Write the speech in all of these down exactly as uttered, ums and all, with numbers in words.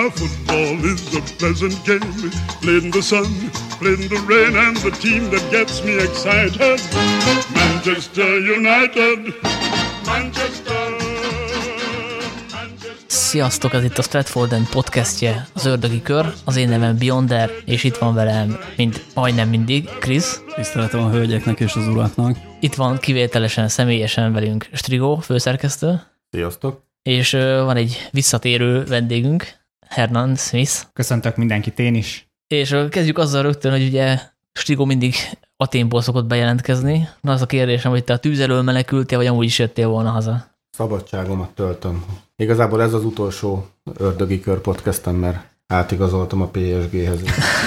Now football is a pleasant game, played in the sun, played in the rain, and the team that gets me excited, Manchester United, Manchester, Manchester. Sziasztok, ez itt a Stratford podcastje, az Ördögi Kör, az én nevem Beyonder, és itt van velem, mint majdnem mindig, Krisz. Tiszteletem a hölgyeknek és az uraknak. Itt van kivételesen, személyesen velünk Strigó, főszerkesztő. Sziasztok. És uh, van egy visszatérő vendégünk, Hernan Smith. Köszöntök mindenkit, én is. És uh, kezdjük azzal rögtön, hogy ugye Strigó mindig Athénból szokott bejelentkezni. Na az a kérdésem, hogy te a tűz elől menekültél, vagy amúgy is jöttél volna haza? Szabadságomat töltöm. Igazából ez az utolsó Ördögi Kör podcastem, mert átigazoltam a pé es géhez.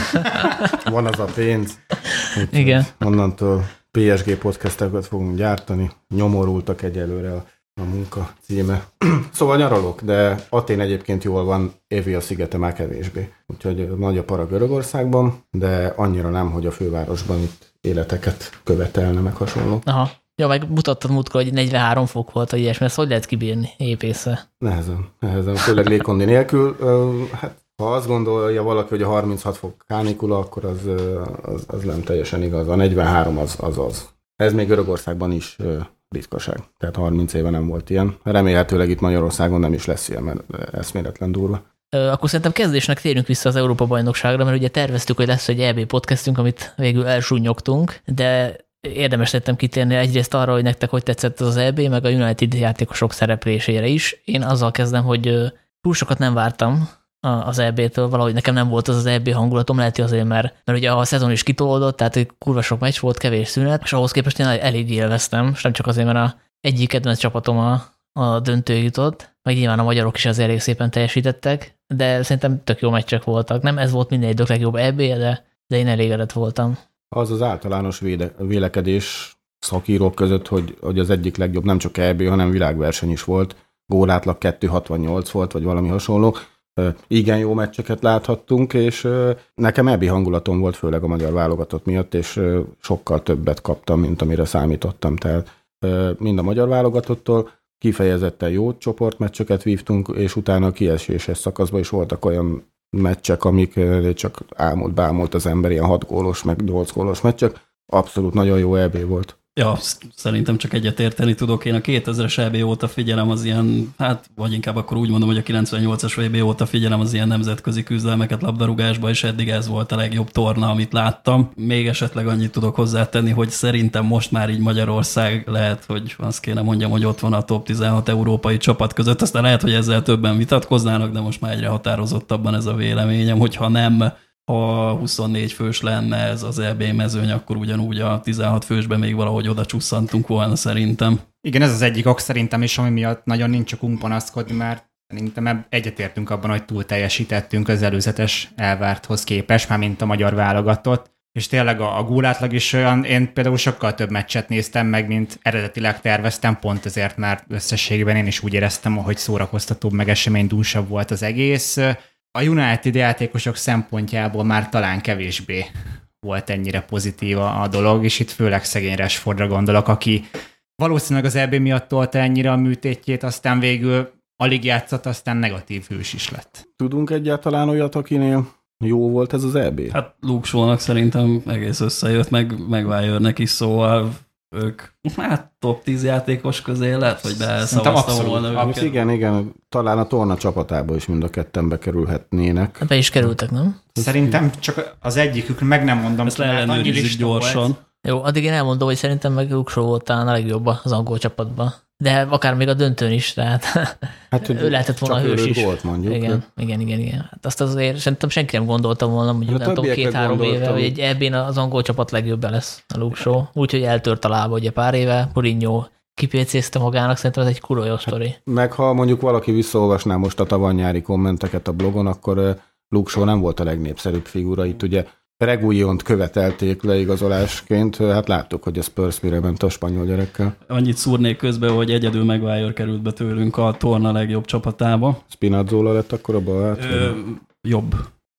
Van az a pénz. Igen. Onnantól pé es gé podcasteket fogunk gyártani. Nyomorultak egyelőre a, a munka címe. Szóval nyaralok, de Athén egyébként jól van, Evia szigete már kevésbé. Úgyhogy nagy a para Görögországban, de annyira nem, hogy a fővárosban itt életeket követelne, meg hasonló. Aha. Ja, meg mutattad múltkor, hogy negyvenhárom fok volt, hogy ilyesmi, ezt hogy lehet kibírni épp észre? Nehezen, nehezen, főleg légkondi nélkül. Hát, ha azt gondolja valaki, hogy a harminchat fok kánikula, akkor az, az, az nem teljesen igaz. A negyvenhárom az, az az. Ez még Görögországban is ritkaság. Tehát harminc éve nem volt ilyen. Remélhetőleg itt Magyarországon nem is lesz ilyen, mert eszméletlen durva. Akkor szerintem kezdésnek térjünk vissza az Európa-bajnokságra, mert ugye terveztük, hogy lesz egy é bé podcastünk, amit végül elsúnyogtunk, de érdemes szerintem kitérni egyrészt arra, hogy nektek hogy tetszett az é bé, meg a United játékosok szereplésére is. Én azzal kezdem, hogy túl sokat nem vártam az é bé-től, valahogy nekem nem volt az az é bé hangulatom, lehet, hogy azért, mert, mert ugye a szezon is kitolódott, tehát kurva sok meccs volt, kevés szünet, és ahhoz képest én elég élveztem, és nem csak azért, mert a egyik kedvenc csapatom a, a döntő jutott, meg nyilván a magyarok is azért elég szépen teljesítettek, de szerintem tök jó meccsek voltak. Nem ez volt minden idők legjobb é bé, de, de én elégedett voltam. Az az általános véde, vélekedés szakírók között, hogy, hogy az egyik legjobb nem csak é bé, hanem világverseny is volt. Gólátlag kettő hatvannyolc volt, vagy valami hasonló. Igen jó meccseket láthattunk, és nekem é bé hangulatom volt, főleg a magyar válogatott miatt, és sokkal többet kaptam, mint amire számítottam. Tehát mind a magyar válogatottól kifejezetten jó csoportmeccseket vívtunk, és utána a kieséses szakaszban is voltak olyan meccsek, amik csak ámult, bámult az ember, ilyen hat gólos, meg nyolc gólos meccsek. Abszolút nagyon jó é bé volt. Ja, szerintem csak egyetérteni tudok. Én a kétezres é bé óta figyelem az ilyen, hát vagy inkább akkor úgy mondom, hogy a kilencvennyolcas é bé óta figyelem az ilyen nemzetközi küzdelmeket labdarúgásba, és eddig ez volt a legjobb torna, amit láttam. Még esetleg annyit tudok hozzátenni, hogy szerintem most már így Magyarország lehet, hogy azt kéne mondjam, hogy ott van a top tizenhat európai csapat között. Aztán lehet, hogy ezzel többen vitatkoznának, de most már egyre határozottabban ez a véleményem, hogyha nem ha huszonnégy fős lenne ez az é bé mezőny, akkor ugyanúgy a tizenhat fősben még valahogy oda csusszantunk volna szerintem. Igen, ez az egyik ok szerintem is, ami miatt nagyon nincs csak panaszkodni, mert szerintem egyetértünk abban, hogy túl teljesítettünk az előzetes elvárthoz képest, már mint a magyar válogatott. És tényleg a, a gólátlag is olyan, én például sokkal több meccset néztem meg, mint eredetileg terveztem, pont ezért, mert összességében én is úgy éreztem, hogy szórakoztatóbb, meg eseménydúsabb volt az egész. A United játékosok szempontjából már talán kevésbé volt ennyire pozitív a dolog, és itt főleg szegény Rashfordra gondolok, aki valószínűleg az é bé miatt tolta ennyire a műtétjét, aztán végül alig játszott, aztán negatív hős is lett. Tudunk egyáltalán olyat, akinél jó volt ez az é bé? Hát Luke Shaw-nak szerintem egész összejött, meg Maguire-nek is, szóval ők hát top tíz játékos közé lehet, hogy beszavaztam volna őket. Igen, igen, talán a torna csapatába is mind a ketten bekerülhetnének. Be is kerültek, nem? Szerintem csak az egyikük, meg nem mondom. Ezt leellenőrizzük gyorsan. Volt. Jó, addig én elmondom, hogy szerintem meg Luke Shaw volt talán a legjobb az angol csapatban. De akár még a döntőn is, tehát hát, ő lehetett volna a hős is. Volt, mondjuk. Igen, igen, igen, igen. Hát azt azért szerintem senki nem gondolta volna, mondjuk nem tudom, két-három éve, hogy egy é bén az angol csapat legjobb lesz a Luke Shaw. Úgyhogy eltört a lába ugye pár éve, Mourinho kipécézte magának, szerintem ez egy kurva jó sztori. Hát, meg ha mondjuk valaki visszaolvasná most a tavaly-nyári kommenteket a blogon, akkor Luke Shaw nem volt a legnépszerűbb figura. Itt ugye Reguillont követelték leigazolásként, hát láttuk, hogy a Spurs mire ment a spanyol gyerekkel. Annyit szúrnék közben, hogy egyedül Maguire került be tőlünk a torna legjobb csapatába. Spinazzola lett akkor a bal át? Ö, jobb.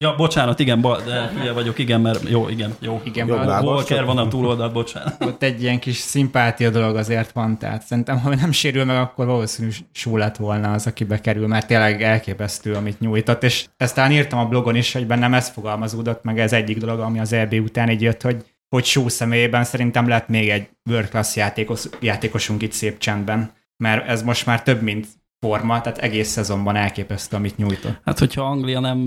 Ja, bocsánat, igen, ba, de hülye vagyok, igen, mert jó, igen, jó. Igen, Jobb lábas, Walker van a túloldalt, bocsánat. Ott egy ilyen kis szimpátia dolog azért van, tehát szerintem, ha nem sérül meg, akkor valószínűleg Shaw lett volna az, aki bekerül, mert tényleg elképesztő, amit nyújtott, és ezt talán írtam a blogon is, hogy bennem ez fogalmazódott, meg ez egyik dolog, ami az é bé után így jött, hogy, hogy Shaw személyében szerintem lett még egy world class játékos, játékosunk itt szép csendben, mert ez most már több, mint forma, tehát egész szezonban elképesztő, amit nyújtott. Hát, hogyha Anglia nem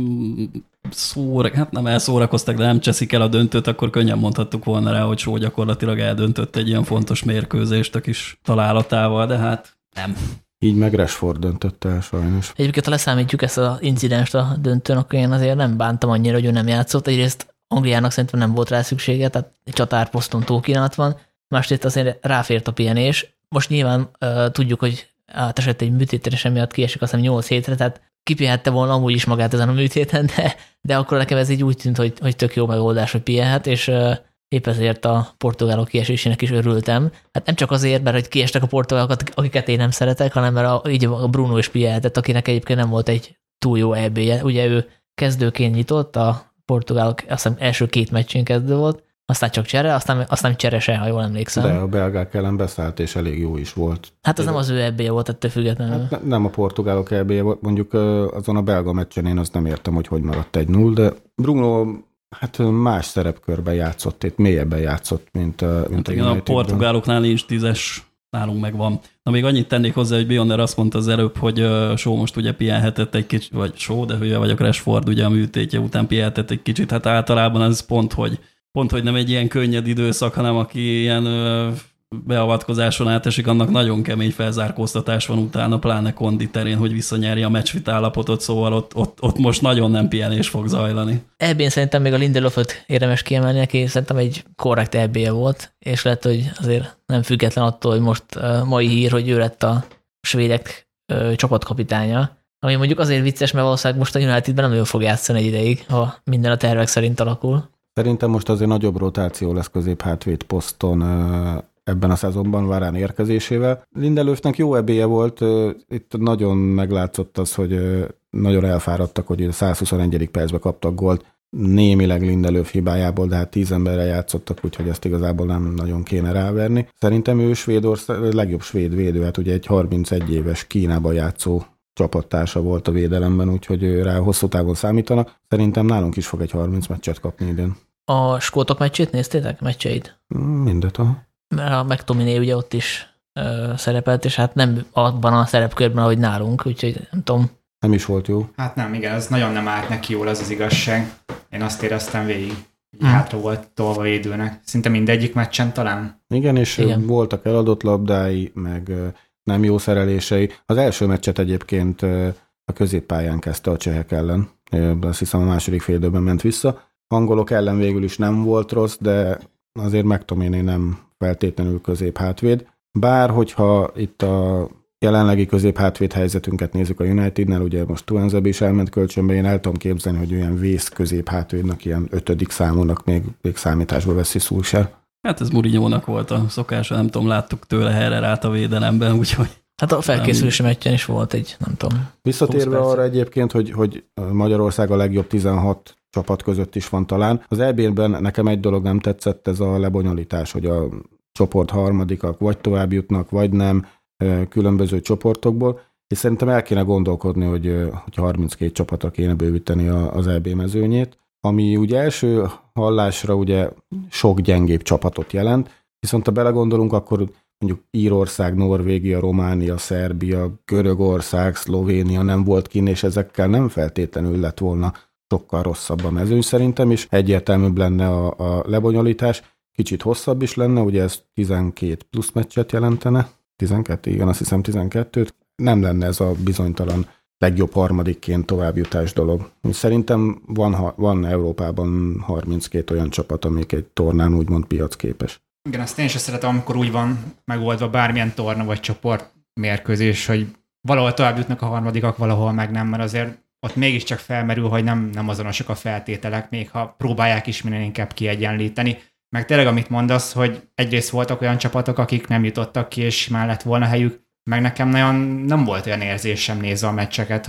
szóra, hát nem elszórakoztak, de nem cseszik el a döntőt, akkor könnyen mondhattuk volna rá, hogy Shaw gyakorlatilag eldöntött egy ilyen fontos mérkőzést a kis találatával, de hát nem. Így meg Rashford döntött el sajnos. Egyébként, ha leszámítjuk ezt az incidenst a döntőn, akkor én azért nem bántam annyira, hogy ő nem játszott. Egyrészt Angliának szerintem nem volt rá szüksége, tehát csatárposzton túlkínálat van. Másrészt azért ráfért a pihenés. Most nyilván uh, tudjuk, hogy átesett egy műtétre miatt kiesik azt hiszem nyolc hétre, tehát kipihette volna amúgy is magát ezen a műtéten, de, de akkor nekem ez így úgy tűnt, hogy, hogy tök jó megoldás, hogy pihenhet, és uh, épp ezért a portugálok kiesésének is örültem. Hát nem csak azért, mert hogy kiestek a portugálok, akiket én nem szeretek, hanem mert a, így a Bruno is pihenhetett, akinek egyébként nem volt egy túl jó é bé-je. Ugye ő kezdőként nyitott, a portugálok azt hiszem első két meccsén kezdő volt, aztán csak csere, aztán, aztán csere se, ha jól emlékszem. De a belgák ellen beszállt, és elég jó is volt. Hát az nem az ő é bé-je volt, ettől függetlenül. Hát ne, nem a portugálok é bé-je volt, mondjuk azon a belga meccsen én azt nem értem, hogy hogy maradt egy null, de Bruno hát más szerepkörben játszott, itt mélyebben játszott, mint, mint hát a igen, a portugáloknál nincs tízes, nálunk megvan. Na még annyit tennék hozzá, hogy Bionner azt mondta az előbb, hogy uh, Shaw most ugye pihenhetett egy kicsit, vagy Shaw, de hülye vagyok, Rashford ugye a műtétje után pihenhetett egy kicsit, hát általában ez pont, hogy Pont, hogy nem egy ilyen könnyed időszak, hanem aki ilyen ö, beavatkozáson átesik, annak nagyon kemény felzárkóztatás van utána, pláne konditerén, hogy visszanyerje a meccsfit állapotot, szóval ott, ott, ott most nagyon nem pihenés fog zajlani. é bén szerintem még a Lindelöföt érdemes kiemelni, aki szerintem egy korrekt é bé volt, és lehet, hogy azért nem független attól, hogy most uh, mai hír, hogy ő lett a svédek uh, csapatkapitánya, ami mondjuk azért vicces, mert valószínűleg most a Unitedben nem ő fog játszani egy ideig, ha minden a tervek szerint alakul. Szerintem most azért nagyobb rotáció lesz középhátvéd poszton ebben a szezonban Varane érkezésével. Lindelöfnek jó é bé-je volt, itt nagyon meglátszott az, hogy nagyon elfáradtak, hogy száz huszonegyedik percben kaptak gólt, némileg Lindelöf hibájából, de hát tíz emberrel játszottak, úgyhogy ezt igazából nem nagyon kéne ráverni. Szerintem ő Svédország legjobb svéd védő, hát ugye egy harmincegy éves Kínában játszó csapattársa volt a védelemben, úgyhogy rá hosszú távon számítanak. Szerintem nálunk is fog egy harminc meccset kapni idén. A skótok meccsét néztétek? Meccseit? Mindet, aha. Mert a McTominay ugye ott is ö, szerepelt, és hát nem abban a szerepkörben, ahogy nálunk, úgyhogy nem tudom. Nem is volt jó. Hát nem, igen, ez nagyon nem állt neki jól, az az igazság. Én azt éreztem végig, Hmm. hátra volt tolva védőnek. Szinte mindegyik meccsen talán. Igen, és igen. voltak eladott labdái, meg nem jó szerelései. Az első meccset egyébként a középpályán kezdte a csehek ellen. Azt hiszem a második fél időben ment vissza. Angolok ellen végül is nem volt rossz, de azért McTominay nem feltétlenül középhátvéd. Bár, hogyha itt a jelenlegi középhátvéd helyzetünket nézzük a Unitednél, ugye most Tuanzebe is elment kölcsönbe, én el tudom képzelni, hogy olyan vész középhátvédnek, ilyen ötödik számúnak még, még számításba veszi Solskjaer. Hát ez Mourinho-nak volt a szokása, nem tudom, láttuk tőle Herrerát a védelemben, úgyhogy... Hát a felkészülési meccsen is volt egy, nem tudom. Visszatérve arra egyébként, hogy, hogy Magyarország a legjobb tizenhat csapat között is van talán. Az é bé-ben nekem egy dolog nem tetszett, ez a lebonyolítás, hogy a csoport harmadikak vagy tovább jutnak, vagy nem, különböző csoportokból, és szerintem el kéne gondolkodni, hogy, hogy harminckét csapatra kéne bővíteni az é bé mezőnyét, ami ugye első hallásra ugye sok gyengébb csapatot jelent, viszont ha belegondolunk, akkor mondjuk Írország, Norvégia, Románia, Szerbia, Görögország, Szlovénia nem volt kinn, és ezekkel nem feltétlenül lett volna sokkal rosszabb a mezőny szerintem, és egyértelműbb lenne a, a lebonyolítás, kicsit hosszabb is lenne, ugye ez tizenkét plusz meccset jelentene, tizenkettő, igen, azt hiszem tizenkettőt, nem lenne ez a bizonytalan legjobb harmadikként továbbjutás dolog. Szerintem van, van Európában harminckét olyan csapat, amik egy tornán úgymond piacképes. Igen, azt én is szeretem, amikor úgy van megoldva bármilyen torna vagy csoport mérkőzés, hogy valahol tovább jutnak a harmadikak, valahol meg nem, mert azért ott mégiscsak felmerül, hogy nem, nem azonosak a feltételek, még ha próbálják is minél inkább kiegyenlíteni. Meg tényleg, amit mondasz, hogy egyrészt voltak olyan csapatok, akik nem jutottak ki, és már lett volna helyük, meg nekem nagyon nem volt olyan érzésem nézve a meccseket, hogy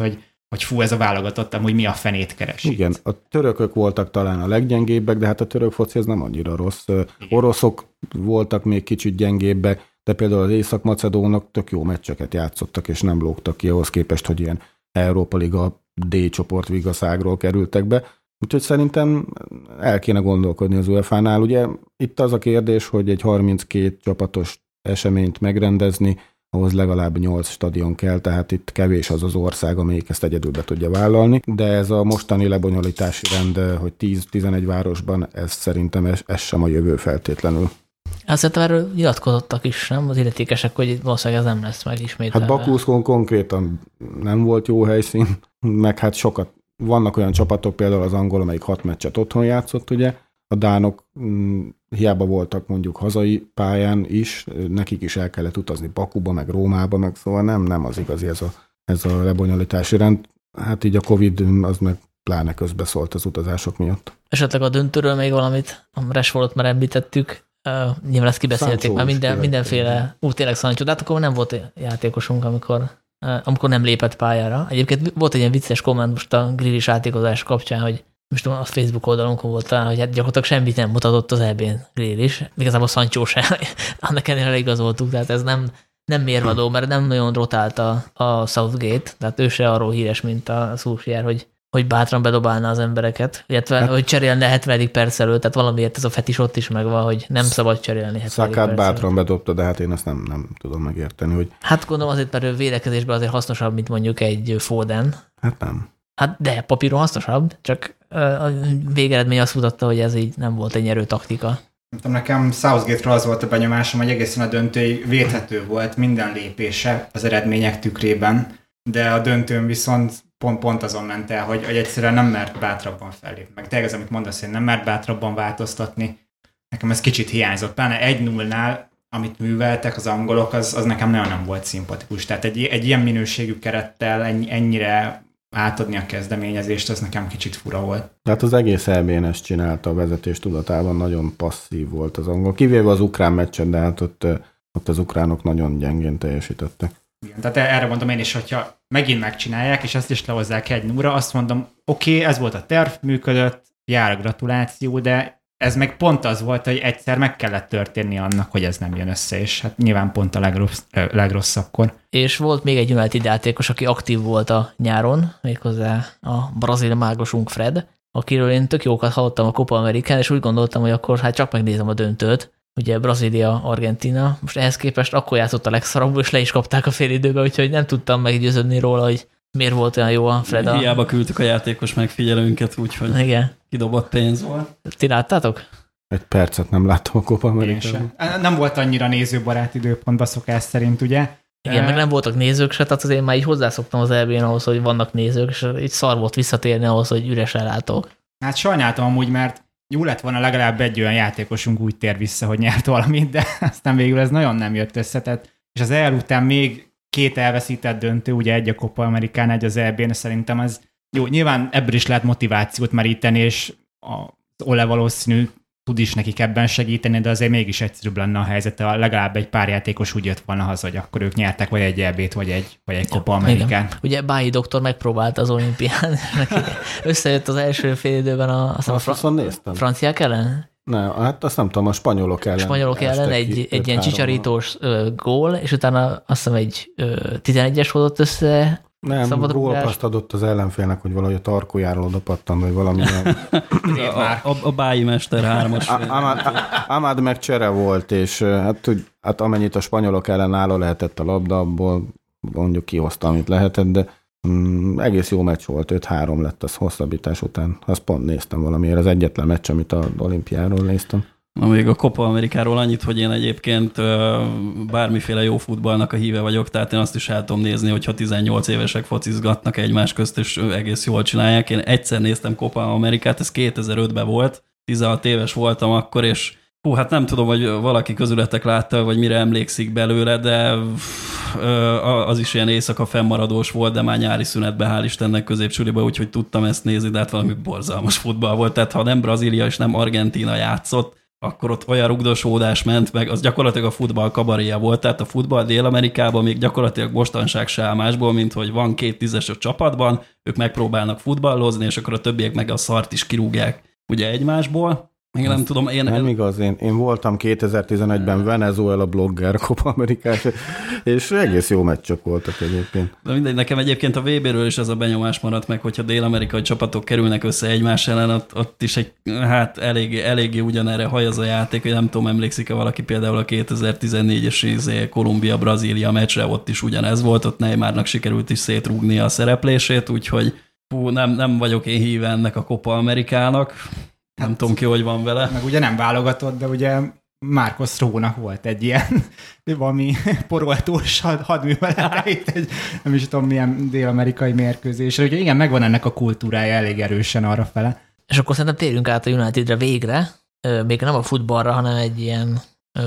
hogy fú, ez a válogatott, amúgy mi a fenét keresik. Igen, a törökök voltak talán a leggyengébbek, de hát a török foci ez nem annyira rossz. Igen. Oroszok voltak még kicsit gyengébbek, de például az észak-macedónok tök jó meccseket játszottak, és nem lógtak ki ahhoz képest, hogy ilyen Európa Liga D csoport vigaszágról kerültek be. Úgyhogy szerintem el kéne gondolkodni az u e ef á-nál. Ugye itt az a kérdés, hogy egy harminckét csapatos eseményt megrendezni, ahhoz legalább nyolc stadion kell, tehát itt kevés az az ország, amelyik ezt egyedül be tudja vállalni, de ez a mostani lebonyolítási rend, hogy tíz-tizenegy városban, ez szerintem ez, ez sem a jövő feltétlenül. Hát szerintem erről nyilatkozottak is, nem? Az illetékesek, hogy valószínűleg ez nem lesz megismételve. Hát Bakuszkon konkrétan nem volt jó helyszín, meg hát sokat, vannak olyan csapatok, például az angol, amelyik hat meccset otthon játszott, ugye, a dánok hm, hiába voltak mondjuk hazai pályán is, nekik is el kellett utazni Bakuba, meg Rómába, meg szóval nem, nem az igazi ez a, ez a lebonyolítási rend. Hát így a Covid az meg pláne közbeszólt az utazások miatt. Esetleg a döntőről még valamit, a Rashfordot már említettük, uh, nyilván ezt kibeszélték, mert minden, mindenféle, ú, tényleg Sancho, de hát akkor nem volt játékosunk, amikor, uh, amikor nem lépett pályára. Egyébként volt egy ilyen vicces komment most a Grealish játékozás kapcsán, hogy most tudom, a Facebook oldalunkon volt talán, hogy hát gyakorlatilag semmit nem mutatott az é bén Grealish, igazából Sancho sem, annak ennél eligazoltuk, tehát ez nem, nem mérvadó, mert nem nagyon rotálta a Southgate, tehát ő se arról híres, mint a Solskjaer, hogy, hogy bátran bedobálna az embereket, illetve hát, hogy cserélne hetvenedik perc előtt, tehát valamiért ez a fetis ott is megvan, hogy nem szabad cserélni hetvenedik Szakát bátran bedobta, de hát én ezt nem, nem tudom megérteni, hogy... Hát gondolom azért, mert ő védekezésben azért hasznosabb, mint mondjuk egy Foden. Hát nem. Hát de papíron hasznosabb, csak a végeredmény azt mutatta, hogy ez így nem volt egy nyerő taktika. Nem tudom, nekem Southgate-ről az volt a benyomásom, hogy egészen a döntői védhető volt minden lépése az eredmények tükrében, de a döntőn viszont pont, pont azon ment el, hogy, hogy egyszerűen nem mert bátrabban fellépni. Meg tényleg az, amit mondasz, hogy nem mert bátrabban változtatni. Nekem ez kicsit hiányzott. Pláne egy nullnál, amit műveltek az angolok, az, az nekem nagyon nem volt szimpatikus. Tehát egy, egy ilyen minőségű kerettel ennyi, ennyire átadni a kezdeményezést, az nekem kicsit fura volt. Tehát az egész é bén ezt csinálta a vezetés tudatában, nagyon passzív volt az angol. Kivéve az ukrán meccsen, de hát ott, ott az ukránok nagyon gyengén teljesítettek. Igen, tehát erre mondom én is, hogyha megint megcsinálják, és ezt is lehozzák egy nullra, azt mondom, oké, okay, ez volt a terv, működött, jár a gratuláció, de ez meg pont az volt, hogy egyszer meg kellett történni annak, hogy ez nem jön össze, és hát nyilván pont a legrossz, legrosszabbkor. És volt még egy United játékos, aki aktív volt a nyáron, méghozzá a brazil mágosunk Fred, akiről én tök jókat hallottam a Copa Amerikán, és úgy gondoltam, hogy akkor hát csak megnézem a döntőt, ugye Brazília, Argentina, most ehhez képest akkor játszott a legszarabbul, és le is kapták a fél időbe, úgyhogy nem tudtam meggyőződni róla, hogy miért volt olyan jó a Fred. A... Hiába küldtük a játékos megfigyelőnket, úgyhogy igen. Kidobott pénz volt. Ti láttátok? Egy percet nem láttam a Copa Amerikában. Nem volt annyira nézőbarát időpontban szokás szerint, ugye? Igen, e... meg nem voltak nézők se, tehát azért már így hozzászoktam az é bén ahhoz, hogy vannak nézők, és így szar volt visszatérni ahhoz, hogy üresen látok. Hát sajnáltam amúgy, mert jó lett volna legalább egy olyan játékosunk úgy tér vissza, hogy nyert valamit, de aztán végül ez nagyon nem jött össze. Tehát, és az el után még két elveszített döntő, ugye egy a Copa Amerikán, egy az é bén, szerintem ez jó. Nyilván ebből is lehet motivációt meríteni, és az Ole valószínű tud is nekik ebben segíteni, de azért mégis egyszerűbb lenne a helyzete. Legalább egy pár játékos úgy jött volna haza, hogy akkor ők nyertek vagy egy é bét, vagy egy, vagy egy Copa Amerikán. Ugye Báji doktor megpróbált az olimpián, neki összejött az első fél időben a, a, a fra- franciák ellen? Ne, hát azt nem tudom, a spanyolok ellen. A spanyolok ellen egy, egy ilyen csicsarítós ö, gól, és utána azt hiszem egy ö, tizenegyes hozott össze. Nem, gólpaszt adott az ellenfélnek, hogy valahogy a tarkójáról odapattan, vagy valami. a, a, a báji mester hármas. Amád meg csere volt, és hát, hát amennyit a spanyolok ellen álló lehetett a labda, abból mondjuk kihozta, amit lehetett, de mm, egész jó meccs volt, öt három lett az hosszabbítás után. Azt pont néztem valamiért, az egyetlen meccs, amit az olimpiáról néztem. Na, még a Copa Amerikáról annyit, hogy én egyébként bármiféle jó futballnak a híve vagyok, tehát én azt is el tudom nézni, hogyha tizennyolc évesek focizgatnak egymás közt, és egész jól csinálják. Én egyszer néztem Copa Amerikát, ez kétezer-ötben volt, tizenhat éves voltam akkor, és hú, hát nem tudom, hogy valaki közületek látta, vagy mire emlékszik belőle, de az is ilyen éjszaka fennmaradós volt, de már nyári szünetben, hál' Istennek középsuliba, úgyhogy tudtam ezt nézni, de hát valami borzalmas futball volt. Tehát ha nem Brazília és nem Argentína játszott, akkor ott olyan rugdosódás ment meg, az gyakorlatilag a futball kabaréja volt, tehát a futball Dél-Amerikában még gyakorlatilag mostanság se áll másból, mint hogy van két tízes a csapatban, ők megpróbálnak futballozni, és akkor a többiek meg a szart is kirúgják ugye egymásból. Még nem tudom, én... Nem igaz, én, én voltam kétezer-tizenegyben Venezuela blogger Copa Amerikás, és egész jó meccsök voltak egyébként. De mindegy, nekem egyébként a vé béről is ez a benyomás maradt meg, hogyha dél-amerikai csapatok kerülnek össze egymás ellen, ott, ott is egy, hát eléggé, eléggé ugyanerre haj az a játék, hogy nem tudom, emlékszik-e valaki például a kétezer-tizennégyes Kolumbia-Brazília meccsre, ott is ugyanez volt, ott Neymarnak sikerült is szétrúgni a szereplését, úgyhogy hú, nem, nem vagyok én híve ennek a Copa Amerikának. Nem hát, tudom ki, hogy van vele. Meg ugye nem válogatott, de ugye Marcos Rónak volt egy ilyen valami poroltós hadművelete itt egy, nem is tudom milyen dél-amerikai mérkőzésre. Ugye igen, megvan ennek a kultúrája elég erősen arrafele. És akkor szerintem térjünk át a Unitedre végre, még nem a futballra, hanem egy ilyen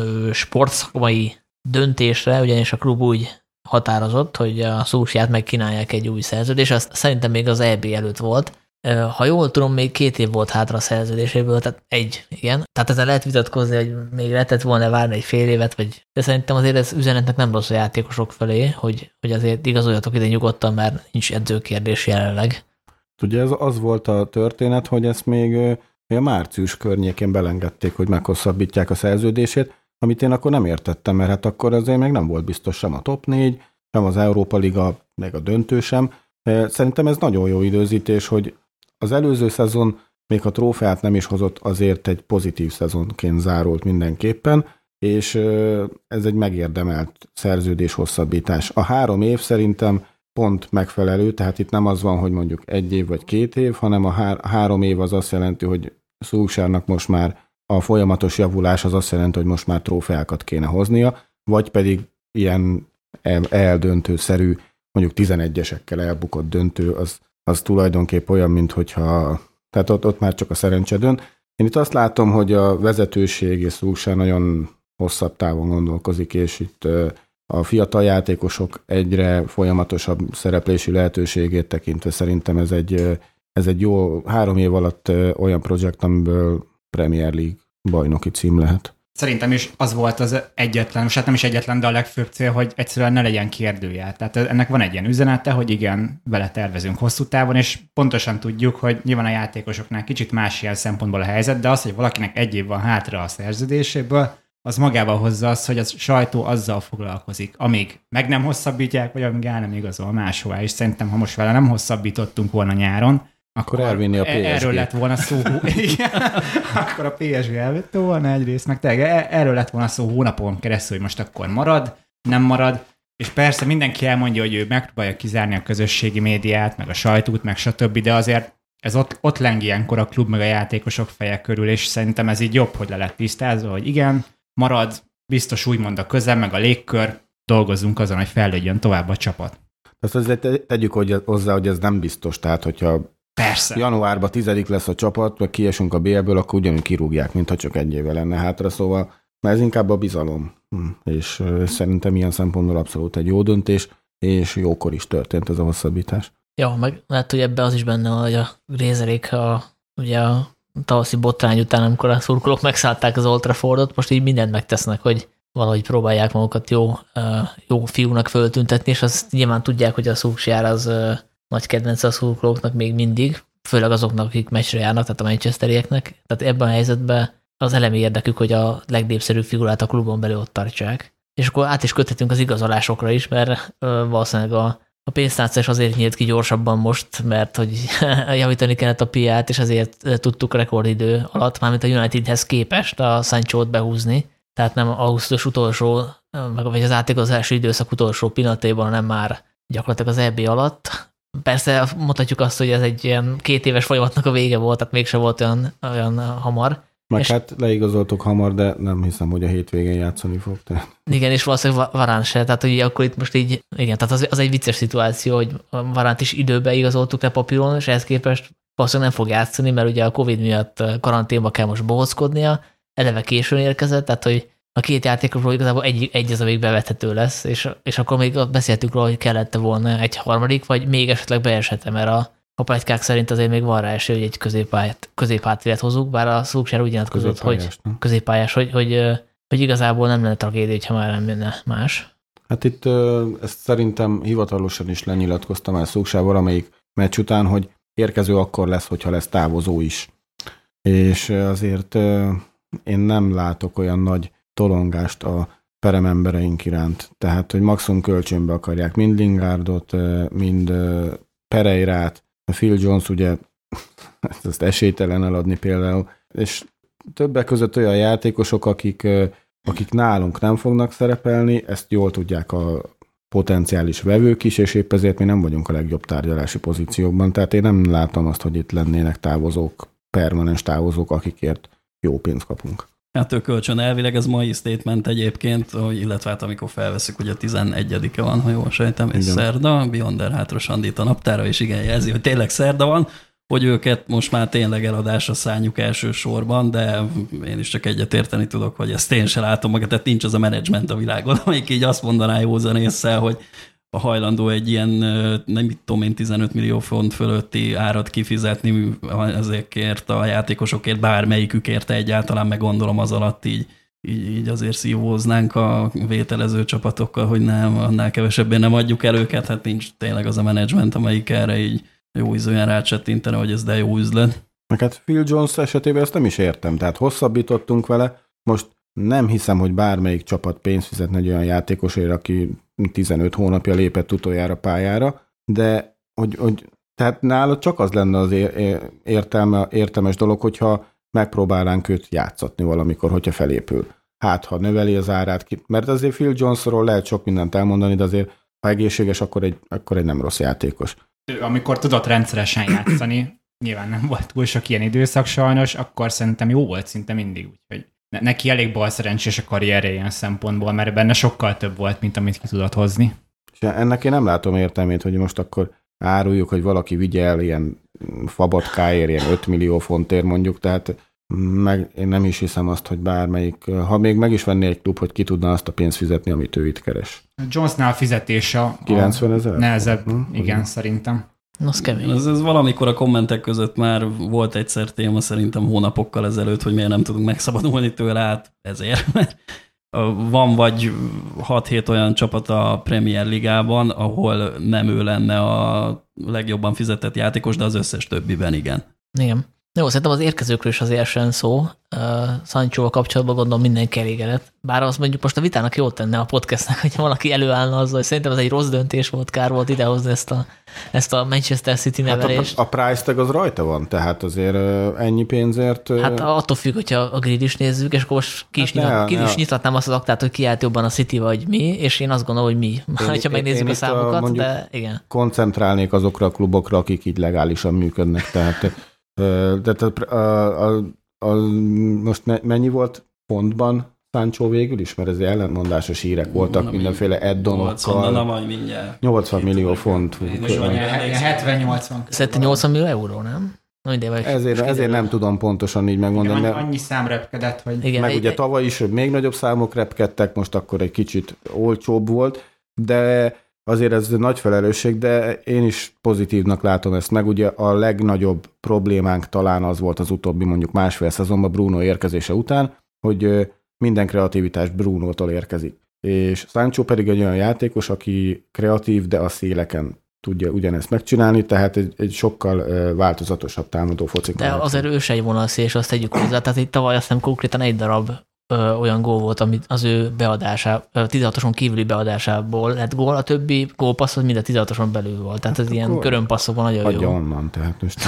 sportszakmai döntésre, ugyanis a klub úgy határozott, hogy a Solskjaert megkínálják egy új szerződés, azt szerintem még az é bé előtt volt. Ha jól tudom, még két év volt hátra a szerződéséből, tehát egy, igen. Tehát ezen lehet vitatkozni, hogy még lehetett volna várni egy fél évet, vagy de szerintem azért ez üzenetnek nem rossz a játékosok felé, hogy, hogy azért igazoljatok ide nyugodtan, mert nincs edzőkérdés jelenleg. Ugye ez az volt a történet, hogy ezt még a március környékén belengedték, hogy meghosszabbítják a szerződését, amit én akkor nem értettem, mert hát akkor azért még nem volt biztos sem a top négy, sem az Európa Liga, meg a döntő sem. Szerintem ez nagyon jó időzítés, hogy az előző szezon, még ha trófeát nem is hozott, azért egy pozitív szezonként zárult mindenképpen, és ez egy megérdemelt szerződés hosszabbítás. A három év szerintem pont megfelelő, tehát itt nem az van, hogy mondjuk egy év vagy két év, hanem a há- három év az azt jelenti, hogy Solskjaernak most már a folyamatos javulás az azt jelenti, hogy most már trófeákat kéne hoznia, vagy pedig ilyen eldöntőszerű, mondjuk tizenegyesekkel elbukott döntő, az az tulajdonképp olyan, mint hogyha, tehát ott, ott már csak a szerencse dönt. Én itt azt látom, hogy a vezetőség és Solskjaer nagyon hosszabb távon gondolkozik, és itt a fiatal játékosok egyre folyamatosabb szereplési lehetőségét tekintve szerintem ez egy, ez egy jó három év alatt olyan projekt, amiből Premier League bajnoki cím lehet. Szerintem is az volt az egyetlen, most hát nem is egyetlen, de a legfőbb cél, hogy egyszerűen ne legyen kérdőjel. Tehát ennek van egy ilyen üzenete, hogy igen, vele tervezünk hosszú távon, és pontosan tudjuk, hogy nyilván a játékosoknál kicsit más ilyen szempontból a helyzet, de az, hogy valakinek egy év van hátra a szerződéséből, az magával hozza azt, hogy a sajtó azzal foglalkozik, amíg meg nem hosszabbítják, vagy amíg el nem igazol máshová. És szerintem, ha most vele nem hosszabbítottunk volna nyáron, akkor elvinni a pé es gé. Erről lett volna szó, igen, akkor a pé es gé elvette volna egyrészt, meg tényleg erről lett volna szó hónapon keresztül, hogy most akkor marad, nem marad, és persze mindenki elmondja, hogy ő megpróbálja kizárni a közösségi médiát, meg a sajtót, meg stb., de azért ez ott, ott leng ilyenkor a klub, meg a játékosok feje körül, és szerintem ez így jobb, hogy le lett tisztázva, hogy igen, marad, biztos úgymond a közem, meg a légkör, dolgozzunk azon, hogy fejlődjön tovább a csapat. Ezt azért tegyük hogy hozzá, hogy ez nem biztos, tehát hogyha persze. Januárban tizedik lesz a csapat, meg kiesünk a bé el-ből, akkor ugyanúgy kirúgják, mintha csak egy éve lenne hátra, szóval mert ez inkább a bizalom. És szerintem ilyen szempontból abszolút egy jó döntés, és jókor is történt ez a hosszabbítás. Ja, meg lehet, hogy ebben az is benne van, hogy a Grézerék a, ugye a tavaszi botrány után, amikor a szurkolók megszállták az Old Traffordot, most így mindent megtesznek, hogy valahogy próbálják magukat jó, jó fiúnak föltüntetni, és azt nyilván tudják, hogy a Solskjaer az nagy kedvence a szurkolóknak még mindig, főleg azoknak, akik meccsre járnak, tehát a manchesterieknek. Tehát ebben a helyzetben az elemi érdekük, hogy a legnépszerűbb figurát a klubon belül ott tartsák. És akkor át is köthetünk az igazolásokra is, mert valószínűleg a, a pénztárcás azért nyílt ki gyorsabban most, mert hogy javítani kellett a piát, és azért tudtuk rekordidő alatt, mármint a Unitedhez képest a Sanchót behúzni. Tehát nem augusztus utolsó, vagy az átigazolási időszak utolsó pillanatében, hanem már gyakorlatilag az é bé alatt. Persze mondhatjuk azt, hogy ez egy ilyen két éves folyamatnak a vége volt, tehát mégse volt olyan, olyan hamar. Meg és hát leigazoltuk hamar, de nem hiszem, hogy a hétvégén játszani fog. Tehát. Igen, és valószínűleg Varán se, tehát hogy akkor itt most így, igen, tehát az, az egy vicces szituáció, hogy Varánt is időben igazoltuk le papíron, és ehhez képest valószínűleg nem fog játszani, mert ugye a Covid miatt karanténba kell most bohóckodnia, eleve későn érkezett, tehát hogy a két játékosról igazából egy, egy az, amíg bevethető lesz, és, és akkor még beszéltünk róla, hogy kellett volna egy harmadik, vagy még esetleg beesete, mert a a pletykák szerint azért még van rá esély, hogy egy középpályát, középhátvédet hozunk, bár a Szulcsár úgy nyilatkozott, hogy középpályás, hogy, hogy, hogy igazából nem lenne tragédia, ha már nem lenne más. Hát itt ezt szerintem hivatalosan is lenyilatkoztam el Szulcsár valamelyik meccs után, hogy érkező akkor lesz, hogyha lesz távozó is. És azért én nem látok olyan nagy tolongást a peremembereink iránt. Tehát, hogy maximum kölcsönbe akarják mind Lingardot, mind Pereirát, Phil Jones ugye ezt esélytelen eladni például, és többek között olyan játékosok, akik, akik nálunk nem fognak szerepelni, ezt jól tudják a potenciális vevők is, és épp ezért mi nem vagyunk a legjobb tárgyalási pozíciókban, tehát én nem látom azt, hogy itt lennének távozók, permanens távozók, akikért jó pénzt kapunk. Hát ő kölcsön elvileg, ez mai statement egyébként, illetve hát amikor felveszik, ugye tizenegyedike van, ha jól sejtem, és szerda, Beyonder hátros Andít a naptára, és igen, jelzi, hogy tényleg szerda van, hogy őket most már tényleg eladásra szálljuk elsősorban, de én is csak egyet érteni tudok, hogy ezt én se látom magát, tehát nincs az a menedzsment a világon, amelyik így azt mondaná józan ésszel, hogy a hajlandó egy ilyen, nem tudom én, tizenöt millió font fölötti árat kifizetni ezekért a játékosokért, bármelyikükért egyáltalán, meg gondolom az alatt így, így, így azért szívóznánk a vételező csapatokkal, hogy nem, annál kevesebbé nem adjuk el őket, hát nincs tényleg az a menedzsment, amelyik erre így jó ízűen rácsettintene, hogy ez de jó üzlet. Meg hát Phil Jones esetében ezt nem is értem, tehát hosszabbítottunk vele, most nem hiszem, hogy bármelyik csapat pénzt fizetne egy olyan játékosért, aki tizenöt hónapja lépett utoljára pályára, de hogy, hogy tehát nála csak az lenne az értelme, értelmes dolog, hogyha megpróbálnánk őt játszatni valamikor, hogyha felépül. Hát, ha növeli az árát, mert azért Phil Jonesról lehet sok mindent elmondani, de azért ha egészséges, akkor egy, akkor egy nem rossz játékos. Amikor tudott rendszeresen játszani, nyilván nem volt túl sok ilyen időszak sajnos, akkor szerintem jó volt szinte mindig, úgyhogy neki elég balszerencsés a karrierje ilyen szempontból, mert benne sokkal több volt, mint amit ki tudott hozni. És ennek én nem látom értelmét, hogy most akkor áruljuk, hogy valaki vigye el ilyen fabatkáért, ilyen öt millió fontért mondjuk, tehát meg én nem is hiszem azt, hogy bármelyik, ha még meg is venné egy klub, hogy ki tudna azt a pénzt fizetni, amit ő itt keres. Jonesnál fizetése kilencven ezer? Nehezebb, hm, igen, igen, szerintem. Az kemény. Ez, ez valamikor a kommentek között már volt egyszer téma szerintem hónapokkal ezelőtt, hogy miért nem tudunk megszabadulni tőle, hát ezért. Van vagy hat-hét olyan csapat a Premier Ligában, ahol nem ő lenne a legjobban fizetett játékos, de az összes többiben igen. Igen. Jó, szerintem az érkezőkről is azért sem szó. Uh, Sanchóval kapcsolatban gondolom mindenki elégedett. Bár az mondjuk most a vitának jót tenne a podcastnak, hogyha valaki előállna azzal, hogy szerintem ez egy rossz döntés volt, kár volt idehozni ezt a, ezt a Manchester City nevelést. Hát a, a price tag az rajta van, tehát azért uh, ennyi pénzért... Uh... Hát attól függ, hogyha a grid is nézzük, és akkor most ki is, hát nyilat, ne, ki ne, is nyithatnám azt az aktát, hogy ki állt jobban a City vagy mi, és én azt gondolom, hogy mi. Én, ha megnézzük én a számokat, a, de igen. Koncentrálnék azokra a klubokra, akik így legálisan működnek, tehát... De a, a, a, a, most mennyi volt fontban Sancho végül is? Mert ez ellentmondásos hírek voltak, na, mindenféle eddonokkal. nyolcvan millió font. hetven-nyolcvan. Szerintem nyolcvan millió euró, nem? Ezért, ezért nem tudom pontosan így megmondani. Igen, annyi szám repkedett, hogy... Igen, meg egy, ugye tavaly is még nagyobb számok repkedtek, most akkor egy kicsit olcsóbb volt, de... Azért ez nagy felelősség, de én is pozitívnak látom ezt meg. Ugye a legnagyobb problémánk talán az volt az utóbbi mondjuk másfél szezonban Bruno érkezése után, hogy minden kreativitás Brunótól érkezik. És Sancho pedig egy olyan játékos, aki kreatív, de a széleken tudja ugyanezt megcsinálni, tehát egy, egy sokkal változatosabb támadó focik. De azért ő se egy vonalszél, és azt tegyük hozzá. Tehát itt tavaly azt nem konkrétan egy darab Ö, olyan gól volt, amit az ő beadásából, tizenhatoson kívüli beadásából lett gól, a többi gólpassz az mind a tizenhatoson belül volt. Tehát ez hát ilyen körömpasszokban nagyon hagyja jó. Hagyja onnan, tehát most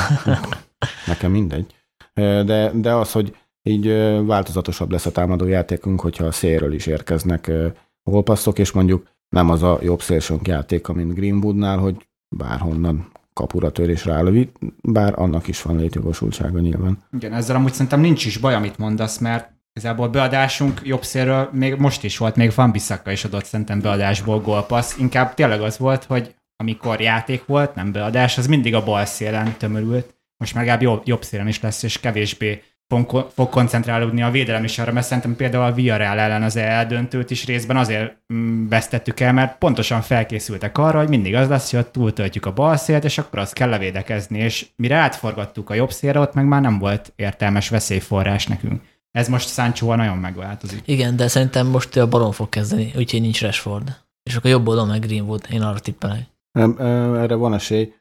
nekem mindegy. De, de az, hogy így változatosabb lesz a támadó játékunk, hogyha a szélről is érkeznek gólpasszok, és mondjuk nem az a jobb szélsőnk játéka, mint Greenwoodnál, hogy bárhonnan kapura törés rálövi, bár annak is van létjogosultsága nyilván. Igen, ezzel amúgy szerintem nincs is baj, amit mondasz, mert igazából beadásunk jobb szélről még most is volt, még Van Bissaka is adott szerintem beadásból gólpassz. Inkább tényleg az volt, hogy amikor játék volt, nem beadás, az mindig a bal szélen tömörült. Most már legalább jobb, jobb szélen is lesz, és kevésbé fog koncentrálódni a védelem is arra, mert szerintem például a Villarreal ellen az eldöntőt is részben azért vesztettük el, mert pontosan felkészültek arra, hogy mindig az lesz, hogy túltöltjük a bal szélt, és akkor azt kell levédekezni, és mire átforgattuk a jobb szélre, ott meg már nem volt értelmes veszélyforrás nekünk. Ez most Sanchoval nagyon megváltozik. Igen, de szerintem most a balon fog kezdeni, úgyhogy nincs Rashford. És akkor jobb oldalon meg Greenwood, én arra tippelek. Erre van esély,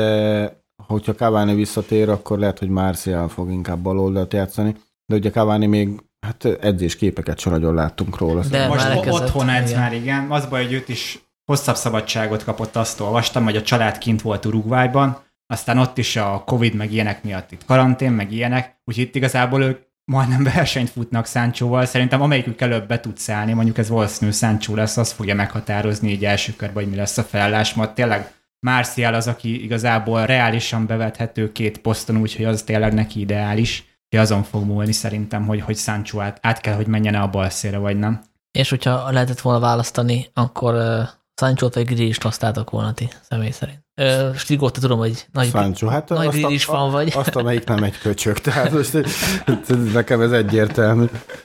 de hogyha Cavani visszatér, akkor lehet, hogy Martial fog inkább bal oldalt játszani, de ugye Cavani még hát edzés képeket sem nagyon láttunk róla. De most már otthon edz igen. már, igen. Az baj, hogy őt is hosszabb szabadságot kapott, azt olvastam, hogy a család kint volt Uruguayban, aztán ott is a Covid meg ilyenek miatt itt karantén, meg ilyenek, úgyhogy itt igazából ők majdnem versenyt futnak Sanchoval. Szerintem amelyikük előbb be tud szállni, mondjuk ez valószínű Sancho lesz, az fogja meghatározni így első körben, hogy mi lesz a felállás, majd tényleg Martial az, aki igazából reálisan bevethető két poszton, úgyhogy az tényleg neki ideális. Hogy azon fog múlni szerintem, hogy, hogy Sancho át, át kell, hogy menjen a bal szélre, vagy nem. És hogyha lehetett volna választani, akkor uh, Sanchót vagy Grealish-t hoztátok volna ti, személy szerint. Uh, Stigó, te tudom, hogy nagy, Sancho, hát nagy azt, Grealish fan vagy. Azt, amelyik nem egy köcsög, tehát most nekem ez egyértelmű.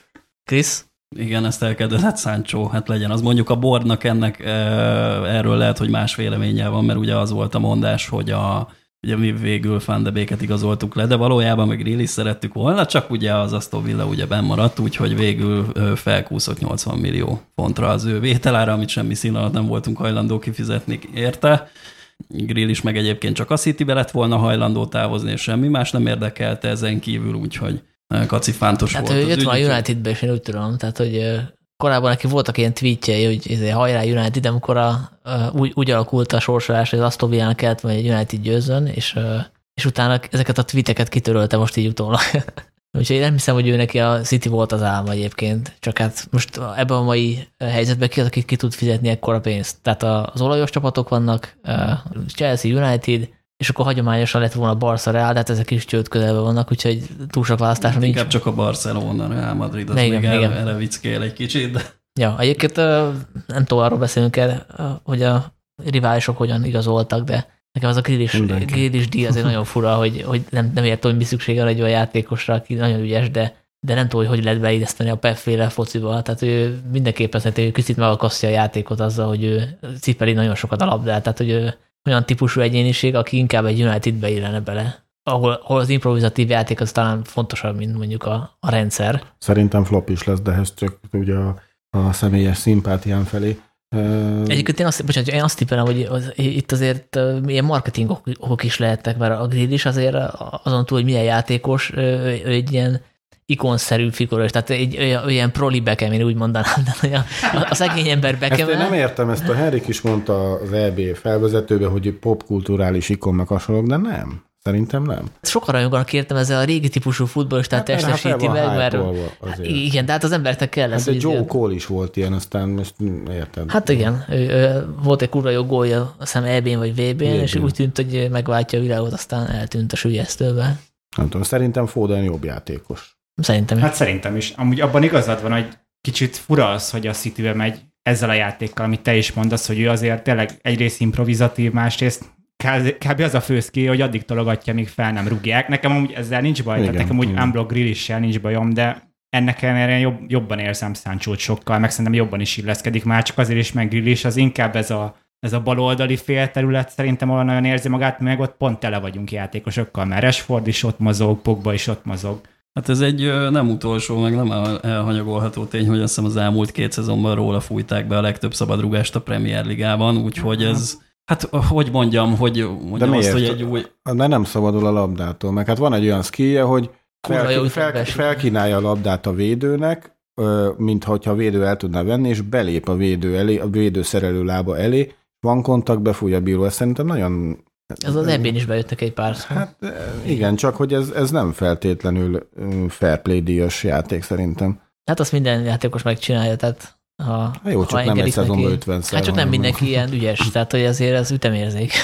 Krisz? Igen, ezt elkezdett, hát Sancho, hát legyen az. Mondjuk a boardnak ennek erről lehet, hogy más véleménnyel van, mert ugye az volt a mondás, hogy a, ugye mi végül Van de Beeket igazoltuk le, de valójában meg Grealish szerettük volna, csak ugye az Aston Villa ugye benn maradt, úgyhogy végül felkúszott nyolcvan millió fontra az ő vételára, amit semmi szín alatt nem voltunk hajlandó kifizetni érte. Grealish meg egyébként csak a Citybe lett volna hajlandó távozni, és semmi más nem érdekelte ezen kívül, úgyhogy kacifántos hát volt ő az jött ügy. van a Unitedbe, és én úgy tudom, tehát hogy korábban neki voltak ilyen tweetjei, hogy hajrá United, amikor a, úgy, úgy alakult a sorsolás, hogy az Aston Villának kellett, hogy egy United győzzön, és, és utána ezeket a tweeteket kitörölte most így utólag. Úgyhogy én nem hiszem, hogy ő neki a City volt az álma egyébként, csak hát most ebben a mai helyzetben ki az, aki ki tud fizetni ekkora pénzt. Tehát az olajos csapatok vannak, Chelsea, United, és akkor hagyományosan lett volna Barca, Real, de hát ezek is csőd közelben vannak, úgyhogy túl sok választása nincs. Inkább csak a Barcelona, Real Madrid, az igen, még igen. erre vickél egy kicsit. De... Ja, egyébként nem tudom, arról beszélünk el, hogy a riválisok hogyan igazoltak, de nekem az a Grealish díj azért nagyon fura, hogy, hogy nem, nem értem, hogy mi szüksége egy olyan játékosra, aki nagyon ügyes, de, de nem tudom, hogy hogy lehet beilleszteni a Pep-féle fociba. Tehát ő mindenképpen szerintem, hogy kicsit megakasztja a játékot azzal, hogy ő cipeli nagyon sokat a labdát, tehát hogy ő olyan típusú egyéniség, aki inkább egy Unitedbe illene bele, ahol, ahol az improvizatív játék az talán fontosabb, mint mondjuk a, a rendszer. Szerintem flop is lesz, de ez csak ugye a, a személyes szimpátiám felé. Egyébként én azt, bocsánat, én azt tippelem, hogy az, itt azért ilyen marketing okok is lehetnek, mert a Grealish azért azon túl, hogy milyen játékos, ő egy ilyen ikonszerű figura, tehát egy olyan, olyan proli Beckham, én úgy mondanám, de a, a szegény ember Beckham. Ezt én nem értem, ezt a Henrik is mondta az é bé felvezetőbe, hogy popkulturális ikonnak hasonlók, de nem. Szerintem nem. Sokan rajonganak értem ezzel a régi típusú futballistát hát, testesíti meg, mert igen, de hát az embereknek kell lesz. Hát Joe Cole is volt ilyen, aztán most érted. Hát igen, ő, ő, volt egy kurva jó gólja, azt hiszem é bén vagy vé bén, és úgy tűnt, hogy megváltja a világot, aztán eltűnt a sülyeztőbe. Nem tudom, szerintem Foden jobb játékos. Szerintem is. Hát szerintem is. Amúgy abban igazad van, hogy kicsit fura az, hogy a Citybe megy ezzel a játékkal, amit te is mondasz, hogy ő azért tényleg egyrészt improvizatív, másrészt kb. Az a főszki, hogy addig tologatja, míg fel nem rúgják. Nekem amúgy ezzel nincs baj, igen, tehát nekem úgy unblock Grealish-sel nincs bajom, de ennek ellenére jobb, jobban érzem Sanchót sokkal, meg szerintem jobban is illeszkedik már, csak azért is meg Grealish, az inkább ez a, ez a baloldali félterület szerintem ahol nagyon érzi magát, meg ott pont tele vagyunk játékosokkal, mert Rashford is ott mozog, Pogba is ott mozog. Hát ez egy nem utolsó, meg nem elhanyagolható tény, hogy azt hiszem az elmúlt két szezonban róla fújták be a legtöbb szabadrúgást a Premier Ligában, úgyhogy ez, hát hogy mondjam, hogy mondjam azt, hogy egy új... De nem szabadul a labdától, meg hát van egy olyan skillje, hogy fel, fel, felkínálja a labdát a védőnek, mintha a védő el tudná venni, és belép a védő elé, a védő szerelő lába elé, van kontakt, befújja a bíró, ez szerintem nagyon... Ez az é bén is bejöttek egy pár szó. Hát igen, csak hogy ez, ez nem feltétlenül fair play díjas játék szerintem. Hát azt minden játékos megcsinálja, tehát ha, ha jó, ha csak nem egy szezonban ötvenszer. Hát csak nem mindenki ilyen ügyes, tehát hogy azért ez ütemérzék.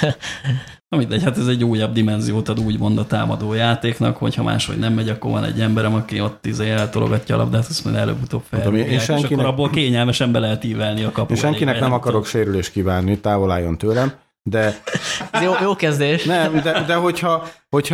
Na mindegy, hát ez egy újabb dimenziót ad úgymond a támadó játéknak, hogyha máshogy nem megy, akkor van egy emberem, aki ott izé eltologatja a labdát, azt mondja előbb-utóbb fel. És, és senkinek, akkor abból kényelmesen be lehet ívelni a kaput. És senkinek nem akarok sérülést kívánni, távol álljon tőlem. De jó, jó kezdés. Nem, de, de hogyha, hogyha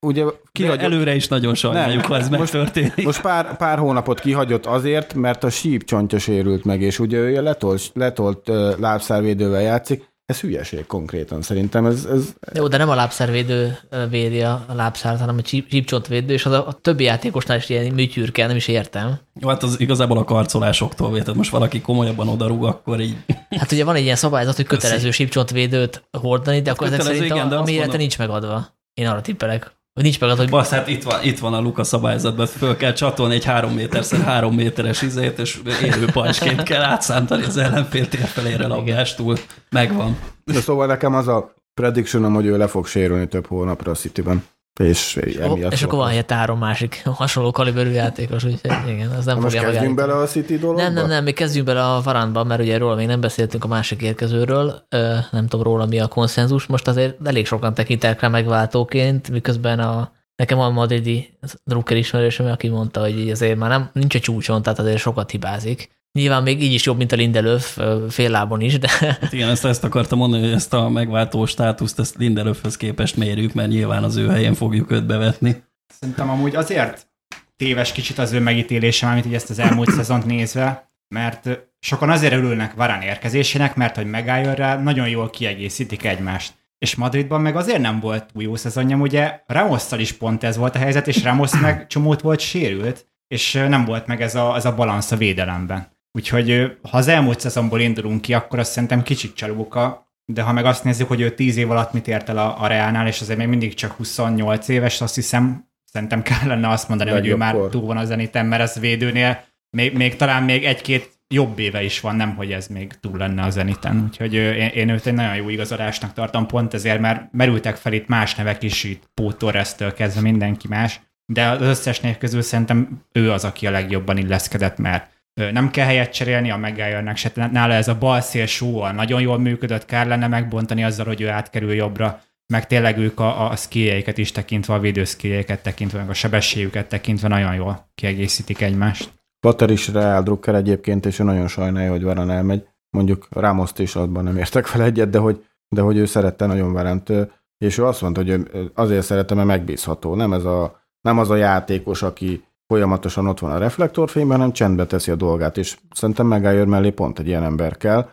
ugye kihagyott... előre is nagyon sajnáljuk, ha ez megtörténik. Most pár, pár hónapot kihagyott azért, mert a sípcsontja sérült meg, és ugye ő letolt, letolt uh, lábszárvédővel játszik. Ez hülyeség konkrétan, szerintem ez... ez... Jó, de nem a lábszervédő védi a lábszárt, hanem a sípcsontvédő, és az a, a többi játékosnál is ilyen műtyűr kell, nem is értem. Jó, hát az igazából a karcolásoktól véd, tehát most valaki komolyabban odarúg, akkor így... Hát ugye van egy ilyen szabályzat, hogy kötelező sípcsontvédőt hordani, de akkor ezek szerint igen, a, a mérete mondom... nincs megadva. Én arra tippelek. Hogy nincs megadva, hogy... Basz, hát itt van, itt van a Luka szabályzatban, föl kell csatolni egy három méterszer három méteres izét, és élő pajsként kell átszántani az ellenfél térfelére labdástól. Megvan. De szóval nekem az a predictionom, hogy ő le fog sérülni több hónapra a Cityben. És, oh, és akkor van helyett három másik hasonló kaliberű játékos, úgyhogy igen, az nem most fogja kezdjünk bele a City dologba? Nem, nem, nem, mi kezdjünk bele a Varane-ba, mert ugye róla még nem beszéltünk a másik érkezőről, nem tudom róla mi a konszenzus, most azért elég sokan tekintek rá megváltóként, miközben a, nekem a madridi Drucker ismerősöm, aki mondta, hogy azért már nem, nincs a csúcson, tehát azért sokat hibázik. Nyilván még így is jobb, mint a Lindelöf, fél lábon is, de... Hát igen, ezt, ezt akartam mondani, hogy ezt a megváltó státuszt, ezt Lindelöfhöz képest mérjük, mert nyilván az ő helyén fogjuk őt bevetni. Szerintem amúgy azért téves kicsit az ő megítélésem, amit így ezt az elmúlt szezont nézve, mert sokan azért örülnek Varane érkezésének, mert hogy Maguire-rel nagyon jól kiegészítik egymást. És Madridban meg azért nem volt új jó szezonja, ugye Ramosszal is pont ez volt a helyzet, és Ramos meg csomót volt sérült, és nem volt meg ez a, ez a balansz a védelemben. Úgyhogy ha az elmúlt szezonból indulunk ki, akkor azt szerintem kicsit csalóka, de ha meg azt nézzük, hogy ő tíz év alatt mit ért el a, a Realnál, és azért még mindig csak huszonnyolc éves, azt hiszem, szerintem kellene azt mondani, hogy ő már túl van a Zeniten, mert ez védőnél még, még talán még egy-két jobb éve is van, nem hogy ez még túl lenne a Zeniten. Úgyhogy én, én őt egy nagyon jó igazolásnak tartom, pont ezért, mert merültek fel itt más nevek is, itt Pau Torrestől kezdve mindenki más, de az összes név közül szerintem ő az, aki a legjobban illeszkedett, mert nem kell helyet cserélni, a Maguire-nek se. Nála ez a bal szél súlyval nagyon jól működött, kár lenne megbontani azzal, hogy ő átkerül jobbra, meg tényleg ők a, a skilljeiket is tekintve, a védő skilljeiket tekintve, meg a sebességüket tekintve nagyon jól kiegészítik egymást. Potter is Real Drucker egyébként, és ő nagyon sajnálja, hogy Varane elmegy. Mondjuk Ramoszt is abban nem értek fel egyet, de hogy, de hogy ő szerette nagyon Varant, és ő azt mondta, hogy azért szeretem, mert megbízható. Nem, ez a, nem az a játékos, aki folyamatosan ott van a reflektorfényben, hanem csendbe teszi a dolgát, és szerintem Maguire mellé pont egy ilyen ember kell,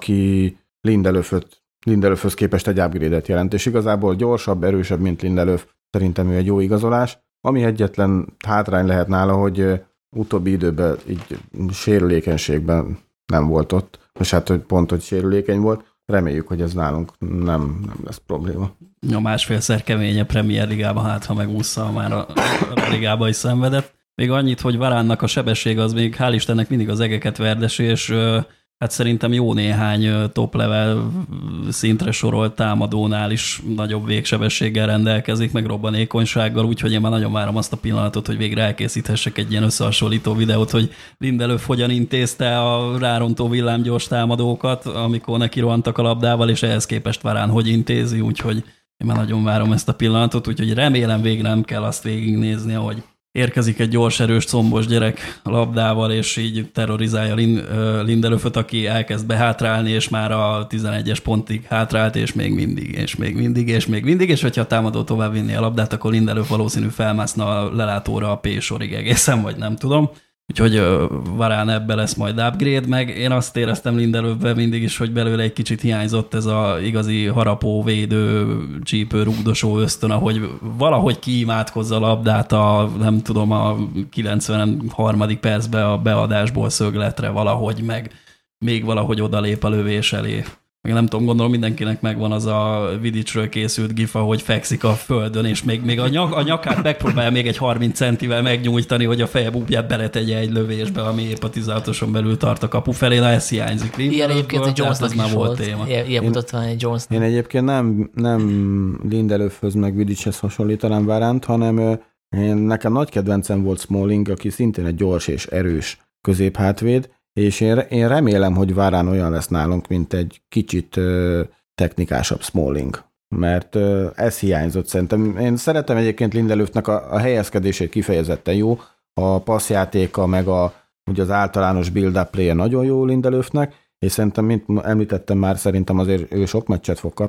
aki Lindelöföt, Lindelöfhöz képest egy upgrade-et jelent, és igazából gyorsabb, erősebb, mint Lindelöf. Szerintem ő egy jó igazolás. Ami egyetlen hátrány lehet nála, hogy utóbbi időben így sérülékenységben nem volt ott, és hát hogy pont, hogy sérülékeny volt. Reméljük, hogy ez nálunk nem, nem lesz probléma. A másfélszer kemény a Premier Ligában, hát ha megúszza, már a, a Ligában is szenvedett. Még annyit, hogy Varánnak a sebesség az még hál' Istennek mindig az egeket verdesi, és hát szerintem jó néhány top level szintre sorolt támadónál is nagyobb végsebességgel rendelkezik, meg robbanékonysággal, úgyhogy én már nagyon várom azt a pillanatot, hogy végre elkészíthessek egy ilyen összehasonlító videót, hogy Lindelöf hogyan intézte a rárontó villámgyors támadókat, amikor neki rohantak a labdával, és ehhez képest Varane hogy intézi, úgyhogy én már nagyon várom ezt a pillanatot, úgyhogy remélem végre nem kell azt végignézni, ahogy érkezik egy gyors, erős, combos gyerek a labdával, és így terrorizálja Lindelöföt, aki elkezd behátrálni, és már a tizenegyes pontig hátrált, és még mindig, és még mindig, és még mindig, és hogyha a támadó tovább vinni a labdát, akkor Lindelöf valószínű felmászna a lelátóra a P-sorig egészen, vagy nem tudom. Úgyhogy Varane ebbe lesz majd upgrade, meg én azt éreztem Lindelöfben mindig is, hogy belőle egy kicsit hiányzott ez a igazi harapó, védő, csípő, rúgdosó ösztön, ahogy valahogy kiimádkozza a labdát a, nem tudom, a kilencvenharmadik percben a beadásból szögletre valahogy, meg még valahogy odalép a lövés elé. Meg nem tudom, gondolom mindenkinek megvan az a Vidicsről készült gif, ahogy fekszik a földön, és még, még a, nyak, a nyakát megpróbálja még egy harminc centivel megnyújtani, hogy a feje búbját beletegye egy lövésbe, ami épp a tizenhatoson belül tart a kapu felé, na ez hiányzik. Ilyen egyébként egy Jonesnak is volt. Téma. Ilyen, ilyen mutatvány egy Jonesnak. Én egyébként nem, nem Lindelöfhöz meg Vidicshez hasonlítanám Varánt, hanem én, nekem nagy kedvencem volt Smalling, aki szintén egy gyors és erős középhátvéd, és én, én remélem, hogy Varane olyan lesz nálunk, mint egy kicsit ö, technikásabb Smalling, mert ö, ez hiányzott szerintem. Én szeretem egyébként Lindelöfnek a, a helyezkedését kifejezetten jó, a passzjátéka, meg a, ugye az általános build-up play nagyon jó Lindelöfnek, és szerintem, mint említettem már, szerintem azért ő sok meccset fog kapni,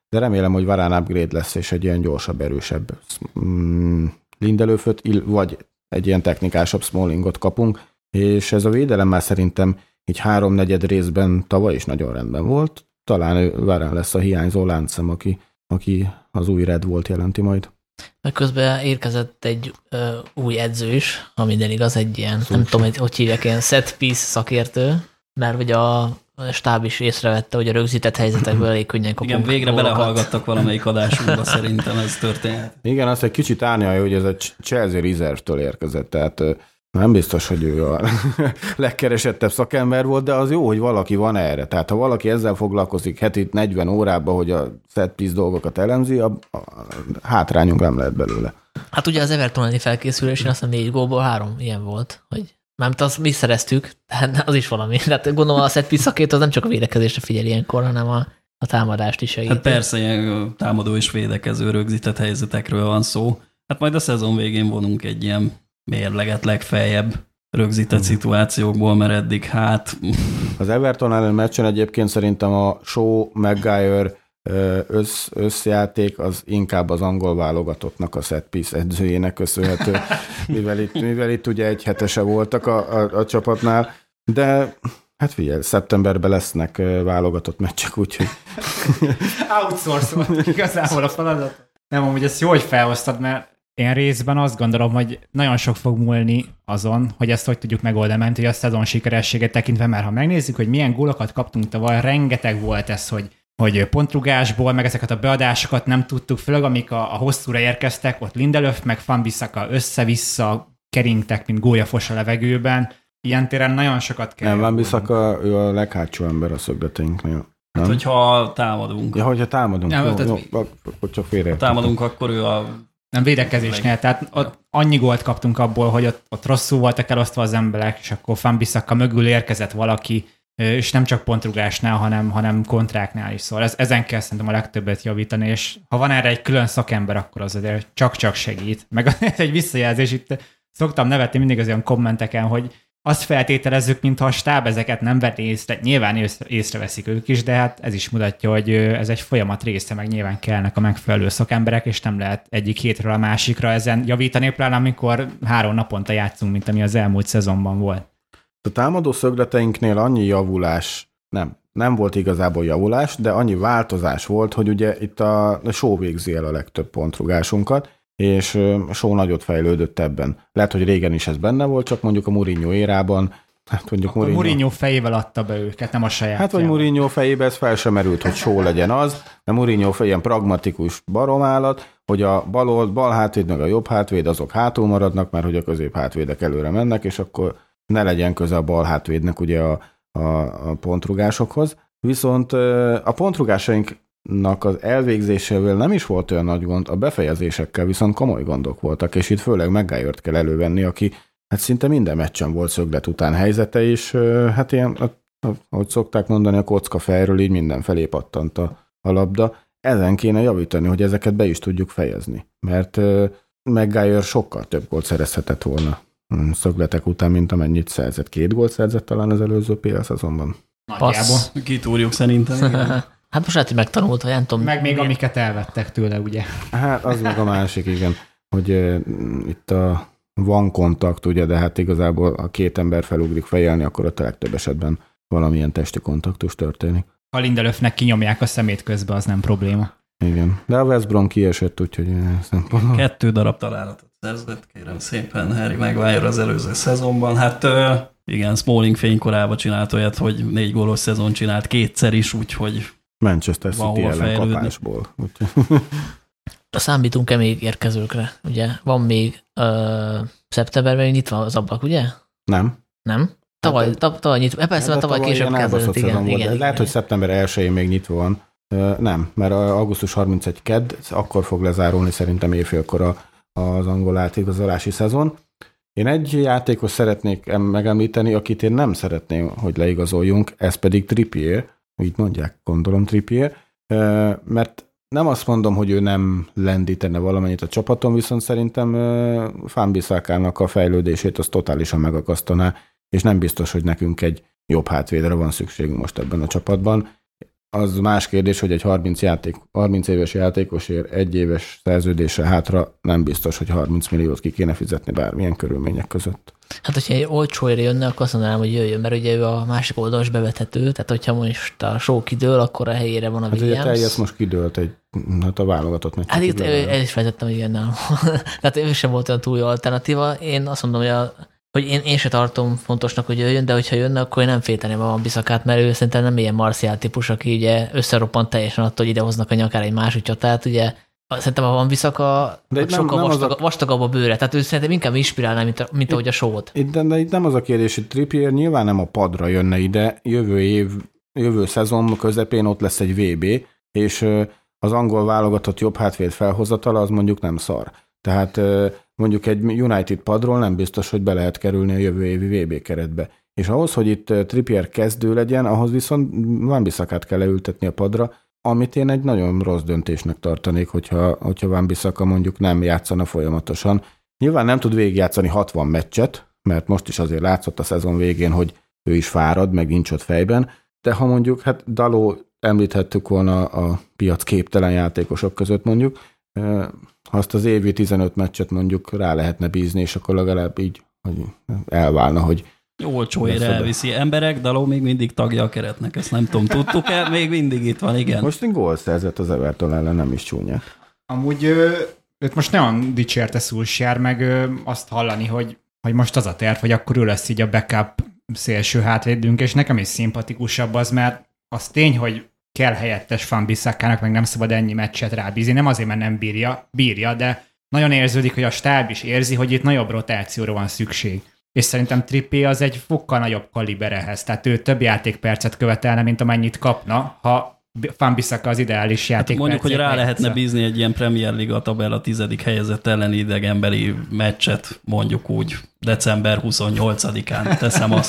de remélem, hogy Varane upgrade lesz, és egy ilyen gyorsabb, erősebb mm, Lindelöföt, vagy egy ilyen technikásabb Smallingot kapunk, és ez a védelem már szerintem így háromnegyed részben tavaly is nagyon rendben volt. Talán ő Varane lesz a hiányzó láncszem, aki, aki az új Red volt jelenti majd. Meg közben érkezett egy ö, új edző is, ha minden igaz, egy ilyen, Szó nem tudom, hogy, hogy hívják, ilyen set piece szakértő, mert ugye a stáb is észrevette, hogy a rögzített helyzetekből elég könnyen kapunk. Igen, végre gólokat. Belehallgattak valamelyik adásunkba, szerintem ez történhet. Igen, azt egy kicsit árnyalja, hogy ez a Chelsea Reserve-től érkezett, tehát nem biztos, hogy ő a legkeresettebb szakember volt, de az jó, hogy valaki van erre. Tehát ha valaki ezzel foglalkozik heti negyven órában, hogy a set piece dolgokat elemzi, a, a hátrányunk nem lehet belőle. Hát ugye az Everton elleni felkészülésén azt hiszem négy gólból három ilyen volt, hogy mármint azt mi szereztük, tehát az is valami. Tehát gondolom a set piece szakértő az nem csak a védekezésre figyel ilyenkor, hanem a, a támadást is segíti. Hát persze, ilyen támadó és védekező rögzített helyzetekről van szó. Hát majd a szezon végén vonunk egy ilyen mérleget legfeljebb rögzített hmm. szituációkból, mert eddig hát... Az Everton ellen meccsen egyébként szerintem a Shaw, Maguire össz, összjáték az inkább az angol válogatottnak a set piece edzőjének köszönhető, mivel itt, mivel itt ugye egy hetese voltak a, a, a csapatnál, de hát figyelj, szeptemberben lesznek válogatott meccsek, úgyhogy... Outsource volt igazából a feladat. Nem, amúgy ezt jó, hogy felhoztad, mert én részben azt gondolom, hogy nagyon sok fog múlni azon, hogy ezt hogy tudjuk megoldani, mert hogy a szezon sikerességet tekintve, mert ha megnézzük, hogy milyen gólokat kaptunk tavaly, rengeteg volt ez, hogy, hogy pontrugásból, meg ezeket a beadásokat nem tudtuk, főleg amik a, a hosszúra érkeztek, ott Lindelöf, meg Van Bissaka össze-vissza keringtek, mint gólyafos a levegőben. Ilyen téren nagyon sokat kell. Nem, Van Bissaka, ő a leghátsó ember a szögleteinknél. Hát, hogyha támadunk. Ja, hogyha támadunk. Nem, jó, tehát, jó, akkor csak félre. Ha támadunk, akkor ő a... Nem védekezésnél, tehát ott annyi gólt kaptunk abból, hogy ott, ott rosszul voltak elosztva az emberek, és akkor Van Bissaka mögül érkezett valaki, és nem csak pontrugásnál, hanem, hanem kontráknál is. Szóval ez, ezen kell szerintem a legtöbbet javítani, és ha van erre egy külön szakember, akkor az azért csak-csak segít. Meg egy visszajelzés, itt szoktam nevetni mindig az olyan kommenteken, hogy azt feltételezzük, mintha a stáb ezeket nem vett észre, nyilván észre, észreveszik ők is, de hát ez is mutatja, hogy ez egy folyamat része, meg nyilván kellnek a megfelelő szakemberek, és nem lehet egyik hétről a másikra ezen javítani, pláne amikor három naponta játszunk, mint ami az elmúlt szezonban volt. A támadó szögleteinknél annyi javulás, nem, nem volt igazából javulás, de annyi változás volt, hogy ugye itt a Shaw végzi el a legtöbb pontrugásunkat, és a Shaw nagyot fejlődött ebben. Lehet, hogy régen is ez benne volt, csak mondjuk a Mourinho érában. Hát mondjuk Akkor Mourinho... Mourinho fejével adta be őket, nem a saját. Hát vagy Mourinho fejébe ez fel sem merült, hogy Shaw legyen az, mert Mourinho fej ilyen pragmatikus baromállat, hogy a bal, old, bal hátvéd meg a jobb hátvéd azok hátul maradnak, mert hogy a közép hátvédek előre mennek, és akkor ne legyen köze a bal hátvédnek ugye a, a, a pontrugásokhoz. Viszont a pontrugásainknak az elvégzésével nem is volt olyan nagy gond, a befejezésekkel viszont komoly gondok voltak, és itt főleg Maguire-t kell elővenni, aki hát szinte minden meccsen volt szöglet után helyzete, és hát ilyen, ahogy szokták mondani, a kocka fejről így mindenfelé pattant a, a labda. Ezen kéne javítani, hogy ezeket be is tudjuk fejezni, mert Maguire sokkal több gólt szerezhetett volna szögletek után, mint amennyit szerzett. Két gólt szerzett talán az előző pé el szezonban. Passz. Kitúrjuk szerintem. Hát most lehet, hogy megtanult, vagy nem tudom. Meg még milyen... amiket elvettek tőle, ugye? Hát az meg a másik, igen, hogy uh, itt a, van kontakt, ugye, de hát igazából a két ember felugrik fejelni, akkor ott a legtöbb esetben valamilyen testi kontaktus történik. Ha Lindelöfnek kinyomják a szemét közben, az nem probléma. Igen, de a West Brom kiesett, úgyhogy... Kettő darab találatot szerzett, kérem szépen, Harry Maguire az előző szezonban. Hát uh, igen, Smalling fénykorában csinált olyat, hogy négy gólos szezon csinált kétszer is, úgyhogy Manchester City ellen fejlődni. Kapásból. Számítunk-e még érkezőkre? Ugye van még uh, szeptemberben nyitva az ablak, ugye? Nem. Nem? Tavaly, tav, tavaly nyitva. Persze, mert tavaly később kezdődött. Igen, igen, igen, lehet, hogy szeptember elsején még nyitva van. Uh, nem, mert augusztus harmincegyedike kedd, akkor fog lezárulni szerintem éjfélkor a, az angol átigazolási szezon. Én egy játékos szeretnék megemlíteni, akit én nem szeretném, hogy leigazoljunk, ez pedig Trippier, így mondják, gondolom Trippier, uh, mert nem azt mondom, hogy ő nem lendítene valamennyit a csapaton, viszont szerintem uh, Van Bissakának a fejlődését az totálisan megakasztaná, és nem biztos, hogy nekünk egy jobb hátvédre van szükségünk most ebben a csapatban. az más kérdés, hogy egy harminc, játék, harminc éves játékosért egy éves szerződésre hátra nem biztos, hogy harminc milliót ki kéne fizetni bármilyen körülmények között. Hát, hogyha egy olcsóért jönne, akkor azt mondanám, hogy jöjjön, mert ugye ő a másik oldalon is bevethető, tehát hogyha most a show kidől, akkor a helyére van a hát Williams. Hát ugye teljes most kidőlt egy, hát a válogatott meg. Hát itt el is vezettem, hogy igen, tehát ő sem volt olyan túl jó alternatíva. Én azt mondom, hogy, a, hogy én, én se tartom fontosnak, hogy jöjjön, de hogyha jönne, akkor én nem félteném a Wan-Bissakát, mert ő szerintem nem ilyen Martial típus, aki ugye összeroppant teljesen attól, hogy idehoznak a nyakára egy másik csatát, ugye szerintem a Wan-Bissaka sokkal nem, vastag, a... vastagabb a bőre, tehát ő szerintem inkább inspirálná, mint, mint ahogy a show-ot. De, de itt nem az a kérdés, hogy Trippier nyilván nem a padra jönne ide, jövő év, jövő szezon közepén ott lesz egy vé bé, és az angol válogatott jobb hátvéd felhozatala az mondjuk nem szar. Tehát mondjuk egy United padról nem biztos, hogy be lehet kerülni a jövő évi vé bé keretbe. És ahhoz, hogy itt Trippier kezdő legyen, ahhoz viszont Wan-Bissakát kell leültetni a padra, amit én egy nagyon rossz döntésnek tartanék, hogyha, hogyha Wan-Bissaka mondjuk nem játszana folyamatosan. Nyilván nem tud végigjátszani hatvan meccset, mert most is azért látszott a szezon végén, hogy ő is fárad, meg nincs ott fejben, de ha mondjuk, hát Dalot említhettük volna a piac képtelen játékosok között mondjuk, ha azt az évi tizenöt meccset mondjuk rá lehetne bízni, és akkor legalább így hogy elválna, hogy olcsóért elviszi emberek, Dalot még mindig tagja a keretnek, ezt nem tudom, tudtuk-e? Még mindig itt van, igen. Most gól szerzett az Everton ellen, nem is csúnya. Amúgy őt most nagyon dicsérte Solskjaer, meg ö, azt hallani, hogy, hogy most az a terv, hogy akkor ő lesz így a backup szélső hátvédünk, és nekem is szimpatikusabb az, mert az tény, hogy kell helyettes Wan-Bissakának, meg nem szabad ennyi meccset rábízni, nem azért, mert nem bírja, bírja, de nagyon érződik, hogy a stáb is érzi, hogy itt nagyobb rotációra van szükség. És szerintem Trippier az egy fokkal nagyobb kaliber ehhez, tehát ő több játékpercet követelne, mint amennyit kapna, ha Wan-Bissaka az ideális játékpercet. Hát mondjuk, hogy rá játsza. lehetne bízni egy ilyen Premier Liga tabella tizedik helyezett elleni idegenbeli meccset, mondjuk úgy december huszonnyolcadikán teszem azt.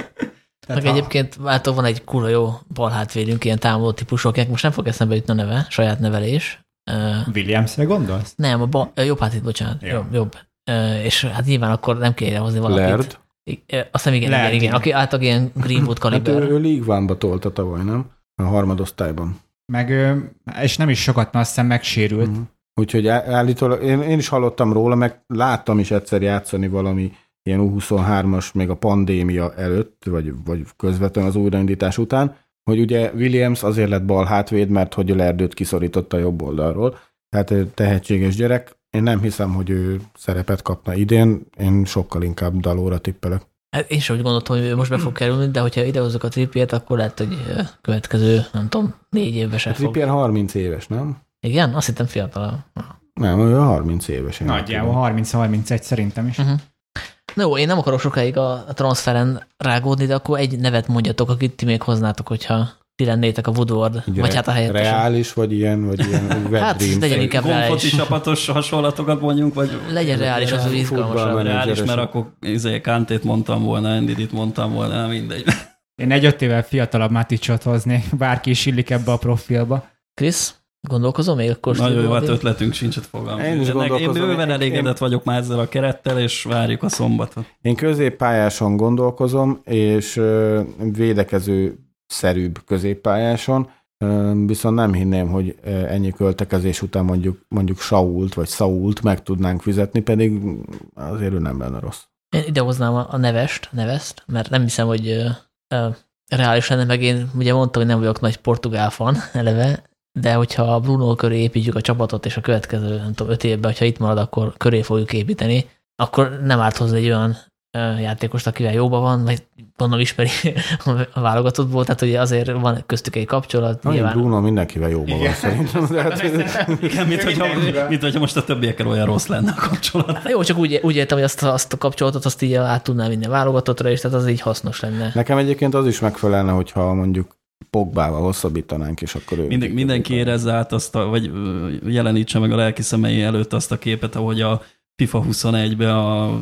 Meg ha... egyébként váltó van egy kurva jó balhátvédünk, ilyen támadó típusok, akinek most nem fog eszembe jutni a neve, saját nevelés. Williamsre gondolsz? Nem, a ba... jobb hátvéd, bocsánat, jó. jobb, jobb. És hát nyilván akkor nem kéne hozni valakit. Laird? Azt hiszem, igen, igen, igen, aki által ilyen Greenwood kaliber. Hát ő, ő League One-ba tolta tavaly, nem? A harmadosztályban. Meg, és nem is sokat, mert azt hiszem megsérült. Uh-huh. Úgyhogy állítólag, én, én is hallottam róla, meg láttam is egyszer játszani valami ilyen U huszonhármas még a pandémia előtt, vagy, vagy közvetlenül az újraindítás után, hogy ugye Williams azért lett bal hátvéd, mert hogy Lairdot kiszorította a jobb oldalról. Tehát tehetséges gyerek. Én nem hiszem, hogy ő szerepet kapna idén, én sokkal inkább Dalóra tippelek. Hát én sem úgy gondoltam, hogy ő most be fog kerülni, de hogyha idehozzuk a Trippiert, akkor lehet, hogy következő, nem tudom, négy évben se fog. Trippier harminc éves, nem? Igen? Azt hittem fiatal. Nem, ő harminc éves. Nagyjából harminc-harmincegy szerintem is. Uh-huh. Na jó, én nem akarok sokáig a transferen rágódni, de akkor egy nevet mondjatok, akit ti még hoznátok, hogyha ti lennétek a Woodward, Ugye vagy hát a helyettes. Reális, vagy ilyen, vagy ilyen hát legyen inkább reális. Gomfoci csapatos hasonlatokat mondjunk, vagy... Legyen reális, az úgy izgalmasabb. Reális, mert akkor izé, Kantét mondtam volna, Endidit mondtam volna, nem mindegy. Én egy öt évvel fiatalabb Maticot hoznék, bárki is illik ebbe a profilba. Krisz, gondolkozom még akkor? Nagyon jó, hát ötletünk sincs, ott fogalmam. Én is gondolkozom. Én bőven elégedett én... vagyok már ezzel a kerettel, és várjuk a szombatot. Én középpályáson gondolkozom, és védekező szerűbb középpályáson, viszont nem hinném, hogy ennyi költekezés után mondjuk, mondjuk Sault vagy Sault meg tudnánk fizetni, pedig azért ő nem lenne rossz. Én idehoznám a nevest, nevest, mert nem hiszem, hogy uh, reális lenne, meg én ugye mondtam, hogy nem vagyok nagy portugál fan eleve, de hogyha a Bruno köré építjük a csapatot, és a következő, nem tudom, öt évben, hogyha itt marad, akkor köré fogjuk építeni, akkor nem árt hozni egy olyan játékost, akivel jóban van, vagy gondolom ismeri a válogatottból, tehát ugye azért van köztük egy kapcsolat. Na, nyilván... Bruno mindenkivel jóban van szerintem. Igen, mint hogyha, mint hogyha most a többiekkel olyan rossz lenne a kapcsolat. Jó, csak úgy, úgy értem, hogy azt, azt a kapcsolatot azt így át tudnám vinni válogatottra, és tehát az így hasznos lenne. Nekem egyébként az is megfelelne, hogyha mondjuk Pogbával hosszabbítanánk, és akkor ő... Minden, mindenki érezze át azt, a, vagy jelenítse meg a lelki szemei előtt azt a képet, ahogy a FIFA huszonegyben a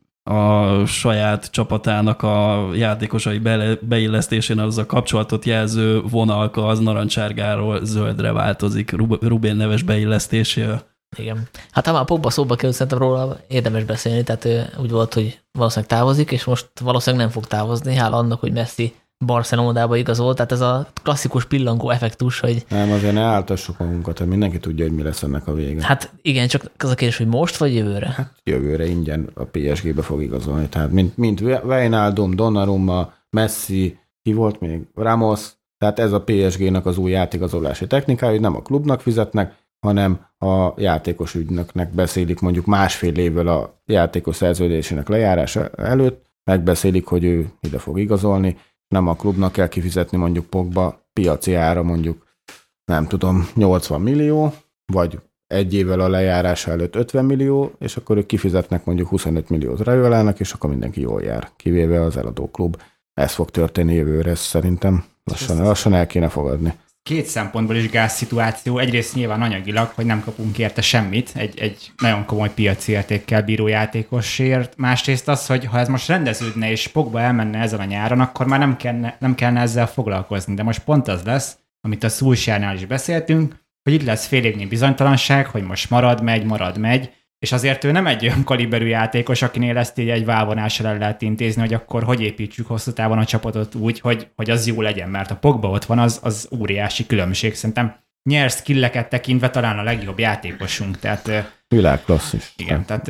a saját csapatának a játékosai be, beillesztésén az a kapcsolatot jelző vonalka az narancsárgáról zöldre változik Rubén neves beillesztésével. Igen. Hát ha már Pogba szóba került, szerintem róla érdemes beszélni, tehát úgy volt, hogy valószínűleg távozik, és most valószínűleg nem fog távozni, hála annak, hogy Messi Barcelonába igazolt, tehát ez a klasszikus pillangó effektus, hogy... Nem, azért ne álltassuk magunkat, hogy mindenki tudja, hogy mi lesz ennek a vége. Hát igen, csak az a kérdés, hogy most vagy jövőre? Hát jövőre ingyen a pé es gé-be fog igazolni. Tehát mint, mint Wijnaldum, Donnarumma, Messi, ki volt még? Ramos. Tehát ez a pé es gé-nek az új játékigazolási technikája, hogy nem a klubnak fizetnek, hanem a játékos ügynöknek beszélik mondjuk másfél évvel a játékos szerződésének lejárása előtt, megbeszélik, hogy ő ide fog igazolni, nem a klubnak kell kifizetni mondjuk Pogba piaci ára mondjuk, nem tudom, nyolcvan millió, vagy egy évvel a lejárása előtt ötven millió, és akkor ők kifizetnek mondjuk huszonöt milliót Rajolának, és akkor mindenki jól jár, kivéve az eladó klub. Ez fog történni jövőre, ezt szerintem lassan, lassan el kéne fogadni. Két szempontból is gáz szituáció. Egyrészt nyilván anyagilag, hogy nem kapunk érte semmit, egy, egy nagyon komoly piaci értékkel bíró játékosért. Másrészt az, hogy ha ez most rendeződne és Pogba elmenne ezen a nyáron, akkor már nem kellene, nem kellene ezzel foglalkozni. De most pont az lesz, amit a Solskjaernál is beszéltünk, hogy itt lesz fél évnyi bizonytalanság, hogy most marad, megy, marad, megy, és azért ő nem egy olyan kaliberű játékos, akinél ezt így egy válvonással el lehet intézni, hogy akkor hogy építsük hosszú távon a csapatot úgy, hogy, hogy az jó legyen, mert a Pogba ott van, az, az óriási különbség. Szerintem nyers skilleket tekintve talán a legjobb játékosunk. Tehát, világklasszis. Igen, tehát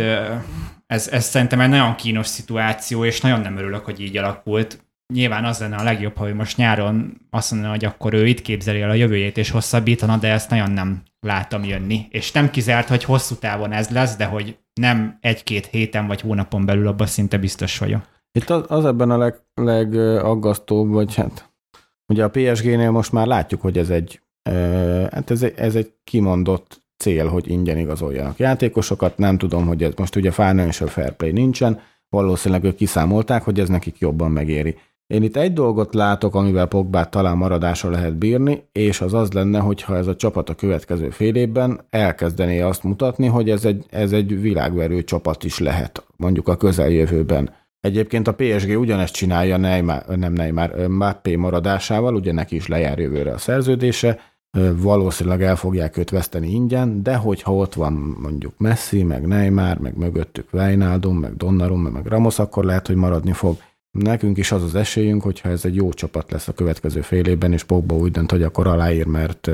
ez, ez szerintem egy nagyon kínos szituáció, és nagyon nem örülök, hogy így alakult. Nyilván az lenne a legjobb, hogy most nyáron azt mondaná, hogy akkor ő itt képzeli el a jövőjét és hosszabbítana, de ezt nagyon nem látom jönni. És nem kizárt, hogy hosszú távon ez lesz, de hogy nem egy-két héten vagy hónapon belül, abban szinte biztos vagyok. Itt az, az ebben a leg, legaggasztóbb, vagy hát ugye a pé es gé-nél most már látjuk, hogy ez egy, hát ez egy, ez egy kimondott cél, hogy ingyen igazoljanak játékosokat. Nem tudom, hogy ez most ugye financial fair play nincsen, valószínűleg ők kiszámolták, hogy ez nekik jobban megéri. Én itt egy dolgot látok, amivel Pogbát talán maradásra lehet bírni, és az az lenne, hogyha ez a csapat a következő fél évben elkezdené azt mutatni, hogy ez egy, ez egy világverő csapat is lehet, mondjuk a közeljövőben. Egyébként a pé es gé ugyanezt csinálja Neymar, nem Neymar, Mbappé maradásával, ugye neki is lejár jövőre a szerződése, valószínűleg el fogják őt veszteni ingyen, de hogyha ott van mondjuk Messi, meg Neymar, meg mögöttük Wijnaldum, meg Donnarumma, meg Ramos, akkor lehet, hogy maradni fog. Nekünk is az az esélyünk, hogyha ez egy jó csapat lesz a következő fél évben, és Pogba úgy dönt, hogy akkor aláír, mert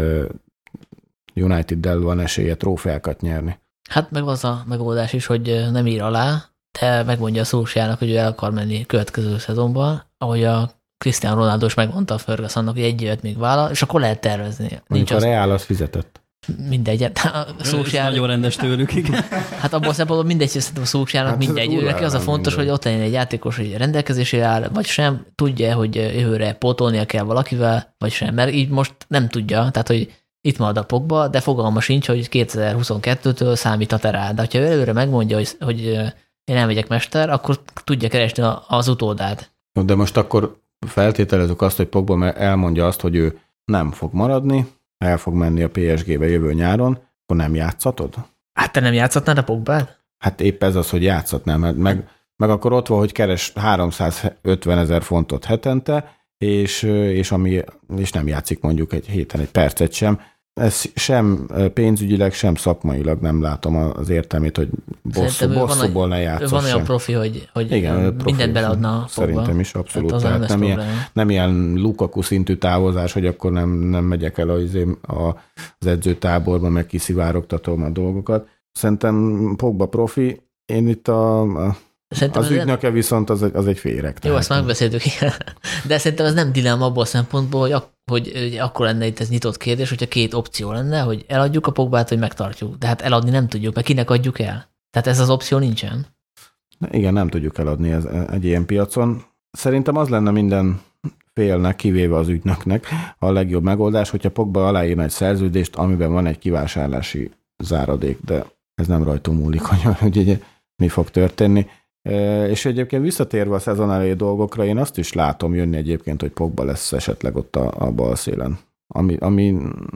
United-del van esélye trófeákat nyerni. Hát meg az a megoldás is, hogy nem ír alá, de megmondja a Solskjaernak, hogy ő el akar menni következő szezonban, ahogy a Cristiano Ronaldo is megmondta a Fergusonnak, hogy egy évet még vállal, és akkor lehet tervezni. Nincs a az... Real az fizetett. Mindegy. Solskjaer... Nagyon rendes tőlük, igen. Hát abból szempontból mindegy, hogy szerintem a Solskjaernak hát mindegy. Ő neki az a fontos, mindegy. Hogy ott legyen egy játékos, hogy rendelkezésére áll, vagy sem, tudja, hogy jövőre pótolnia kell valakivel, vagy sem, mert így most nem tudja, tehát, hogy itt marad a Pogba, de fogalma sincs, hogy kétezer-huszonkettőtől számíthat rá. De ha ő előre megmondja, hogy, hogy én elmegyek mester, akkor tudja keresni az utódát. De most akkor feltételezzük azt, hogy Pogba elmondja azt, hogy ő nem fog maradni, el fog menni a pé es gé-be jövő nyáron, akkor nem játszatod? Hát te nem játszatnád a Pogbát? Hát épp ez az, hogy játszatnám. Meg, meg akkor ott van, hogy keres háromszázötven ezer fontot hetente, és, és, ami, és nem játszik mondjuk egy héten egy percet sem. Ez sem pénzügyileg, sem szakmailag nem látom az értelmét, hogy bosszú, bosszúból ne játszol. Van olyan profi, hogy, hogy igen, mindent beleadna a Pogba. Szerintem is abszolút. Tehát tehát nem, ilyen, nem ilyen Lukaku szintű távozás, hogy akkor nem, nem megyek el az, az edzőtáborba, meg kiszivárogtatom a dolgokat. Szerintem Pogba profi. Én itt a... a Szerintem az ügynöke nem... viszont az egy, az egy féreg. Jó, azt megbeszéltük, de szerintem ez nem dilemma abból a szempontból, hogy, ak- hogy, hogy akkor lenne itt ez nyitott kérdés, hogyha két opció lenne, hogy eladjuk a Pogbát, vagy megtartjuk. De hát eladni nem tudjuk, mert kinek adjuk el? Tehát ez az opció nincsen. Igen, nem tudjuk eladni ez, egy ilyen piacon. Szerintem az lenne minden félnek, kivéve az ügynöknek a legjobb megoldás, hogyha Pogba aláírna egy szerződést, amiben van egy kivásárlási záradék, de ez nem rajtunk múlik, hogy, hogy mi fog történni. És egyébként visszatérve a szezon elejé dolgokra, én azt is látom jönni egyébként, hogy Pogba lesz esetleg ott a, a bal szélen, ami, ami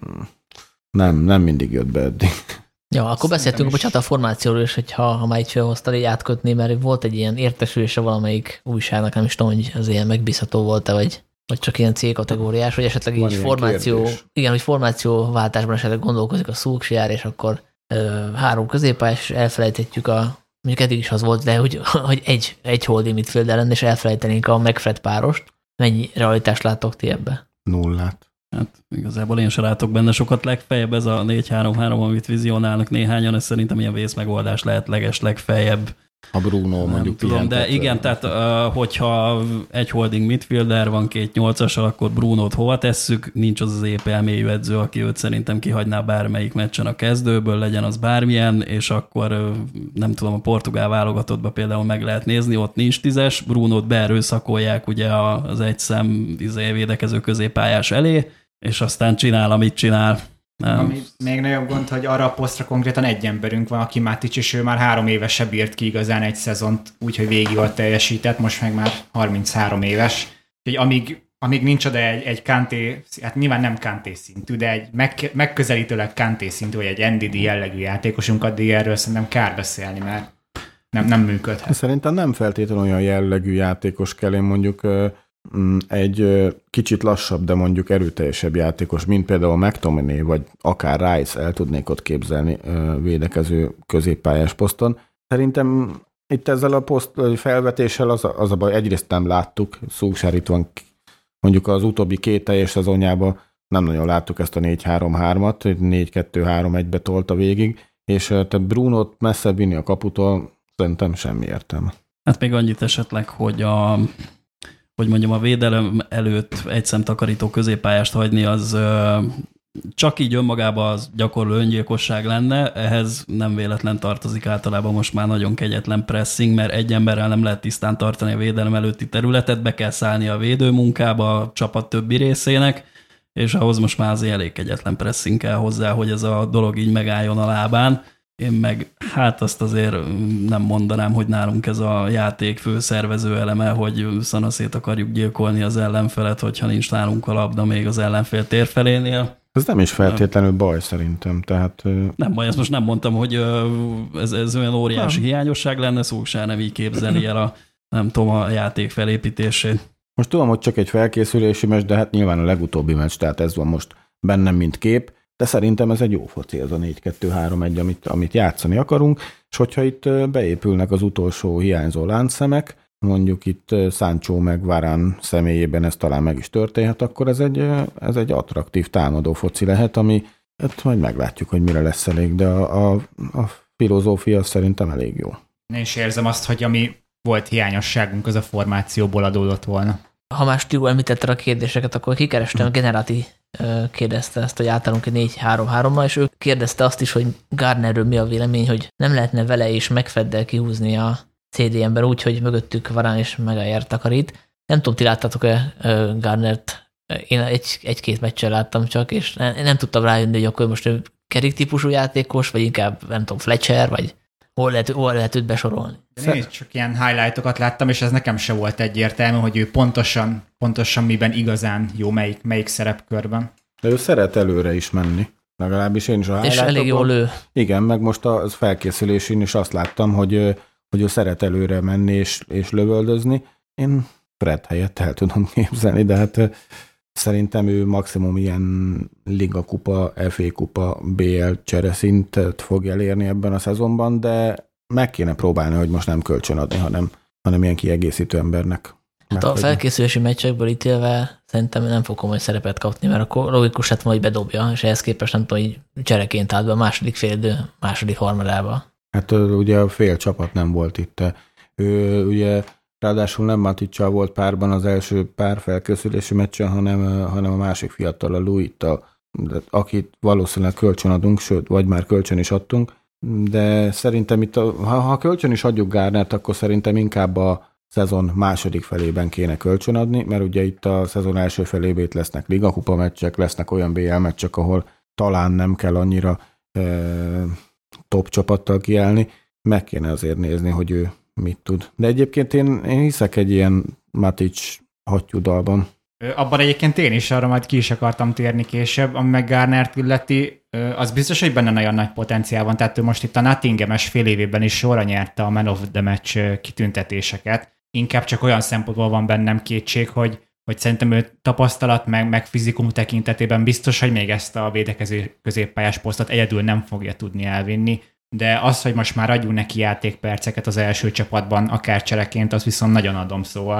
nem, nem mindig jött be eddig. Ja, akkor beszéltünk, bocsánat, a formációról is, hogyha ha már így felhoztad, így átkötni, mert volt egy ilyen értesülése valamelyik újságnak, nem is tudom, hogy az ilyen megbízható volt-e, vagy, vagy csak ilyen C-kategóriás, vagy esetleg így formáció, kérdés. Igen, hogy formációváltásban esetleg gondolkozik a Solskjaer, és akkor ö, három középpályás, elfelejthetjük a mondjuk eddig is az volt, de hogy, hogy egy, egy holding midfielder lenne, és elfelejtenénk a McFred párost. mennyi realitást látok ti ebbe? Nullát. Hát igazából én sem látok benne sokat, legfeljebb ez a négy három három, amit vizionálnak néhányan, ez szerintem ilyen vészmegoldás lehet leges legfeljebb. A Bruno mondjuk tudom, de igen, tehát uh, hogyha egy holding midfielder van két nyolcassal, akkor Brunót hova tesszük? Nincs az az épp elmélyű edző, aki őt szerintem kihagyná bármelyik meccsen a kezdőből, legyen az bármilyen, és akkor uh, nem tudom, a portugál válogatottban például meg lehet nézni, ott nincs tízes, Brunót beerőszakolják ugye az egyszem izé, védekező középpályás elé, és aztán csinál, amit csinál. Nem. Ami még nagyobb gond, hogy arra a posztra konkrétan egy emberünk van, aki Matic, és ő már három éves se bírt ki igazán egy szezont, úgyhogy végig ott teljesített, most meg már harminchárom éves. Úgyhogy amíg, amíg nincs oda egy, egy Kanté, hát nyilván nem Kanté szintű, de egy meg, megközelítőleg Kanté szintű, vagy egy en dé dé jellegű játékosunk, addig erről szerintem kár beszélni, mert nem, nem működhet. Szerintem nem feltétlenül olyan jellegű játékos kell, én mondjuk egy kicsit lassabb, de mondjuk erőteljesebb játékos, mint például McTominay, vagy akár Rice el tudnék ott képzelni védekező középpályás poszton. Szerintem itt ezzel a poszt felvetéssel az a, az a baj, egyrészt nem láttuk, Solskjaer itt van mondjuk az utóbbi két teljes szezonjában nem nagyon láttuk ezt a négy három hármat, négy kettő három egybe tolta végig, és te Brunót messzebb vinni a kaputól szerintem semmi értelme. Hát még annyit esetleg, hogy a hogy mondjam, a védelem előtt egy szemtakarító középpályást hagyni, az ö, csak így önmagában az gyakorló öngyilkosság lenne, ehhez nem véletlen tartozik általában most már nagyon kegyetlen pressing, mert egy emberrel nem lehet tisztán tartani a védelem előtti területet, be kell szállni a védőmunkába a csapat többi részének, és ahhoz most már azért elég kegyetlen pressing kell hozzá, hogy ez a dolog így megálljon a lábán. Én meg hát azt azért nem mondanám, hogy nálunk ez a játék fő szervező eleme, hogy szanaszét akarjuk gyilkolni az ellenfelet, hogyha nincs nálunk a labda még az ellenfél térfelénél. Ez nem is feltétlenül baj szerintem, tehát... Nem baj, ezt most nem mondtam, hogy ez, ez olyan óriási nem. hiányosság lenne, Solskjaer nem így képzeli el a, nem tudom, a játék felépítését. Most tudom, hogy csak egy felkészülési meccs, de hát nyilván a legutóbbi meccs, tehát ez van most bennem, mint kép, de szerintem ez egy jó foci, ez a négy kettő három egy, amit, amit játszani akarunk, és hogyha itt beépülnek az utolsó hiányzó láncszemek, mondjuk itt Sancho meg Varane személyében ez talán meg is történhet, akkor ez egy, ez egy attraktív támadó foci lehet, ami, hát majd meglátjuk, hogy mire lesz elég, de a, a, a filozófia szerintem elég jó. Én is érzem azt, hogy ami volt hiányosságunk, az a formációból adódott volna. Ha más Tigo említette a kérdéseket, akkor kikerestem, Generati kérdezte ezt, hogy átállunk egy négy három hárommal, és ő kérdezte azt is, hogy Gardnerről mi a vélemény, hogy nem lehetne vele és megfeddel kihúzni a cé dé em-ben úgy, hogy mögöttük Varane és Maguire takarít. Nem tudom, ti láttatok-e Gardnert? Én egy, egy-két meccsen láttam csak, és nem, nem tudtam rájönni, hogy akkor most ő keréktípusú játékos, vagy inkább, nem tudom, Fletcher, vagy hol lehet, hol lehet őt besorolni. Én is csak ilyen highlightokat láttam, és ez nekem se volt egyértelmű, hogy ő pontosan, pontosan miben igazán jó, melyik, melyik szerepkörben. De ő szeret előre is menni. Legalábbis én is a és elég jól lő. Igen, meg most a felkészülésén is azt láttam, hogy, hogy ő szeret előre menni és, és lövöldözni. Én Fred helyett el tudom képzelni, de hát szerintem ő maximum ilyen Liga kupa, ef á kupa, bé el csereszintet fog elérni ebben a szezonban, de meg kéne próbálni, hogy most nem kölcsön adni, hanem, hanem ilyen kiegészítő embernek. Hát a felkészülési meccsekből ítélve szerintem nem fog komoly szerepet kapni, mert akkor logikus lett majd bedobja, és ehhez képest nem tudom, hogy csereként állt be a második félidő, második harmadába. Hát ugye a fél csapat nem volt itt. Ő ugye ráadásul nem Maticsal volt párban az első pár felkészülési meccsen, hanem, hanem a másik fiatal, a Luittal, akit valószínűleg kölcsön adunk, sőt, vagy már kölcsön is adtunk, de szerintem itt, a, ha, ha kölcsön is adjuk Gardnert, akkor szerintem inkább a szezon második felében kéne kölcsön adni, mert ugye itt a szezon első felében itt lesznek ligakupa meccsek, lesznek olyan bé el meccsek, ahol talán nem kell annyira e, top csapattal kiállni, meg kéne azért nézni, hogy ő mit tud. De egyébként én, én hiszek egy ilyen Matic hattyúdalban. Abban egyébként én is arra majd ki is akartam térni később, ami meg Garnert illeti, az biztos, hogy benne nagyon nagy potenciál van, tehát ő most itt a Nottingham-es fél évében is sorra nyerte a Man of the Match kitüntetéseket. Inkább csak olyan szempontból van bennem kétség, hogy, hogy szerintem ő tapasztalat, meg, meg fizikum tekintetében biztos, hogy még ezt a védekező középpályás posztot egyedül nem fogja tudni elvinni, de az, hogy most már adjunk neki játékperceket az első csapatban, akár csereként, az viszont nagyon adom, szóval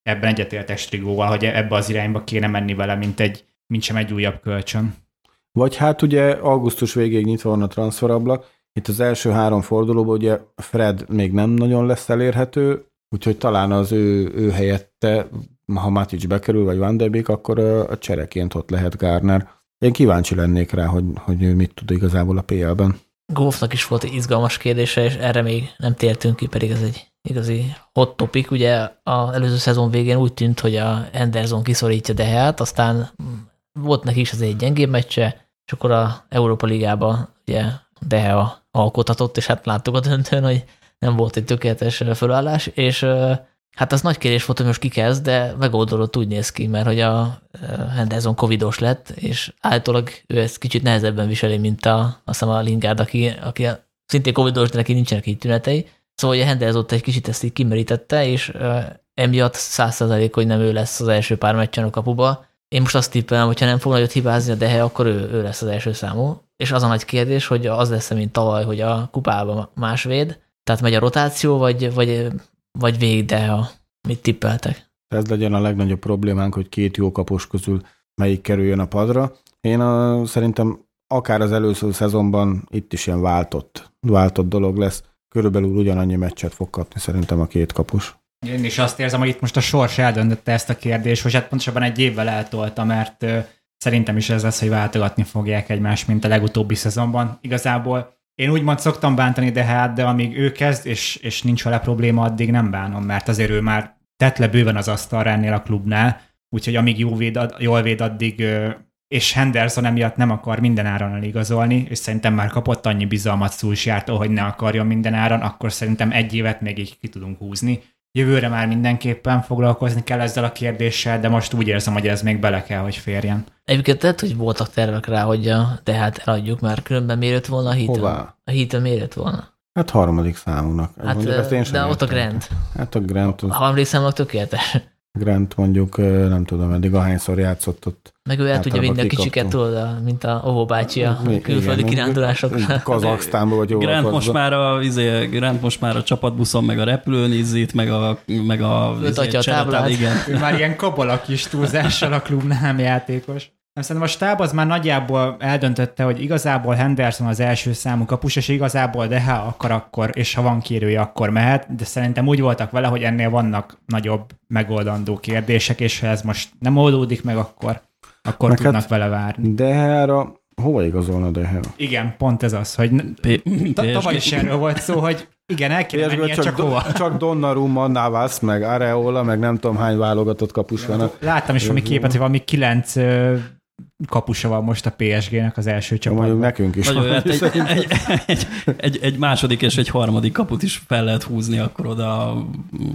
ebben egyetértek Strigóval, hogy ebbe az irányba kéne menni vele, mint, egy, mint sem egy újabb kölcsön. Vagy hát ugye augusztus végéig nyitva van a transferablak, itt az első három fordulóban ugye Fred még nem nagyon lesz elérhető, úgyhogy talán az ő, ő helyette, ha Matic bekerül, vagy Van de Beek, akkor a csereként ott lehet Garner. Én kíváncsi lennék rá, hogy, hogy ő mit tud igazából a pé el-ben. Goffnak is volt egy izgalmas kérdése, és erre még nem tértünk ki, pedig ez egy igazi hot topic. Ugye az előző szezon végén úgy tűnt, hogy a Henderson kiszorítja De Geát, aztán volt neki is azért egy gyengébb meccse, és akkor a Európa Ligában ugye De Gea alkotatott, és hát láttuk a döntőn, hogy nem volt egy tökéletes fölállás, és hát az nagy kérdés volt, hogy most ki kezd, de megoldódott úgy néz ki, mert hogy a Henderson covidos lett, és állítólag ő ezt kicsit nehezebben viseli, mint a, azt hiszem a Lingard, aki, aki szintén covidos, de neki nincsenek így tünetei. Szóval a Henderson egy kicsit ezt így kimerítette, és emiatt száz százalék, hogy nem ő lesz az első pár meccsen a kapuba. Én most azt tippelem, hogyha nem fog nagyot hibázni a De Gea, akkor ő, ő lesz az első számú. És az a nagy kérdés, hogy az lesz, mint tavaly, hogy a kupában más véd, tehát megy a rotáció, vagy, vagy, vagy végig De Gea. Mit tippeltek? Ez legyen a legnagyobb problémánk, hogy két jó kapus közül melyik kerüljön a padra. Én a, szerintem akár az előző szezonban itt is ilyen váltott, váltott dolog lesz. Körülbelül ugyanannyi meccset fog kapni szerintem a két kapus. Én is azt érzem, hogy itt most a sors eldöntötte ezt a kérdést, hogy hát pontosabban egy évvel eltolta, mert uh, szerintem is ez lesz, hogy váltogatni fogják egymást, mint a legutóbbi szezonban. Igazából én úgymond szoktam bántani De Geát, de amíg ő kezd, és, és nincs vele probléma, addig nem bánom, mert azért ő már tett le bőven az asztalra ennél a klubnál, úgyhogy amíg jó véd, jól véd, addig, uh, és Henderson emiatt nem akar minden áron eligazolni, és szerintem már kapott annyi bizalmat Solskjaertól, hogy ne akarjon minden áron, akkor szerintem egy évet még így ki tudunk húzni. Jövőre már mindenképpen foglalkozni kell ezzel a kérdéssel, de most úgy érzem, hogy ez még bele kell, hogy férjen. Egyébként lehet, hogy voltak tervek rá, hogy a De Geát eladjuk, mert különben miért jött volna a Heaton? Hová? A Heaton miért jött volna? Hát harmadik számúnak. Hát, mondjuk, ezt én sem de ott a értem. Grant. Hát a Grant, az, Ha emlékszem, tökéletes. Grant mondjuk nem tudom, eddig ahányszor játszott ott. Meg ő el tudja vinni a Általában kicsiket, tudod, mint a Ovo bácsi a Mi- külföldi igen, kirándulásokra. Kazaksztánban vagy Grant hova most, már a, izé, Grant most már a csapatbuszon, meg a repülőn izzít, meg a, meg a, Őt adja a táblát. igen. Ő már ilyen kabola kis túlzással a klubnál nem játékos. Nem, szerintem a stáb az már nagyjából eldöntötte, hogy igazából Henderson az első számú kapus, és igazából De Gea akar akkor, és ha van kérője, akkor mehet, de szerintem úgy voltak vele, hogy ennél vannak nagyobb megoldandó kérdések, és ha ez most nem oldódik meg, akkor, akkor Meg tudnak hát- vele várni. De Geára hova igazolna De Gea? Igen, pont ez az, hogy P- ta- tavaly is erről volt szó, hogy igen, el kéne mennie, csak, csak hova. Csak Donnarumma, Navas, meg Areola, meg nem tudom hány válogatott kapus van. Láttam is valami képet, hogy valami kilenc ö, kapusa van most a pé es gének az első Mondjuk csapatban. nekünk is. Nagyon, van. hát egy, egy, egy, egy, egy második és egy harmadik kaput is fel lehet húzni akkor oda a,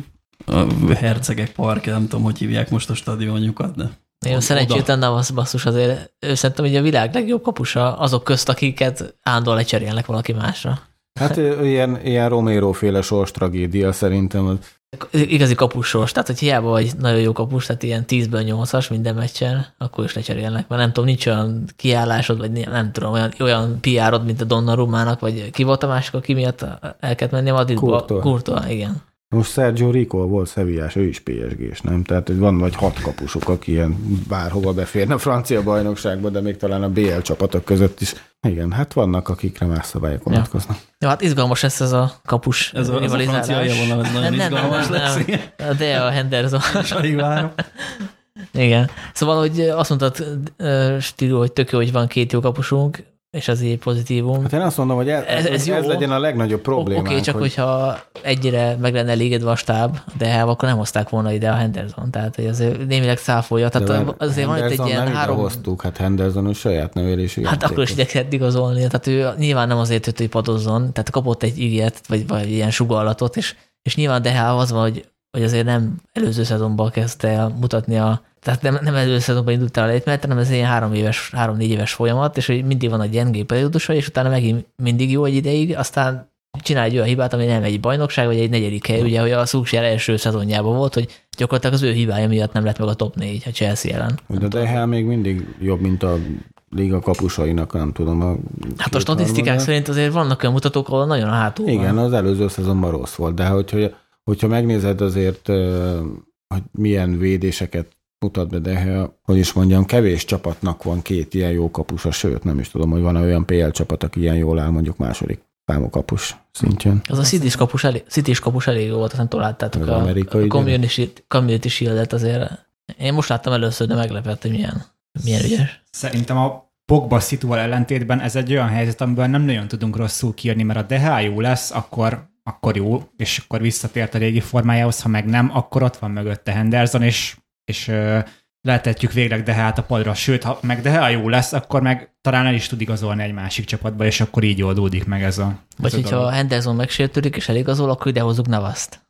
a Hercegek Park, nem tudom, hogy hívják most a stadionjukat, de... Én szerencsétlen Navas basszus azért, ő szerintem, hogy a világ legjobb kapusa azok közt, akiket állandóan lecserélnek valaki másra. Hát ilyen, ilyen Romero-féle sors tragédia szerintem. Az. Igazi kapussos, tehát hogy hiába vagy nagyon jó kapus, tehát ilyen tízből nyolcas minden meccsen, akkor is lecserélnek, mert nem tudom, nincs olyan kiállásod, vagy nem, nem tudom, olyan, olyan pé er-od, mint a Donnarummának, vagy ki volt a másik, aki miatt el kellett menni a Madridba? Courtois. Courtois, igen. Most Sergio Rico volt Sevillás, ő is pé es gés, nem? Tehát hogy van vagy hat kapusok, aki ilyen bárhova beférne a francia bajnokságba, de még talán a bé el csapatok között is. Igen, hát vannak, akikre más szabályok vonatkoznak. Jó, hát izgalmas lesz ez a kapus Ez a, ez a francia élvonal, ez nagyon nem, izgalmas nem, lesz. nem, de a Henderson. És alig várom. Igen. Szóval, hogy azt mondtad, Stíló, hogy tök jó, hogy van két jó kapusunk, és ez így pozitívum. Hát én azt mondom, hogy ez, ez, ez, ez legyen a legnagyobb problémánk. Oké, okay, csak hogy... hogyha egyre meg lenne elégedve a stáb, de akkor nem hozták volna ide a Henderson, tehát hogy azért némileg száfolja. Tehát azért van itt egy ilyen nem három... hoztuk, hát Henderson ő saját nevelési Hát akkor is ide kellett igazolni, tehát ő nyilván nem azért jött, hogy padozzon, tehát kapott egy ígért, vagy, vagy ilyen sugallatot, és, és nyilván de hát az van, hogy, hogy azért nem előző szezonban kezdte el mutatni a tehát nem, nem előző szezonban indult el a lejtmenet, hanem ez egy ilyen három éves, három-négy éves folyamat, és hogy mindig van egy gyengébb periódusa, és utána megint mindig jó egy ideig, aztán csinál egy olyan hibát, ami nem egy bajnokság, vagy egy negyedik hely, ugye, hogy a Solskjaer első szezonjában volt, hogy gyakorlatilag az ő hibája miatt nem lett meg a top négy a Chelsea ellen. De De Gea még mindig jobb, mint a liga kapusainak, nem tudom. A hát a statisztikák szerint azért vannak olyan mutatók, ahol nagyon a hátul igen, van. az előző szezonban rossz volt, de hogyha, hogyha megnézed azért hogy milyen védéseket mutat be, de hogy is mondjam, kevés csapatnak van két ilyen jó kapusa, sőt, nem is tudom, hogy van olyan pé el csapat, aki ilyen jól áll mondjuk második számú kapus szintjén. Az a City-s kapus elég, City-s kapus elég jó volt, aztán találtátok a, amerikai a community, community shield-et azért. Én most láttam először, de meglepett, hogy milyen, milyen ügyes. Szerintem a Pogba szituval ellentétben ez egy olyan helyzet, amiben nem nagyon tudunk rosszul kijönni, mert a De Gea jó lesz, akkor, akkor jó, és akkor visszatért a régi formájához, ha meg nem, akkor ott van mögötte Henderson, és, és uh, lehetetjük végleg De Geát a padra, sőt, ha meg De Gea jó lesz, akkor meg talán el is tud igazolni egy másik csapatba, és akkor így oldódik meg ez a Vagy hogyha a Henderson megsértődik, és eligazol, akkor idehozzuk Navast.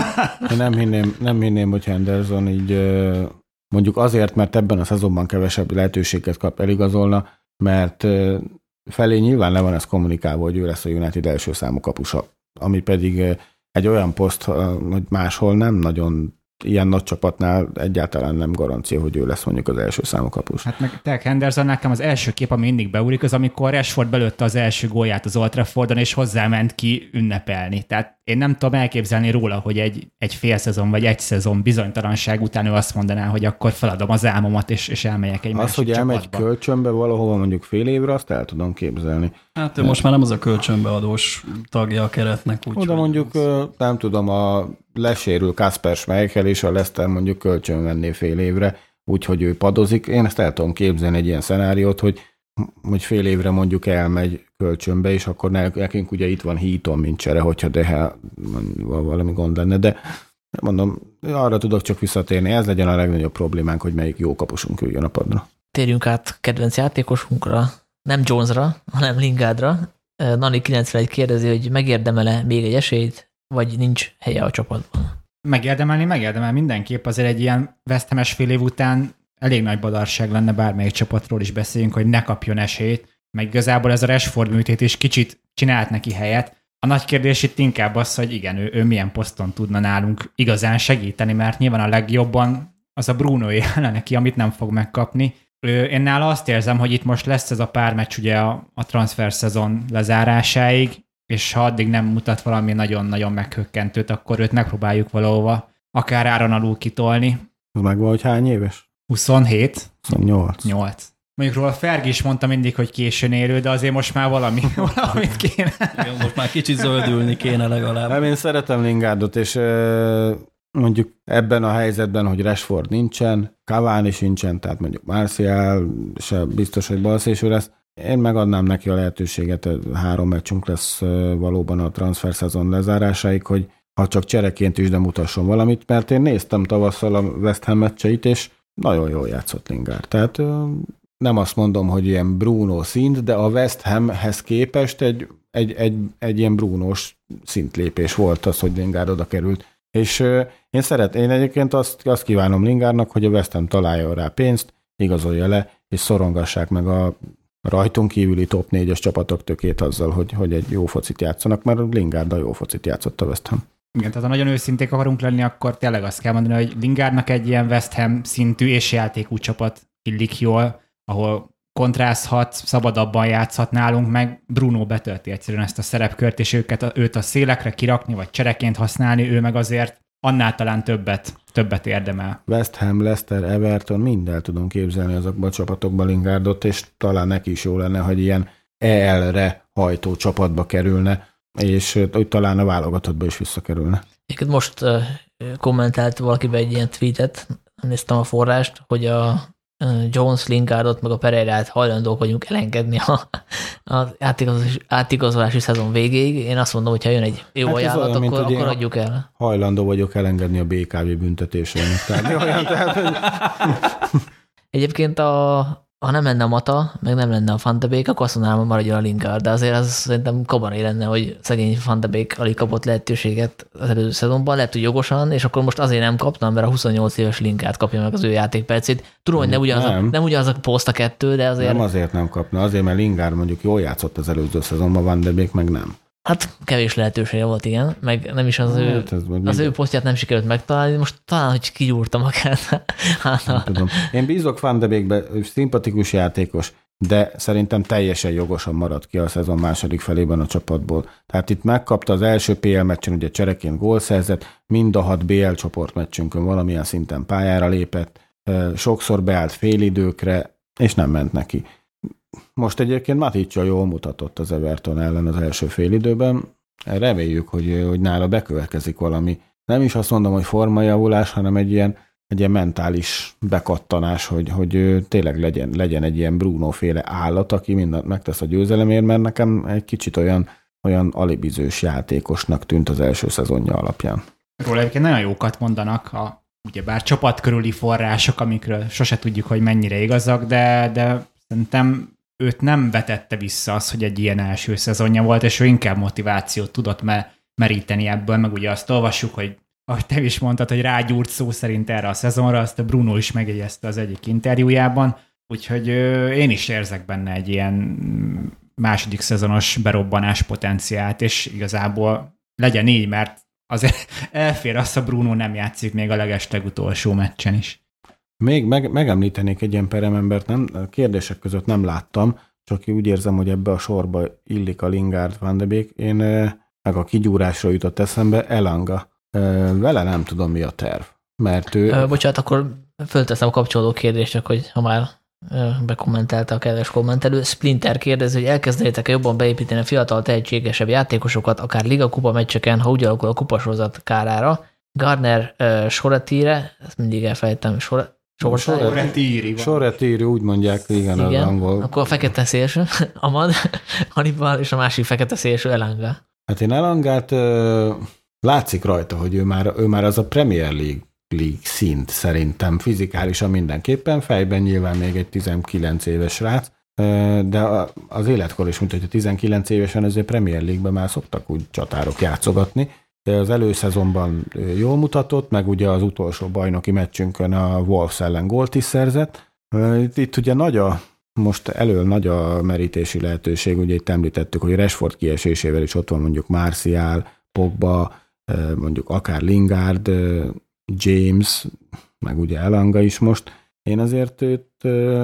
Én nem hinném, nem hinném, hogy Henderson így mondjuk azért, mert ebben a szezonban kevesebb lehetőséget kap, eligazolna, mert felé nyilván le van ez kommunikálva, hogy ő lesz a United első számú kapusa, ami pedig egy olyan poszt, hogy máshol nem nagyon ilyen nagy csapatnál egyáltalán nem garancia, hogy ő lesz mondjuk az első számú kapus. Hát meg Tech Henderson nekem az első kép, ami mindig beúlik, az amikor Rashford belőtte az első gólját az Old Traffordon, és hozzáment ki ünnepelni. Tehát én nem tudom elképzelni róla, hogy egy, egy fél szezon vagy egy szezon bizonytalanság után ő azt mondaná, hogy akkor feladom az álmomat, és, és elmegyek egy az, másik hogy elmegy csapatba. kölcsönbe valahova mondjuk fél évre, azt el tudom képzelni. Hát ő most már nem az a kölcsönbeadós tagja a keretnek. Úgy oda mondjuk, az... nem tudom, a lesérül Kasper Schmeichel, és a Leicester mondjuk kölcsön venné fél évre, úgyhogy ő padozik. Én ezt el tudom képzelni egy ilyen szenáriót, hogy, hogy fél évre mondjuk elmegy kölcsönbe, és akkor nekünk ugye itt van Heaton, mint csere, hogyha de valami gond lenne, de mondom, arra tudok csak visszatérni, ez legyen a legnagyobb problémánk, hogy melyik jó kapusunk üljön a padra. Térjünk át kedvenc játékosunkra, nem Jonesra, hanem Lingardra. Nani kilencvenegy kérdezi, hogy megérdemel-e még egy esélyt, vagy nincs helye a csapatban? Megérdemelni, megérdemel mindenképp. Azért egy ilyen West Ham-es fél év után elég nagy badarság lenne, bármelyik csapatról is beszéljünk, hogy ne kapjon esélyt. Meg igazából ez a Rashford műtét is kicsit csinált neki helyet. A nagy kérdés itt inkább az, hogy igen, ő, ő milyen poszton tudna nálunk igazán segíteni, mert nyilván a legjobban az a Bruno jelen neki, amit nem fog megkapni. Én nála azt érzem, hogy itt most lesz ez a pár meccs ugye a, a transfer szezon lezárásáig, és ha addig nem mutat valami nagyon-nagyon meghökkentőt, akkor őt megpróbáljuk valahova akár áron alul kitolni. Az megvan, hogy hány éves? huszonhét. huszonnyolc. nyolc. Mondjuk róla Ferg is mondta mindig, hogy későn érő, de azért most már valami, valamit kéne. Igen, most már kicsit zöldülni kéne legalább. Nem, én szeretem Lingardot, és mondjuk ebben a helyzetben, hogy Rashford nincsen, Cavani sincsen, tehát mondjuk Martial se biztos, hogy balszélső lesz. Én megadnám neki a lehetőséget, három meccsünk lesz valóban a transfer szezon lezárásáig, hogy ha csak csereként is, de mutasson valamit, mert én néztem tavasszal a West Ham meccseit, és nagyon jól játszott Lingard. Tehát nem azt mondom, hogy ilyen Bruno szint, de a West Hamhez képest egy, egy, egy, egy ilyen Brunós szintlépés volt az, hogy Lingard oda került. És én szeret, én egyébként azt, azt kívánom Lingardnak, hogy a West Ham találja rá pénzt, igazolja le, és szorongassák meg a rajtunk kívüli top négyes csapatok tökét azzal, hogy, hogy egy jó focit játszanak, mert Lingard a jó focit játszott a West Ham. Igen, tehát ha nagyon őszinték akarunk lenni, akkor tényleg azt kell mondani, hogy Lingardnak egy ilyen West Ham szintű és játékú csapat illik jól, ahol kontrázhat, szabadabban játszhat nálunk, meg Bruno betölti egyszerűen ezt a szerepkört, és őket, őt a szélekre kirakni, vagy csereként használni, ő meg azért annál talán többet, többet érdemel. West Ham, Leicester, Everton, mind el tudom képzelni azokban a csapatokban Lingardot, és talán neki is jó lenne, hogy ilyen é el-re hajtó csapatba kerülne, és hogy talán a válogatottba is visszakerülne. Egyébként most uh, kommentált valakibe egy ilyen tweetet, néztem a forrást, hogy a Jones, Lingardot, meg a Pereirát hajlandók vagyunk elengedni a, a átigazolási, átigazolási szezon végéig. Én azt mondom, hogy ha jön egy jó hát ajánlat, olyan, akkor, akkor adjuk el. Hajlandó vagyok elengedni a bé ká vé büntetéseinek. Tehát, olyan, tehát... Egyébként a, ha nem lenne a Mata, meg nem lenne a Van de Beek, akkor azt mondanám, hogy maradjon a Lingard, de azért az szerintem kabaré lenne, hogy szegény Van de Beek alig kapott lehetőséget az előző szezonban, lehet, hogy jogosan, és akkor most azért nem kaptam, mert a huszonnyolc éves Lingard kapja meg az ő játékpercét. Tudom, hogy nem ugyanaz, nem. A, nem ugyanaz a poszt a kettő, de azért... Nem azért nem kapna, azért, mert Lingard mondjuk jól játszott az előző szezonban, Van de Beek meg nem. Hát kevés lehetősége volt, igen, meg nem is az, hát, ő, az ő posztját nem sikerült megtalálni, most talán, hogy kigyúrtam akár. Hát, nem tudom. Én bízok Van de Beekbe, szimpatikus játékos, de szerintem teljesen jogosan maradt ki a szezon második felében a csapatból. Tehát itt megkapta az első pé el meccsen, ugye csereként gól szerzett, mind a hat bé el csoportmeccsünkön valamilyen szinten pályára lépett, sokszor beállt félidőkre, és nem ment neki. Most egyébként Maticsa jól mutatott az Everton ellen az első félidőben. Reméljük, hogy, hogy nála bekövetkezik valami. Nem is azt mondom, hogy formajavulás, hanem egy ilyen, egy ilyen mentális bekattanás, hogy, hogy tényleg legyen, legyen egy ilyen Bruno-féle állat, aki mindent megtesz a győzelemért, mert nekem egy kicsit olyan, olyan alibizős játékosnak tűnt az első szezonja alapján. Róla egyébként nagyon jókat mondanak a ugyebár csapat körüli források, amikről sose tudjuk, hogy mennyire igazak, de, de szerintem őt nem vetette vissza az, hogy egy ilyen első szezonja volt, és ő inkább motivációt tudott me- meríteni ebből, meg ugye azt olvassuk, hogy ahogy te is mondtad, hogy rágyúrt szó szerint erre a szezonra, azt a Bruno is megjegyezte az egyik interjújában, úgyhogy ö, én is érzek benne egy ilyen második szezonos berobbanás potenciált, és igazából legyen így, mert azért elfér az, a Bruno nem játszik még a legeslegutolsó meccsen is. Még meg, megemlítenék egy ilyen peremembert, nem, kérdések között nem láttam, csak úgy érzem, hogy ebbe a sorba illik a Lingard, Van de Beek. Én meg a kigyúrásra jutott eszembe, Elanga. Vele nem tudom, mi a terv. Mert ő... Ö, bocsánat, akkor fölteszem a kapcsolódó kérdést, csak hogy ha már bekommentelte a kedves kommentelő. Splinter kérdezi, hogy elkezdenétek-e jobban beépíteni a fiatal, tehetségesebb játékosokat, akár liga-kupa meccseken, ha úgy alakul a kupasorozat kárára. Gardner uh, Soretire, ezt mindig elfelejtem, Sore, Soretire. Soretire, úgy mondják, igen, igen. Az angol. Akkor a fekete szélső, Amad, Hannibal, és a másik fekete szélső Elanga. Hát én Elangát uh, látszik rajta, hogy ő már, ő már az a Premier League League szint szerintem, fizikálisan mindenképpen, fejben nyilván még egy tizenkilenc éves srác, de az életkor is, mint hogy a tizenkilenc évesen azért Premier League-ben már szoktak úgy csatárok játszogatni, de az előszezonban jól mutatott, meg ugye az utolsó bajnoki meccsünkön a Wolves ellen gólt is szerzett. Itt, itt ugye nagy a, most elől nagy a merítési lehetőség, ugye itt említettük, hogy Rashford kiesésével is ott van mondjuk Martial, Pogba, mondjuk akár Lingard, James, meg ugye Elanga is most. Én azért őt,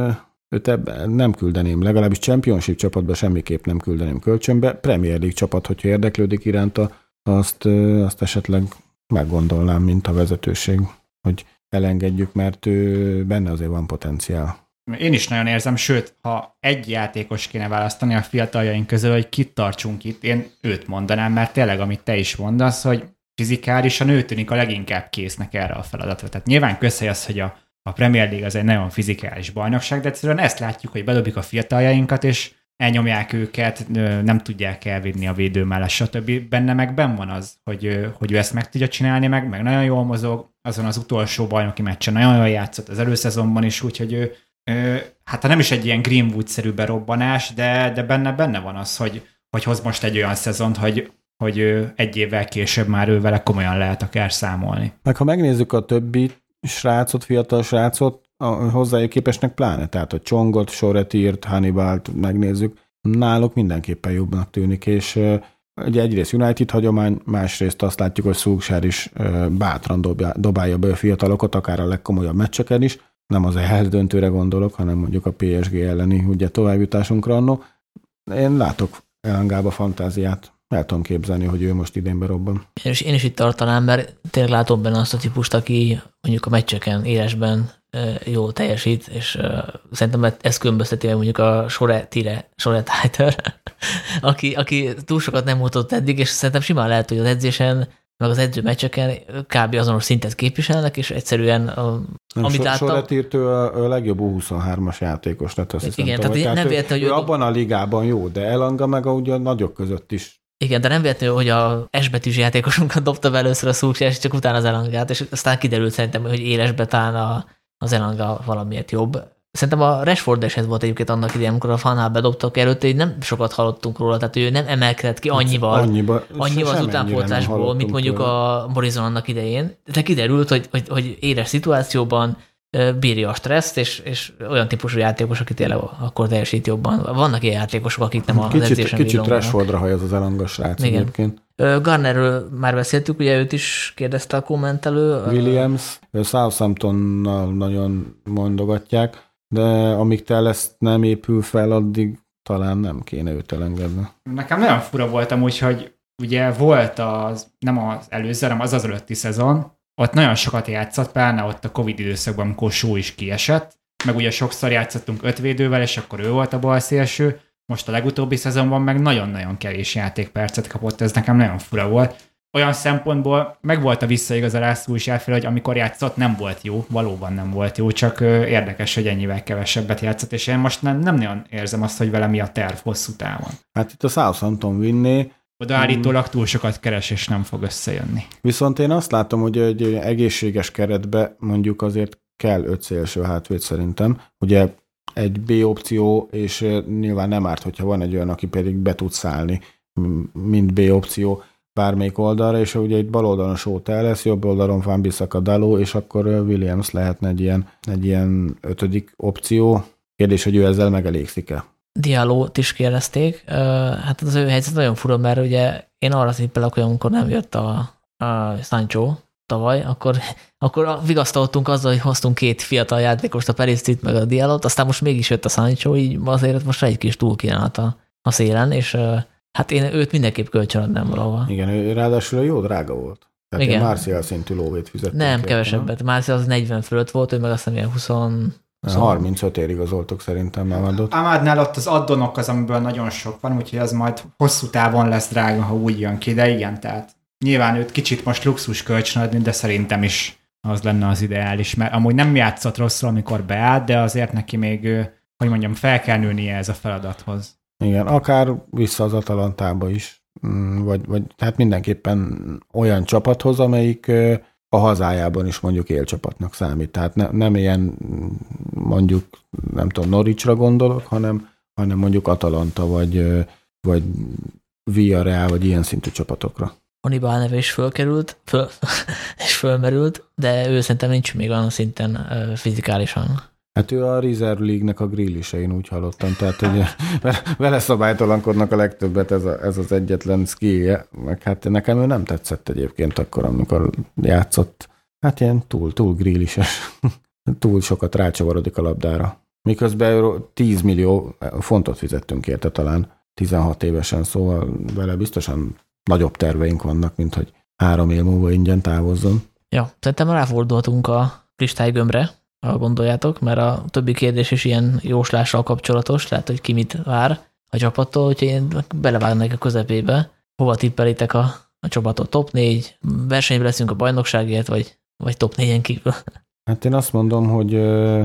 őt ebben nem küldeném, legalábbis Championship csapatba semmiképp nem küldeném kölcsönbe. Premier League csapat, hogyha érdeklődik iránta, azt, azt esetleg meggondolnám, mint a vezetőség, hogy elengedjük, mert ő, benne azért van potenciál. Én is nagyon érzem, sőt, ha egy játékos kéne választani a fiataljaink közül, hogy kit tartsunk itt, én őt mondanám, mert tényleg, amit te is mondasz, hogy fizikálisan ő tűnik a leginkább késznek erre a feladatra. Tehát nyilván közhely az, hogy a, a Premier League az egy nagyon fizikális bajnokság, de egyszerűen ezt látjuk, hogy bedobjuk a fiataljainkat, és elnyomják őket, nem tudják elvinni a védő mellett, stb. Benne meg benn van az, hogy, hogy ő ezt meg tudja csinálni, meg, meg nagyon jól mozog, azon az utolsó bajnoki meccsen nagyon jól játszott az előszezonban is, úgyhogy ő, ő hát nem is egy ilyen Greenwood-szerű berobbanás, de, de benne, benne van az, hogy, hogy hoz most egy olyan szezont, hogy hogy egy évvel később már ő vele komolyan lehet akár számolni. Meg ha megnézzük a többi srácot, fiatal srácot, a hozzájuk képesnek pláne, tehát a Csongot, Soretírt, Hannibalt megnézzük, náluk mindenképpen jobbnak tűnik, és ugye egyrészt United hagyomány, másrészt azt látjuk, hogy Solskjaer is bátran dobja, dobálja be a fiatalokat, akár a legkomolyabb meccseken is, nem az eldöntőre gondolok, hanem mondjuk a pé es gé elleni ugye továbbjutásunkra annó. Én látok Elangába fantáziát. El tudom képzelni, hogy ő most idén berobban. Én is, én is itt tartanám, mert tényleg látom benne azt a típust, aki mondjuk a meccseken, élesben jól teljesít, és szerintem ezt különbözteti mondjuk a Soretire, Soretire, aki, aki túl sokat nem mutatott eddig, és szerintem simán lehet, hogy az edzésen, meg az edző meccseken kb. Azonos szintet képviselnek, és egyszerűen, a, nem, amit so, láttam... Soretírt ő a, a legjobb U huszonhármas játékos lett, azt hiszem. Igen, tehát, tehát nem ő, véletlen, hogy ő abban a ligában jó, de Elanga meg a, ugye a nagyok között is. Igen, de nem véletlenül, hogy a S-betűs játékosunkat dobta be először a Solskjaer, és csak utána az Elangát, és aztán kiderült szerintem, hogy élesbe talán a, az Elanga valamiért jobb. Szerintem a Rashford eset volt egyébként annak idején, amikor a Fanhal bedobtak előtte, hogy nem sokat hallottunk róla, tehát ő nem emelkedett ki annyival, annyiba, annyival az utánpótlásból, mint mondjuk tőle. A Morrison annak idején. De kiderült, hogy, hogy, hogy éles szituációban bírja a stresszt, és, és olyan típusú játékos, aki tényleg akkor teljesít jobban. Vannak ilyen játékosok, akik nem az kicsit, edzésen Kicsit Rashfordra haj az az Elanga srác egyébként. Garnerről már beszéltük, ugye őt is kérdezte a kommentelő. Williams, Southamptonnal nagyon mondogatják, de amíg Tellez nem épül fel, addig talán nem kéne őt elengedni. Nekem nagyon fura volt amúgy, hogy ugye volt az, nem az előző, hanem az az előtti szezon, ott nagyon sokat játszott, pláne ott a Covid időszakban, amikor Só is kiesett, meg ugye sokszor játszottunk ötvédővel, és akkor ő volt a balszélső, most a legutóbbi szezonban meg nagyon-nagyon kevés játékpercet kapott, ez nekem nagyon fura volt. Olyan szempontból meg volt a visszaigazolás úgy elfél, hogy amikor játszott, nem volt jó, valóban nem volt jó, csak érdekes, hogy ennyivel kevesebbet játszott, és én most nem, nem nagyon érzem azt, hogy vele mi a terv hosszú távon. Hát itt a Southampton vinné. Oda állítólag túl sokat keres, és nem fog összejönni. Viszont én azt látom, hogy egy egészséges keretbe mondjuk azért kell öt szélső hátvéd szerintem. Ugye egy B opció, és nyilván nem árt, hogyha van egy olyan, aki pedig be tud szállni, mint B opció bármelyik oldalra, és ugye itt bal oldalon Sóta lesz, jobb oldalon Van Bissaka Dalot, és akkor Williams lehetne egy ilyen, egy ilyen ötödik opció. Kérdés, hogy ő ezzel megelégszik-e? Dialót is kérdezték. Hát az ő helyzet nagyon fura, mert ugye én arra tippelek, hogy amikor nem jött a, a Sancho tavaly, akkor, akkor vigasztaltunk azzal, hogy hoztunk két fiatal játékost, a Peristit meg a Dialót, aztán most mégis jött a Sancho, így azért most egy kis túlkínálat a, a szélen, és hát én őt mindenképp kölcsön adnám valahol. Igen, ő ráadásul jó drága volt. Tehát igen. Martial szintű lóvét fizettem. Nem, kértem, kevesebbet. Martial az negyven fölött volt, ő meg azt hiszem ilyen húsz harmincöt ér igazoltok szerintem Amadot. Amadnál ott az addonok az, amiből nagyon sok van, úgyhogy ez majd hosszú távon lesz drága, ha úgy jön ki, de igen, tehát nyilván őt kicsit most luxus kölcsön adni, de szerintem is az lenne az ideális, mert amúgy nem játszott rosszul, amikor beállt, de azért neki még, hogy mondjam, fel kell nőnie ez a feladathoz. Igen, akár vissza az Atalantába is, vagy, vagy hát mindenképpen olyan csapathoz, amelyik a hazájában is mondjuk élcsapatnak számít. Tehát ne, nem ilyen mondjuk, nem tudom, Norwichra gondolok, hanem, hanem mondjuk Atalanta, vagy, vagy Villarreal, vagy ilyen szintű csapatokra. Hannibal neve is fölkerült, föl, és fölmerült, de ő szerintem nincs még olyan szinten fizikálisan. Hát ő a Reserve League-nek a grillise, én úgy hallottam, tehát hogy vele szabálytalankodnak a legtöbbet, ez, a, ez az egyetlen skillje, meg hát nekem ő nem tetszett egyébként akkor, amikor játszott. Hát ilyen túl, túl grillises, túl sokat rácsavarodik a labdára. Miközben tíz millió fontot fizettünk érte talán tizenhat évesen, szóval vele biztosan nagyobb terveink vannak, mint hogy három év múlva ingyen távozzon. Ja, szerintem ráfordulhatunk a kristálygömbre, ha gondoljátok, mert a többi kérdés is ilyen jóslással kapcsolatos, lehet, hogy ki mit vár a csapattól, úgyhogy én belevágnék a közepébe. Hova tippelitek a, a csapatot? Top négy? Versenyben leszünk a bajnokságért, vagy, vagy top négyen kívül? Hát én azt mondom, hogy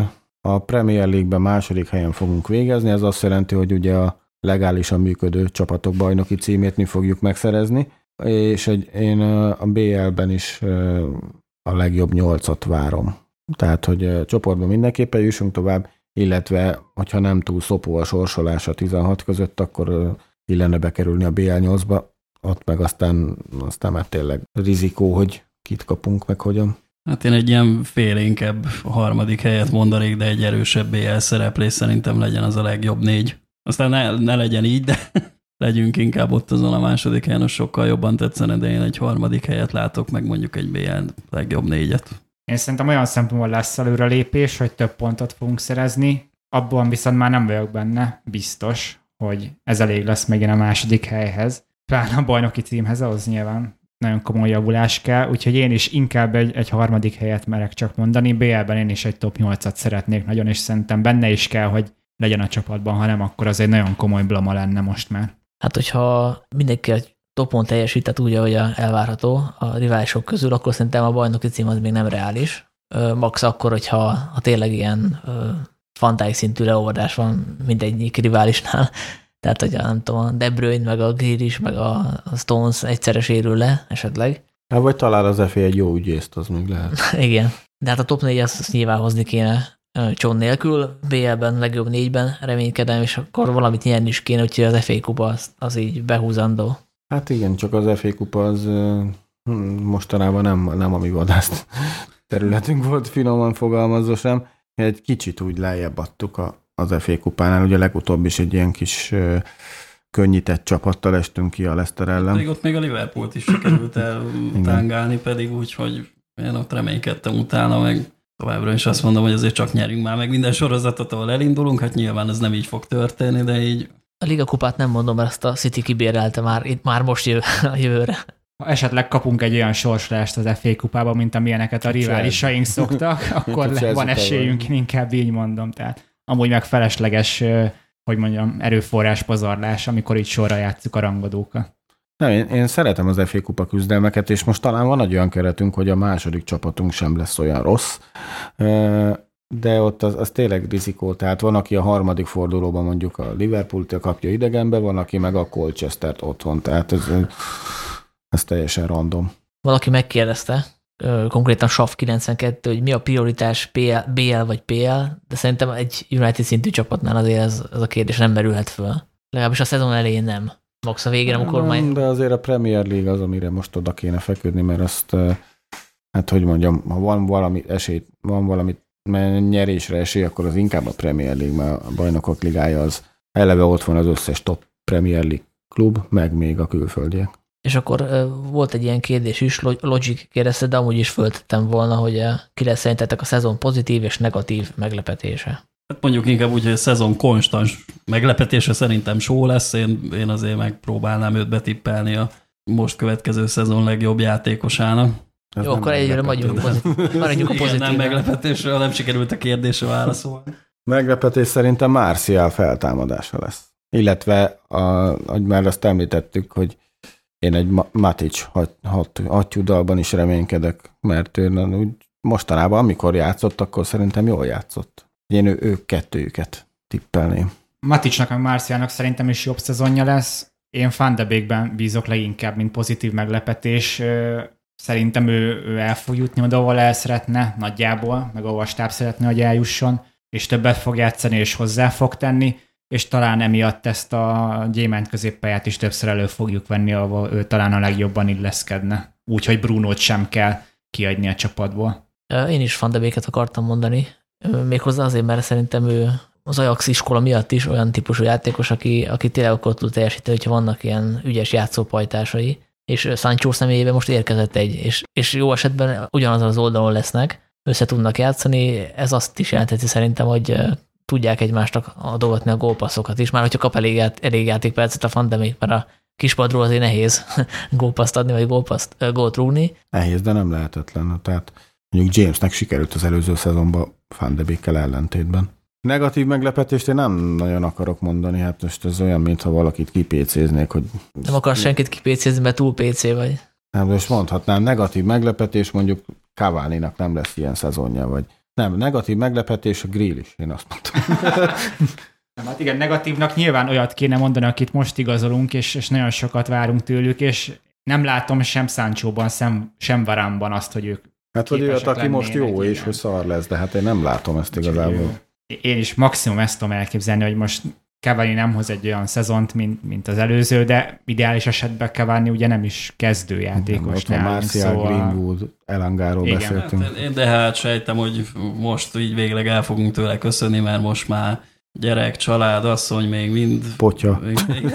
a Premier League-ben második helyen fogunk végezni, ez azt jelenti, hogy ugye a legálisan működő csapatok bajnoki címét mi fogjuk megszerezni, és egy, én a bé el-ben is a legjobb nyolcat várom. Tehát, hogy csoportban mindenképpen jussunk tovább, illetve, hogyha nem túl szopó a sorsolás a tizenhat között, akkor illene bekerülni a bé el nyolcba, ott meg aztán, aztán már tényleg rizikó, hogy kit kapunk, meg hogyan. Hát én egy ilyen félénkebb harmadik helyet mondanék, de egy erősebb bé el szereplés szerintem legyen az a legjobb négy. Aztán ne, ne legyen így, de legyünk inkább ott azon a második helyen, az sokkal jobban tetszene, de én egy harmadik helyet látok, meg mondjuk egy bé el legjobb négyet. Én szerintem olyan szempontból lesz előrelépés, hogy több pontot fogunk szerezni, abban viszont már nem vagyok benne, biztos, hogy ez elég lesz megint a második helyhez. Pláne a bajnoki címhez, ahhoz nyilván nagyon komoly javulás kell, úgyhogy én is inkább egy, egy harmadik helyet merek csak mondani. bé el-ben én is egy top nyolcat szeretnék nagyon, és szerintem benne is kell, hogy legyen a csapatban, ha nem, akkor az egy nagyon komoly blama lenne most már. Hát, hogyha mindenki egy topon teljesített úgy, ahogy elvárható a riválisok közül, akkor szerintem a bajnoki cím az még nem reális. Max akkor, hogyha ha tényleg ilyen Van Dijk szintű leolvadás van mindegyik riválisnál. Tehát, hogy nem tudom, a De Bruyne, meg a Grealish, meg a Stones egyszerre sérül le esetleg. Hát vagy talál az ef á egy jó ügyészt, az még lehet. Igen. De hát a top négy azt, azt nyilván hozni kéne Cson nélkül. bé el-ben legjobb négyben reménykedem, és akkor valamit nyerni is kéne, úgyhogy az ef á kupa az, az így behúzandó. Hát igen, csak az ef á kupa az mostanában nem, nem a mi vadászt területünk volt, finoman fogalmazva sem. Egy kicsit úgy lejjebb adtuk a, az ef á kupánál, ugye legutóbb is egy ilyen kis ö, könnyített csapattal estünk ki a Leicester ellen. Pedig ott még a Liverpoolt is sikerült eltángálni, pedig úgy, hogy én ott reménykedtem utána, meg továbbra is azt mondom, hogy azért csak nyerünk már meg minden sorozatot, ahol elindulunk, hát nyilván ez nem így fog történni, de így... A Liga kupát nem mondom, mert azt a City kibérelte már, itt már most jövő, jövőre. Ha esetleg kapunk egy olyan sorsolást az ef á kupában, mint amilyeneket a riválisaink szoktak, akkor le, van esélyünk, én inkább így mondom. Tehát amúgy meg felesleges, hogy mondjam, erőforrás pazarlás, amikor itt sorra játsszuk a rangadókat. Nem, én, én szeretem az ef á kupa küzdelmeket, és most talán van egy olyan keretünk, hogy a második csapatunk sem lesz olyan rossz, de ott az, az tényleg rizikó. Tehát van, aki a harmadik fordulóban mondjuk a Liverpool-től kapja idegenbe, van, aki meg a Colchester-t otthon. Tehát ez, ez teljesen random. Valaki megkérdezte, konkrétan Sav kilencvenkettő, hogy mi a prioritás, pé el, bé el vagy pé el, de szerintem egy United szintű csapatnál azért ez, ez a kérdés nem merülhet föl. Legalábbis a szezon elején nem. Max a végén, amikor majd... De azért a Premier League az, amire most oda kéne feküdni, mert azt, hát hogy mondjam, ha van valami esély, van valami nyerésre esély, akkor az inkább a Premier League, mert a Bajnokok Ligája az eleve ott van az összes top Premier League klub, meg még a külföldiek. És akkor uh, volt egy ilyen kérdés is, Logic kérdezte, de amúgy is föltettem volna, hogy uh, ki lesz szerintetek a szezon pozitív és negatív meglepetése. Hát mondjuk inkább úgy, hogy a szezon konstans meglepetése szerintem Só lesz, én, én azért megpróbálnám őt betippelni a most következő szezon legjobb játékosának. Ez jó, akkor egyre maradjunk a pozitív. Nem meglepetésre, nem sikerült a kérdésre válaszolni. Meglepetés szerintem Martial feltámadása lesz. Illetve, a, ahogy már azt említettük, hogy én egy Matic hattyúdalban is reménykedek, mert ő úgy mostanában, amikor játszott, akkor szerintem jól játszott. Én ő, ők kettőjüket tippelném. Maticnak, meg Martialnak szerintem is jobb szezonja lesz. Én Van de Beekben bízok leginkább, mint pozitív meglepetés. Szerintem ő, ő el fog jutni oda, ahol el szeretne nagyjából, meg ahol a stáb szeretne, hogy eljusson, és többet fog játszani, és hozzá fog tenni, és talán emiatt ezt a gyémánt középpályát is többször elő fogjuk venni, ahol ő talán a legjobban illeszkedne. Úgyhogy Brunót sem kell kiadni a csapatból. Én is Van de Beeket akartam mondani, méghozzá azért, mert szerintem ő az Ajax iskola miatt is olyan típusú játékos, aki, aki tényleg akkor tud teljesíteni, hogyha vannak ilyen ügyes játszópajtásai, és Sancho személyében most érkezett egy, és, és jó esetben ugyanazon az oldalon lesznek, össze tudnak játszani, ez azt is jelentheti szerintem, hogy tudják egymásnak adogatni a gólpasszokat is, már hogyha kap elég, ját, elég játékpercet a Van de Beek, mert a kispadról azért nehéz gólpaszt adni, vagy gólpaszt, gólt rúgni. Nehéz, de nem lehetetlen. Tehát mondjuk Jamesnek sikerült az előző szezonban Van de Beekkel ellentétben. Negatív meglepetést én nem nagyon akarok mondani, hát most ez olyan, mintha valakit kipécéznék, hogy... Nem akarsz senkit kipécézni, mert túl pé cé vagy. Nem, most mondhatnám, negatív meglepetés, mondjuk Cavani-nak nem lesz ilyen szezonja, vagy nem, negatív meglepetés a Grealish, én azt mondtam. Hát igen, negatívnak nyilván olyat kéne mondani, akit most igazolunk, és, és nagyon sokat várunk tőlük, és nem látom sem Sanchóban, sem, sem Varánban azt, hogy ők hát vagy olyat, aki most jó, és hogy szar lesz, de hát én nem látom ezt igazából. Én is maximum ezt tudom elképzelni, hogy most Cavani nem hoz egy olyan szezont, mint, mint az előző, de ideális esetben Cavani ugye nem is kezdőjátékos. Nem, ott a Martial, szóval... Greenwood, Elangáról igen. beszéltünk. Hát én de hát sejtem, hogy most így végleg el fogunk tőle köszönni, mert most már gyerek, család, asszony, még mind... Potya. Még...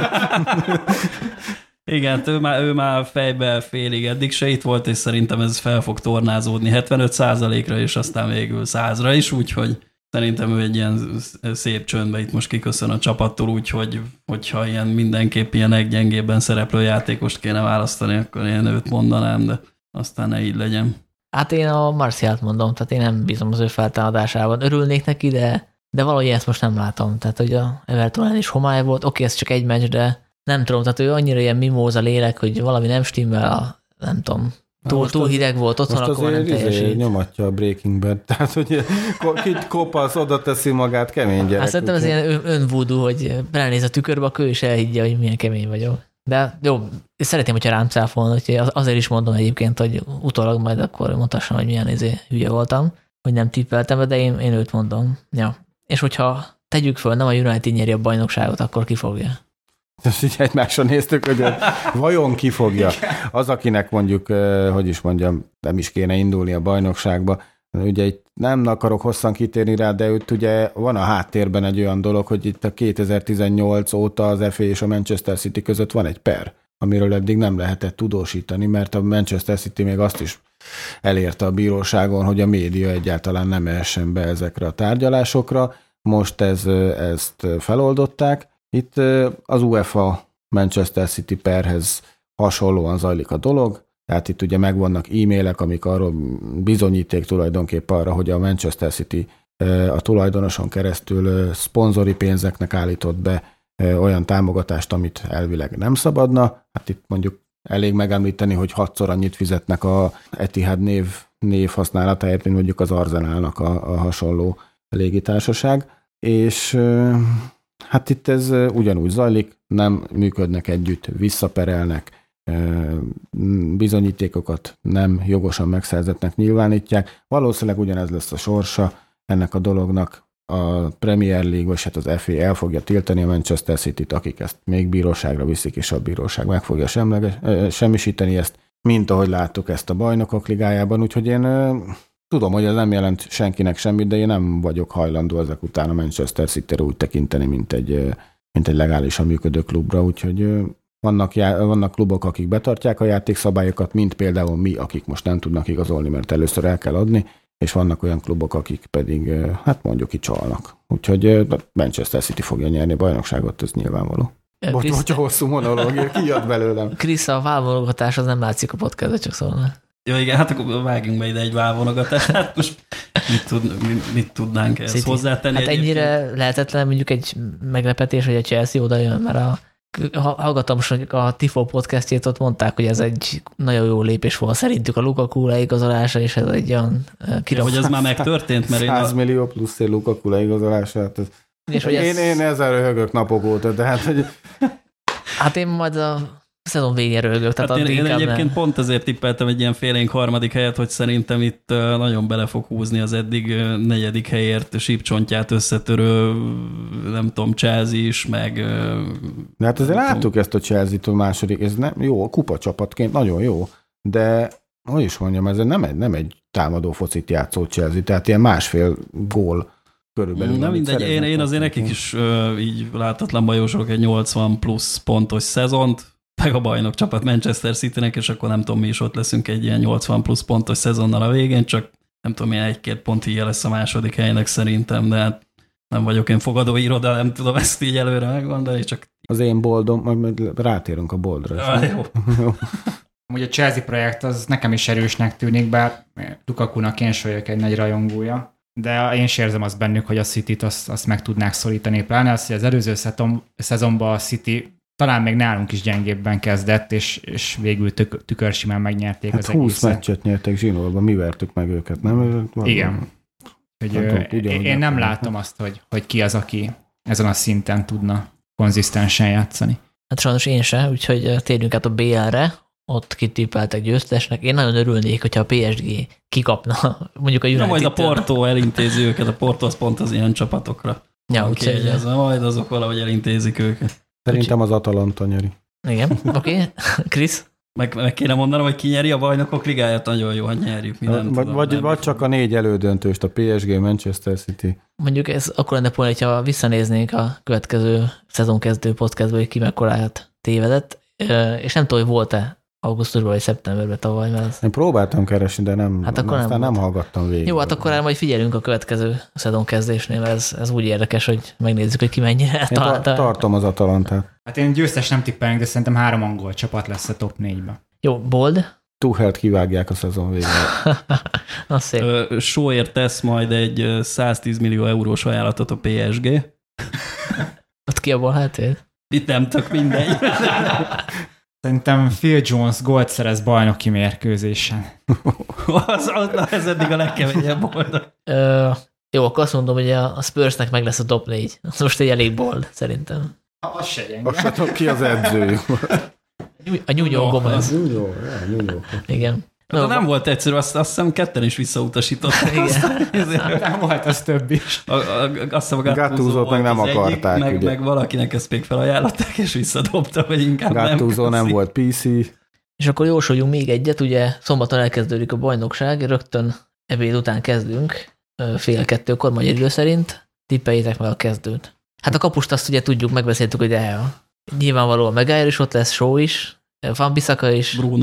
Igen, ő már, ő már fejbe félig eddig se itt volt, és szerintem ez fel fog tornázódni hetvenöt százalékra, és aztán végül százra is, úgyhogy szerintem ő egy ilyen szép csöndbe itt most kiköszön a csapattól, úgyhogy hogyha ilyen mindenképp ilyen leggyengébben szereplő játékost kéne választani, akkor én őt mondanám, de aztán ne így legyen. Hát én a Martialt mondom, tehát én nem bízom az ő feltámadásában. Örülnék neki, de, de valahogy ezt most nem látom. Tehát, hogy a Evertonen is homály volt, oké, ez csak egy meccs, de nem tudom, tehát ő annyira ilyen mimóza lélek, hogy valami nem stimmel, a, nem tudom, túl, túl hideg volt otthon, akkor nem teljesít. Most nyomatja a Breaking Bad, tehát hogy kit kopasz, oda teszi magát, kemény gyerek. Hát szerintem ez ilyen önvúdú, hogy belenéz a tükörbe, akkor ő is elhiggye, hogy milyen kemény vagyok. De jó, szeretném, hogyha rám cáfolna, hogy azért is mondom egyébként, hogy utólag majd akkor mondhassam, hogy milyen izé hülye voltam, hogy nem tippeltem, de én, én őt mondom. Ja. És hogyha tegyük föl, nem a United nyeri a bajnokságot, akkor ki fogja? Ezt így egymásra néztük, hogy vajon ki fogja. Az, akinek mondjuk, hogy is mondjam, nem is kéne indulni a bajnokságba. Ugye itt nem akarok hosszan kitérni rá, de itt ugye van a háttérben egy olyan dolog, hogy itt a kétezer-tizennyolc óta az ef á és a Manchester City között van egy per, amiről eddig nem lehetett tudósítani, mert a Manchester City még azt is elérte a bíróságon, hogy a média egyáltalán nem essen be ezekre a tárgyalásokra. Most ez, ezt feloldották. Itt az UEFA Manchester City perhez hasonlóan zajlik a dolog, tehát itt ugye megvannak e-mailek, amik arról bizonyíték tulajdonképpen arra, hogy a Manchester City a tulajdonoson keresztül szponzori pénzeknek állított be olyan támogatást, amit elvileg nem szabadna. Hát itt mondjuk elég megemlíteni, hogy hatszor annyit fizetnek a Etihad név, név használatáért, mint mondjuk az Arsenalnak a, a hasonló légitársaság. És hát itt ez ugyanúgy zajlik, nem működnek együtt, visszaperelnek, bizonyítékokat nem jogosan megszerzettnek nyilvánítják. Valószínűleg ugyanez lesz a sorsa ennek a dolognak. A Premier League, vagy hát az ef á el fogja tiltani a Manchester Cityt, akik ezt még bíróságra viszik, és a bíróság meg fogja semleges, semmisíteni ezt, mint ahogy láttuk ezt a Bajnokok Ligájában. Úgyhogy én tudom, hogy ez nem jelent senkinek semmit, de én nem vagyok hajlandó ezek után a Manchester Cityre úgy tekinteni, mint egy, mint egy legálisan működő klubra. Úgyhogy vannak, vannak klubok, akik betartják a játékszabályokat, mint például mi, akik most nem tudnak igazolni, mert először el kell adni, és vannak olyan klubok, akik pedig, hát mondjuk ki csalnak. Úgyhogy Manchester City fogja nyerni a bajnokságot, ez nyilvánvaló. Bocs, bocs, a hosszú monológia, kijött belőlem. Krisz, a válvonogatás az nem látszik a podcastban, csak szólna. Jó, igen, hát akkor vágjunk be ide egy válvonogatást. Hát most mit, tud, mit, mit tudnánk ezt City. hozzátenni? Hát ennyire egyébként? Lehetetlen mondjuk egy meglepetés, hogy a Chelsea oda jön, mert a hallgattam most, hogy a Tifo podcastjét ott mondták, hogy ez egy nagyon jó lépés volt szerintük a Lukaku leigazolása, és ez egy olyan kirab... Hogy ez már megtörtént, mert én a... száz millió plusz egy Lukaku leigazolása. Hát ez... és hogy én, ez... én ezzel röhögök napok óta, de hát, hogy... Hát én majd a szezon végén röhögök. Tehát hát én, én egyébként nem... pont ezért tippeltem egy ilyen félénk harmadik helyet, hogy szerintem itt nagyon bele fog húzni az eddig negyedik helyért sípcsontját összetörő, nem tudom, Chelsea is, meg... De hát azért láttuk ezt a Chelsea-től második, ez nem jó, kupa csapatként nagyon jó, de hogy is mondjam, ez nem egy, nem egy támadó focit játszó Chelsea, tehát ilyen másfél gól körülbelül. Nem mindegy, én, én azért nekik is uh, így láthatatlanban jósolok egy nyolcvan plusz pontos szezont, meg a bajnok csapat Manchester Citynek, és akkor nem tudom, mi is ott leszünk egy ilyen nyolcvan plusz pontos szezonnal a végén, csak nem tudom, milyen egy-két pont híja lesz a második helynek szerintem, de hát nem vagyok én fogadóíró, de nem tudom ezt így előre megmondani, csak... Az én boldom, majd rátérünk a boldra. Ah, jó. Amúgy a Chelsea projekt az nekem is erősnek tűnik, bár Lukakunak én is vagyok egy nagy rajongója, de én is érzem azt bennük, hogy a Cityt azt, azt meg tudnák szorítani. Pláne az, hogy az előző szezonban a City talán még nálunk is gyengébben kezdett, és, és végül tük, tükörsimán megnyerték hát az egészet. húsz meccset nyertek zsinórban, mi vertük meg őket, nem? Igen. Hogy nem tudom, én nem látom azt, hogy, hogy ki az, aki ezen a szinten tudna konzisztensen játszani. Hát sajnos én sem, úgyhogy térjünk át a bé el-re, ott kitippeltek győztesnek. Én nagyon örülnék, hogyha a pé es gé kikapna, mondjuk a United. Na, majd a Porto elintézi őket, a Porto az pont az ilyen csapatokra. Ja, úgyhogy ez majd azok valahogy elintézik őket. Szerintem az Atalanta nyeri. Igen, oké. Okay. Krisz? Meg, meg kéne mondanom, hogy ki nyeri a Bajnokok Ligáját, nagyon jó, hogy nyerjük. Mi nem vagy tudom, vagy, nem vagy csak a négy elődöntőst, a pé es gé, Manchester City. Mondjuk ez akkor lenne pont, hogyha visszanéznénk a következő szezonkezdő podcastból, hogy ki mekkorát tévedett, és nem tudom, hogy volt-e augusztusban vagy szeptemberben tavaly. Mert az... Én próbáltam keresni, de nem, hát akkor aztán nem, nem hallgattam végig. Jó, hát akkor majd figyelünk a következő szezonkezdésnél, mert ez, ez úgy érdekes, hogy megnézzük, hogy ki mennyire találta. Én tartom az Atalantát. Hát én győztes nem tippelünk, de szerintem három angol csapat lesz a top négyben. Jó, Bold? Tuchelt kivágják a szezon végén. Az szép. Sóért tesz majd egy száztíz millió eurós ajánlatot a pé es gé. Ott ki a bal hátvéd? Itt nem tök mindegy. Szerintem Phil Jones gólt szerez bajnoki mérkőzésen. az, az, ez eddig a legkevésebb volt. Jó, akkor azt mondom, hogy a Spursnek meg lesz a top négy. Az most egy elég bold, szerintem. Az se gyenge. Azt se tudom, ki az edzőjük. A Nuno Gomez. Nuno, ja, Nuno. Igen. Hát no, nem volt egyszerű, azt, azt hiszem ketten is visszautasítottak. Igen. Nem volt, az több is. A, a, azt hiszem a Gattuso meg nem akarták. Egyik, meg, meg valakinek ezt még felajánlották, és visszadobta, hogy inkább Gattuso nem. Gattuso nem volt pé cé. És akkor jósoljunk még egyet, ugye szombaton elkezdődik a bajnokság, rögtön ebéd után kezdünk, fél kettőkor magyar idő szerint, tippeljétek meg a kezdőt. Hát a kapust azt ugye tudjuk, megbeszéltük, hogy el. Nyilvánvalóan Maguire is ott lesz, Shaw is, Van Bissaka is. Bruno.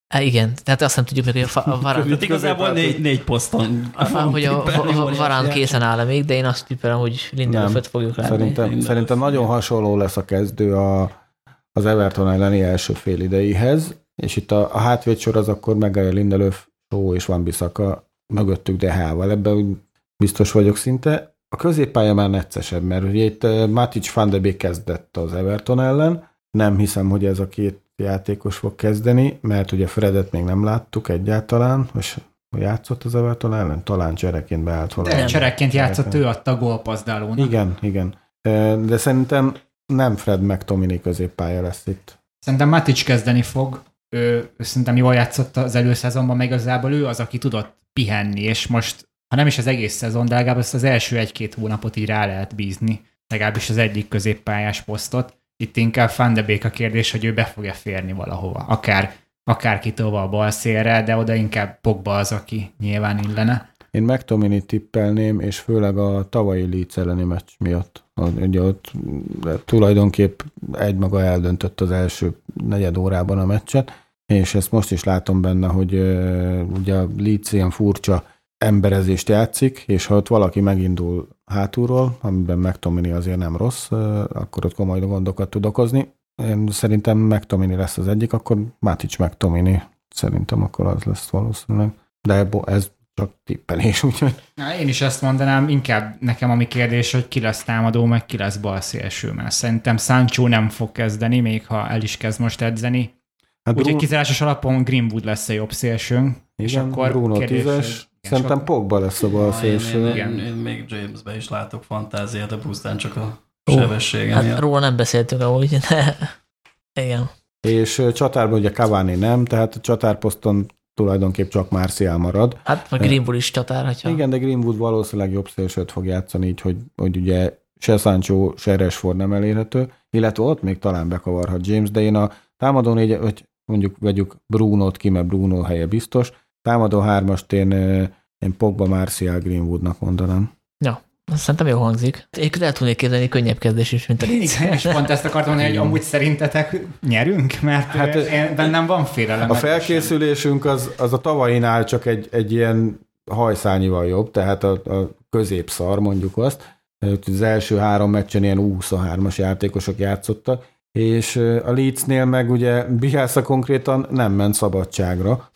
Há, igen, tehát azt nem tudjuk meg, hogy a, a Varán... Igazából négy, négy poszton. A, hogy a, a, a Varán készen áll még, de én azt tippelem, hogy Lindelöföt fogjuk látni. Szerintem, szerintem nagyon hasonló lesz a kezdő a, az Everton elleni első fél idejéhez, és itt a, a hátvédsor az akkor megállja Lindelöf, Shaw és Van Bissaka mögöttük De Gea-val. Ebben biztos vagyok szinte. A középpálya már neccesebb, mert ugye itt Matic Van de Beek kezdett az Everton ellen. Nem hiszem, hogy ez a két játékos fog kezdeni, mert ugye Fredet még nem láttuk egyáltalán, és játszott az Everton ellen? Talán csereként beállt valami. De csereként játszott, ő adta gólpazdálónak. Igen, igen. De szerintem nem Fred meg Tomini középpálya lesz itt. Szerintem Matic kezdeni fog. Ő, ő szerintem jól játszott az előszezonban, meg igazából ő az, aki tudott pihenni, és most, ha nem is az egész szezon, de legalább az első egy-két hónapot így rá lehet bízni, legalábbis az egyik középpályás posztot. Itt inkább Van de Beek a kérdés, hogy ő be fog-e férni valahova. Akár, akár kitolva a bal szélre, de oda inkább Pogba az, aki nyilván illene. Én McTominayt tippelném, és főleg a tavalyi Leeds elleni meccs miatt. Ugye ott tulajdonképp egymaga eldöntött az első negyed órában a meccset, és ezt most is látom benne, hogy uh, ugye a Leeds ilyen furcsa emberezést játszik, és ha ott valaki megindul hátulról, amiben McTominay azért nem rossz, uh, akkor ott komoly gondokat tud okozni. Én szerintem McTominay lesz az egyik, akkor Matic McTominay szerintem akkor az lesz valószínűleg. De ez csak tippelés, úgyhogy... Na, én is ezt mondanám, inkább nekem ami kérdés, hogy ki lesz támadó, meg ki lesz balszélső, mert szerintem Sancho nem fog kezdeni, még ha el is kezd most edzeni. Hát úgyhogy Bruno... kizárásos alapon Greenwood lesz a jobb szélsőnk. És igen, akkor Bruno tízes, szerintem sok... Pogba lesz a balszélső. Én, én, én, én még Jamesbe is látok fantáziát, de pusztán csak a oh, sebessége hát miatt. Róla nem beszéltünk amúgy, de igen. És csatárban ugye Cavani nem, tehát a csatárposzton tulajdonképp csak Martial marad. Hát meg Greenwood is csatár, hogyha... Igen, de Greenwood valószínűleg jobb szélsőt fog játszani, így, hogy, hogy ugye se Sancho, se Rashford nem elérhető, illetve ott még talán bekavarhat James, de én a támadó négy, hogy mondjuk vegyük Brunót ki, mert Bruno helye biztos, támadó hármast én, én Pogba, Martial, Greenwoodnak mondanám. Ja, szerintem jó hangzik. Én el tudnék képzelni könnyebb kezdés is, mint a Leeds. Igen, és pont ezt akartam mondani, hogy amúgy szerintetek nyerünk, mert hát, én, bennem van félelem. A felkészülésünk az, az a tavainál csak egy, egy ilyen hajszányival jobb, tehát a, a középszar mondjuk azt. Az első három meccsen ilyen U huszonhármas játékosok játszottak, és a Leedsnél meg ugye Bielsa konkrétan nem ment szabadságra,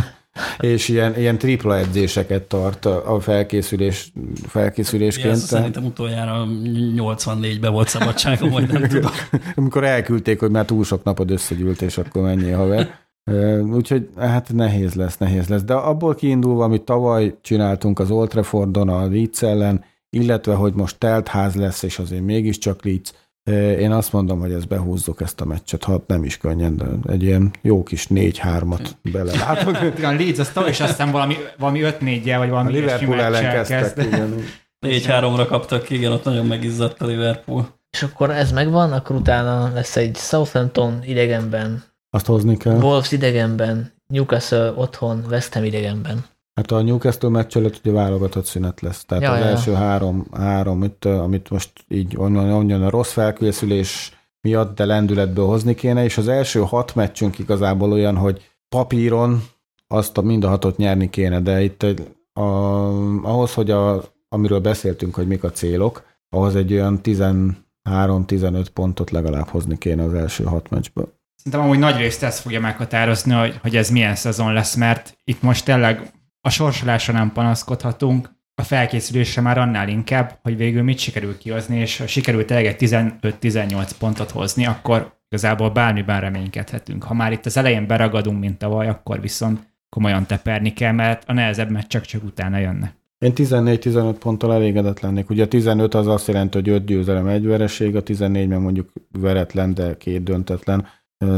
és ilyen, ilyen tripla edzéseket tart a felkészülés, felkészülésként. Bielsa szerintem utoljára nyolcvannégyben volt szabadságom, vagy nem tudom. Amikor elküldték, hogy már túl sok napod összegyűlt, és akkor menjél haver. Úgyhogy hát nehéz lesz, nehéz lesz. De abból kiindulva, amit tavaly csináltunk az Old Traffordon a Leeds ellen, illetve, hogy most telt ház lesz, és azért mégiscsak Leeds, én azt mondom, hogy ezt behúzzuk ezt a meccset, ha nem is könnyen, de egy ilyen jó kis négy-hármat belelátok. Igen, Leeds, az tavaly is aztán valami, valami öt-négyel, vagy valami Liverpool ellen kezdtek. négy-háromra kaptak, igen, ott nagyon megizzadt a Liverpool. És akkor ez megvan, akkor utána lesz egy Southampton idegenben, azt hozni kell. Wolves idegenben, Newcastle otthon, West Ham idegenben. Hát a Newcastle meccs előtt ugye válogatott szünet lesz. Tehát ja, az ja. első három, három itt, amit most így onnan a rossz felkészülés miatt, de lendületből hozni kéne, és az első hat meccsünk igazából olyan, hogy papíron azt a mind a hatot nyerni kéne, de itt a, ahhoz, hogy a, amiről beszéltünk, hogy mik a célok, ahhoz egy olyan tizenhárom-tizenöt pontot legalább hozni kéne az első hat meccsből. Szerintem amúgy nagy részt ezt fogja meghatározni, hogy, hogy ez milyen szezon lesz, mert itt most tényleg a sorsolásra nem panaszkodhatunk, a felkészülésre már annál inkább, hogy végül mit sikerül kihozni, és ha sikerül tényleg egy tizenöt-tizennyolc pontot hozni, akkor igazából bármiben reménykedhetünk. Ha már itt az elején beragadunk, mint tavaly, akkor viszont komolyan teperni kell, mert a nehezebb meccsek csak utána jönnek. Én tizennégy-tizenöt ponttal elégedett lennék. Ugye a tizenöt az azt jelenti, hogy öt győzelem, egy vereség, a tizennégy meg mondjuk veretlen, de két döntetlen.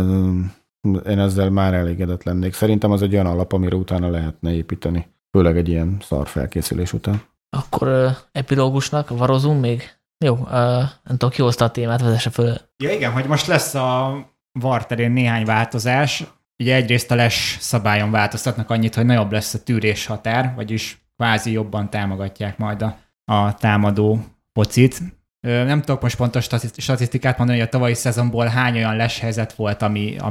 Én ezzel már elégedett lennék. Szerintem az egy olyan alap, amire utána lehetne építeni. Főleg egy ilyen szar felkészülés után. Akkor uh, epilógusnak varozunk még? Jó, uh, nem tudom, ki hozta a témát, vezesse föl. Ja igen, hogy most lesz a VAR terén néhány változás. Ugye egyrészt a les szabályon változtatnak annyit, hogy nagyobb lesz a tűrés határ, vagyis kvázi jobban támogatják majd a, a támadó focit. Nem tudok most pontos statisztikát mondani, hogy a tavalyi szezonból hány olyan leshelyzet volt, ami, ami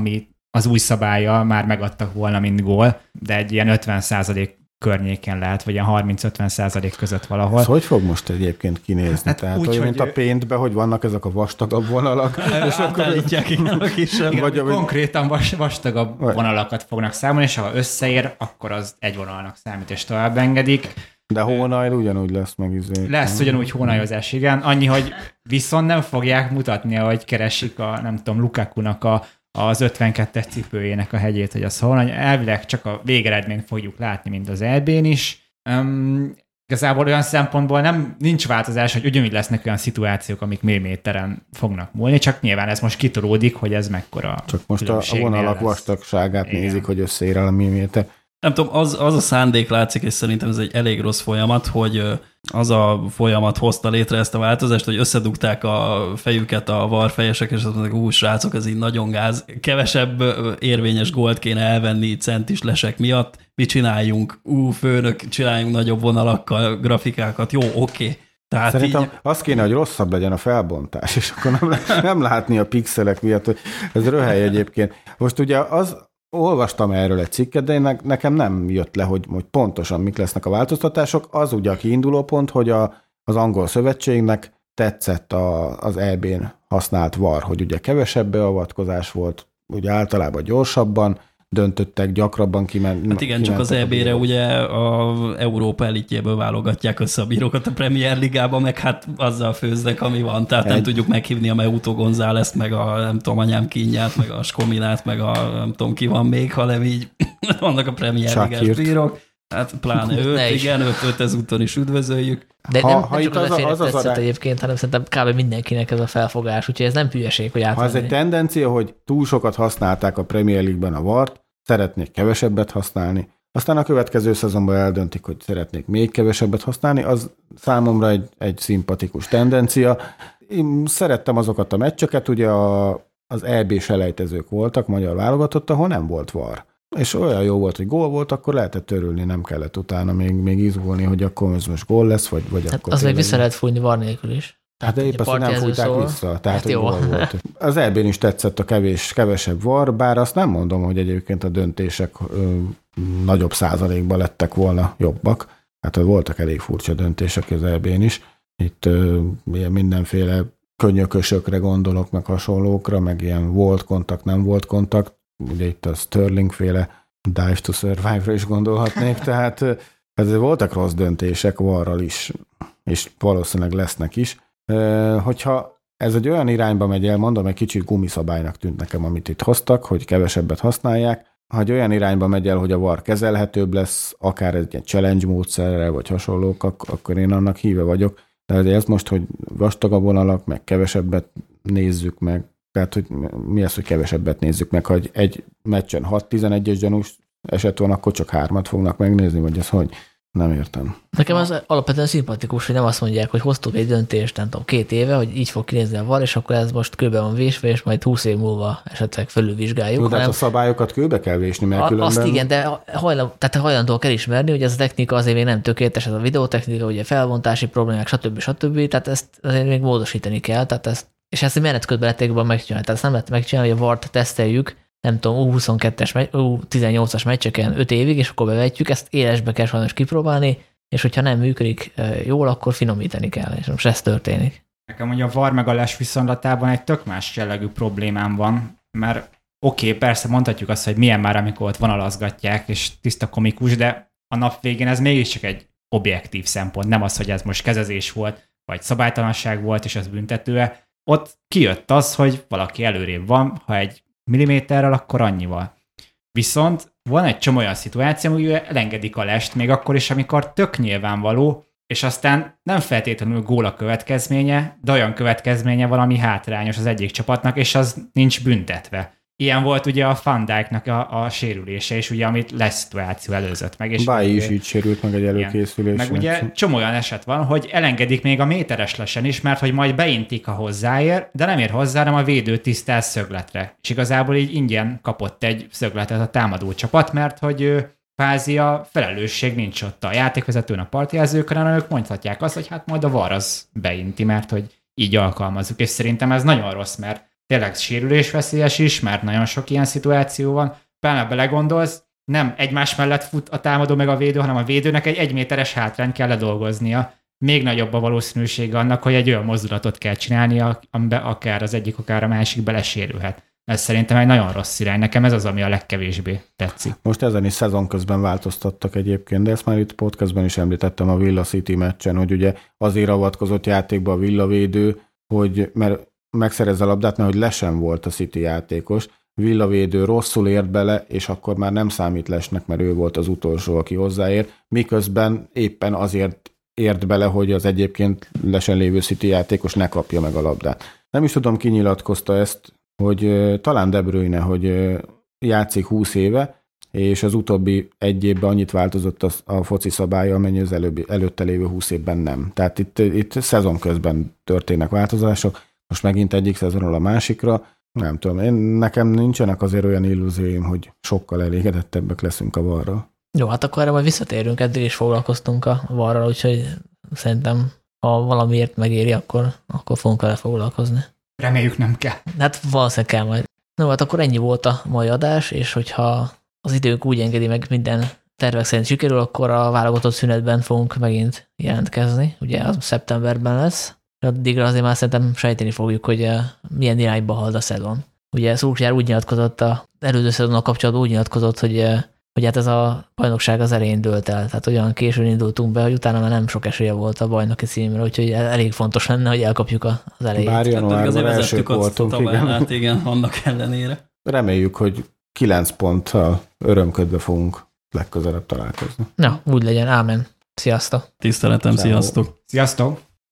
az új szabálya már megadtak volna, mint gól, de egy ilyen ötven százalék környéken lehet, vagy ilyen harminc-ötven százalék között valahol. Ez hogy fog most egyébként kinézni? Hát Tehát úgy, olyan, mint hogy a Paintben, hogy vannak ezek a vastagabb vonalak, és akkor állítják igen a kisebb. igen, vagy, konkrétan vas, vastagabb vagy. vonalakat fognak számolni, és ha összeér, akkor az egy vonalnak számít, és tovább engedik. De hónajl ugyanúgy lesz meg izé. Lesz ugyanúgy hónajozás, igen. Annyi, hogy viszont nem fogják mutatni, hogy keresik a, nem tudom, Lukakunak a, az ötvenkettes cipőjének a hegyét, hogy az hol. Elvileg csak a végeredményt fogjuk látni, mint az é bén is. Um, igazából olyan szempontból nem, nincs változás, hogy ugyanúgy lesznek olyan szituációk, amik milliméteren fognak múlni, csak nyilván ez most kitolódik, hogy ez mekkora Csak most a, a vonalak lesz. vastagságát Igen. nézik, hogy összeér el a milliméter. Nem tudom, az, az a szándék látszik, és szerintem ez egy elég rossz folyamat, hogy az a folyamat hozta létre ezt a változást, hogy összedugták a fejüket a varfejesek, és azt mondták, hú, srácok, ez így nagyon gáz. Kevesebb érvényes gólt kéne elvenni centis lesek miatt. Mi csináljunk? Ú, főnök, csináljunk nagyobb vonalakkal, grafikákat. Jó, oké. Okay. Tehát Szerintem így... az kéne, hogy rosszabb legyen a felbontás, és akkor nem, nem látni a pixelek miatt, hogy ez röhely egyébként. Most ugye az, olvastam erről egy cikket, de én nekem nem jött le, hogy, hogy pontosan mik lesznek a változtatások. Az ugye a kiinduló pont, hogy a, az angol szövetségnek tetszett a, az é bén használt var, hogy ugye kevesebb beavatkozás volt, ugye általában gyorsabban döntöttek, gyakrabban kimen, Hát igen, csak az é bére ugye a Európa elitjéből válogatják össze a bírókat a Premier Ligában, meg hát azzal főznek, ami van. Tehát Egy... nem tudjuk meghívni a Meuto González, meg a nem tudom, anyám Kínját, meg a Skominát, meg a nem tudom ki van még, hanem így vannak a Premier Ligás bírók. Hát pláne őt, igen, őt, őt ezúton is üdvözöljük. De ha, nem, ha nem csak az, az, az, az arány... egyébként, hanem szerintem kb. Mindenkinek ez a felfogás, úgyhogy ez nem hülyeség, hogy átvenni. Ha ez egy tendencia, hogy túl sokat használták a Premier League-ben a vart, szeretnék kevesebbet használni, aztán a következő szezonban eldöntik, hogy szeretnék még kevesebbet használni, az számomra egy, egy szimpatikus tendencia. Én szerettem azokat a meccseket, ugye a, az é bé selejtezők voltak, magyar válogatott, ahol nem volt var. És olyan jó volt, hogy gól volt, akkor lehetett örülni, nem kellett utána még, még izgulni, hogy akkor ez most gól lesz, vagy, vagy hát akkor... az még vissza lehet fújni var nélkül is. Hát de épp azt, hogy nem fújták szól. vissza, tehát hát hogy volt. Az é bén is tetszett a kevés, kevesebb var, bár azt nem mondom, hogy egyébként a döntések ö, nagyobb százalékban lettek volna jobbak. Hát voltak elég furcsa döntések az é bén is. Itt ö, ilyen mindenféle könnyökösökre gondolok, meg hasonlókra, meg ilyen volt kontakt, nem volt kontakt. Ugye itt a Sterling-féle Dive to Survive-ra is gondolhatnék, tehát ez voltak rossz döntések varral is, és valószínűleg lesznek is. Hogyha ez egy olyan irányba megy el, mondom, egy kicsit gumiszabálynak tűnt nekem, amit itt hoztak, hogy kevesebbet használják. Ha egy olyan irányba megy el, hogy a var kezelhetőbb lesz, akár egy ilyen challenge módszerrel, vagy hasonlók, akkor én annak híve vagyok. De ez most, hogy vastagabb vonalak, meg kevesebbet nézzük meg, tehát, hogy mi az, hogy kevesebbet nézzük meg, ha egy, egy meccsen hat tizenegyes gyanús eset van, akkor csak hármat fognak megnézni, vagy ez hogy? Nem értem. Nekem az alapvetően szimpatikus, hogy nem azt mondják, hogy hoztuk egy döntést, nem tudom, két éve, hogy így fog kinézni a var, és akkor ez most kőbe van vésve, és majd húsz év múlva esetleg felülvizsgáljuk. Jó, de hanem... a szabályokat kőbe kell vésni, mert a, különben... Azt igen, de hajlan, tehát hajlandóak elismerni, hogy ez a technika azért még nem tökéletes, ez a videótechnika, ugye felbontási problémák, stb. stb. Tehát ezt azért még módosítani kell, tehát ezt, és ezt menet közben lették megcsinálni. Tehát ezt nem lehet megcsinálni, hogy a vart teszteljük, nem tudom, U huszonkettes, U tizennyolcas meccseken öt évig, és akkor bevetjük, ezt élesbe kell sajnos kipróbálni, és hogyha nem működik jól, akkor finomítani kell, és most ez történik. Nekem ugye a var meg a les viszonylatában egy tök más jellegű problémám van, mert oké, okay, persze mondhatjuk azt, hogy milyen már, amikor ott vonalazgatják, és tiszta komikus, de a nap végén ez mégiscsak egy objektív szempont, nem az, hogy ez most kezezés volt, vagy szabálytalanság volt, és az büntető. Ott kijött az, hogy valaki előrébb van, ha egy milliméterrel, akkor annyival. Viszont van egy csomó olyan szituáció, hogy elengedik a lest, még akkor is, amikor tök nyilvánvaló, és aztán nem feltétlenül gól a következménye, de olyan következménye valami hátrányos az egyik csapatnak, és az nincs büntetve. Ilyen volt ugye a Van Dijknak a, a sérülése, és ugye amit lesz szituáció előzött meg. Báj is így sérült meg egy előkészülés. Meg ugye csomó olyan eset van, hogy elengedik még a méteres lesen is, mert hogy majd beintik, ha hozzáér, de nem ér hozzá, hanem a védő tisztel szögletre. És igazából így ingyen kapott egy szögletet a támadó csapat, mert hogy kvázi a felelősség nincs ott a játékvezetőn, a partijelzőkön, hanem ők mondhatják azt, hogy hát majd a var az beinti, mert hogy így alkalmazzuk. És szerintem ez nagyon rossz, mert tényleg sérülésveszélyes is, mert nagyon sok ilyen szituáció van. Pláne belegondolsz, nem egymás mellett fut a támadó meg a védő, hanem a védőnek egy egyméteres hátrányt kell ledolgoznia. Még nagyobb a valószínűsége annak, hogy egy olyan mozdulatot kell csinálnia, amiben akár az egyik, akár a másik belesérülhet. Ez szerintem egy nagyon rossz irány. Nekem ez az, ami a legkevésbé tetszik. Most ezen is szezon közben változtattak egyébként, de ezt már itt podcastben is említettem a Villa City meccsen, hogy ugye azért avatkozott játékba a Villavédő, hogy mert megszerezze a labdát, mert hogy lesen volt a City játékos. Villavédő rosszul ért bele, és akkor már nem számít lesnek, mert ő volt az utolsó, aki hozzáért, miközben éppen azért ért bele, hogy az egyébként lesen lévő City játékos ne kapja meg a labdát. Nem is tudom, ki nyilatkozta ezt, hogy uh, talán De Bruyne, hogy uh, játszik húsz éve, és az utóbbi egy évben annyit változott a, a foci szabálya, amennyi az előbbi, előtte lévő húsz évben nem. Tehát itt, itt szezon közben történnek változások, most megint egyik szezonról a másikra. Nem tudom, én, nekem nincsenek azért olyan illúzióim, hogy sokkal elégedettebbek leszünk a varral. Jó, hát akkor erre majd visszatérünk, eddig is foglalkoztunk a varral, úgyhogy szerintem, ha valamiért megéri, akkor, akkor fogunk vele foglalkozni. Reméljük nem kell. Hát valószínűleg kell majd. No, hát akkor ennyi volt a mai adás, és hogyha az idők úgy engedi meg minden tervek szerint sikerül, akkor a válogatott szünetben fogunk megint jelentkezni. Ugye az szeptemberben lesz. Addigra azért már szerintem sejteni fogjuk, hogy milyen irányba halad a szezon. Ugye Szulcsjár úgy nyilatkozott, az előző szezonnal kapcsolatban úgy nyilatkozott, hogy, hogy hát ez a bajnokság az elején dőlt el. Tehát olyan későn indultunk be, hogy utána már nem sok esélye volt a bajnoki címre, úgyhogy elég fontos lenne, hogy elkapjuk az elejét. Bár januárban elsők voltunk, igen. igen, annak ellenére. Reméljük, hogy kilenc ponttal örömködve fogunk legközelebb találkozni. Na, úgy legyen, ámen. Sziasztok! Tiszteletem, sziasztok! Sziasztok!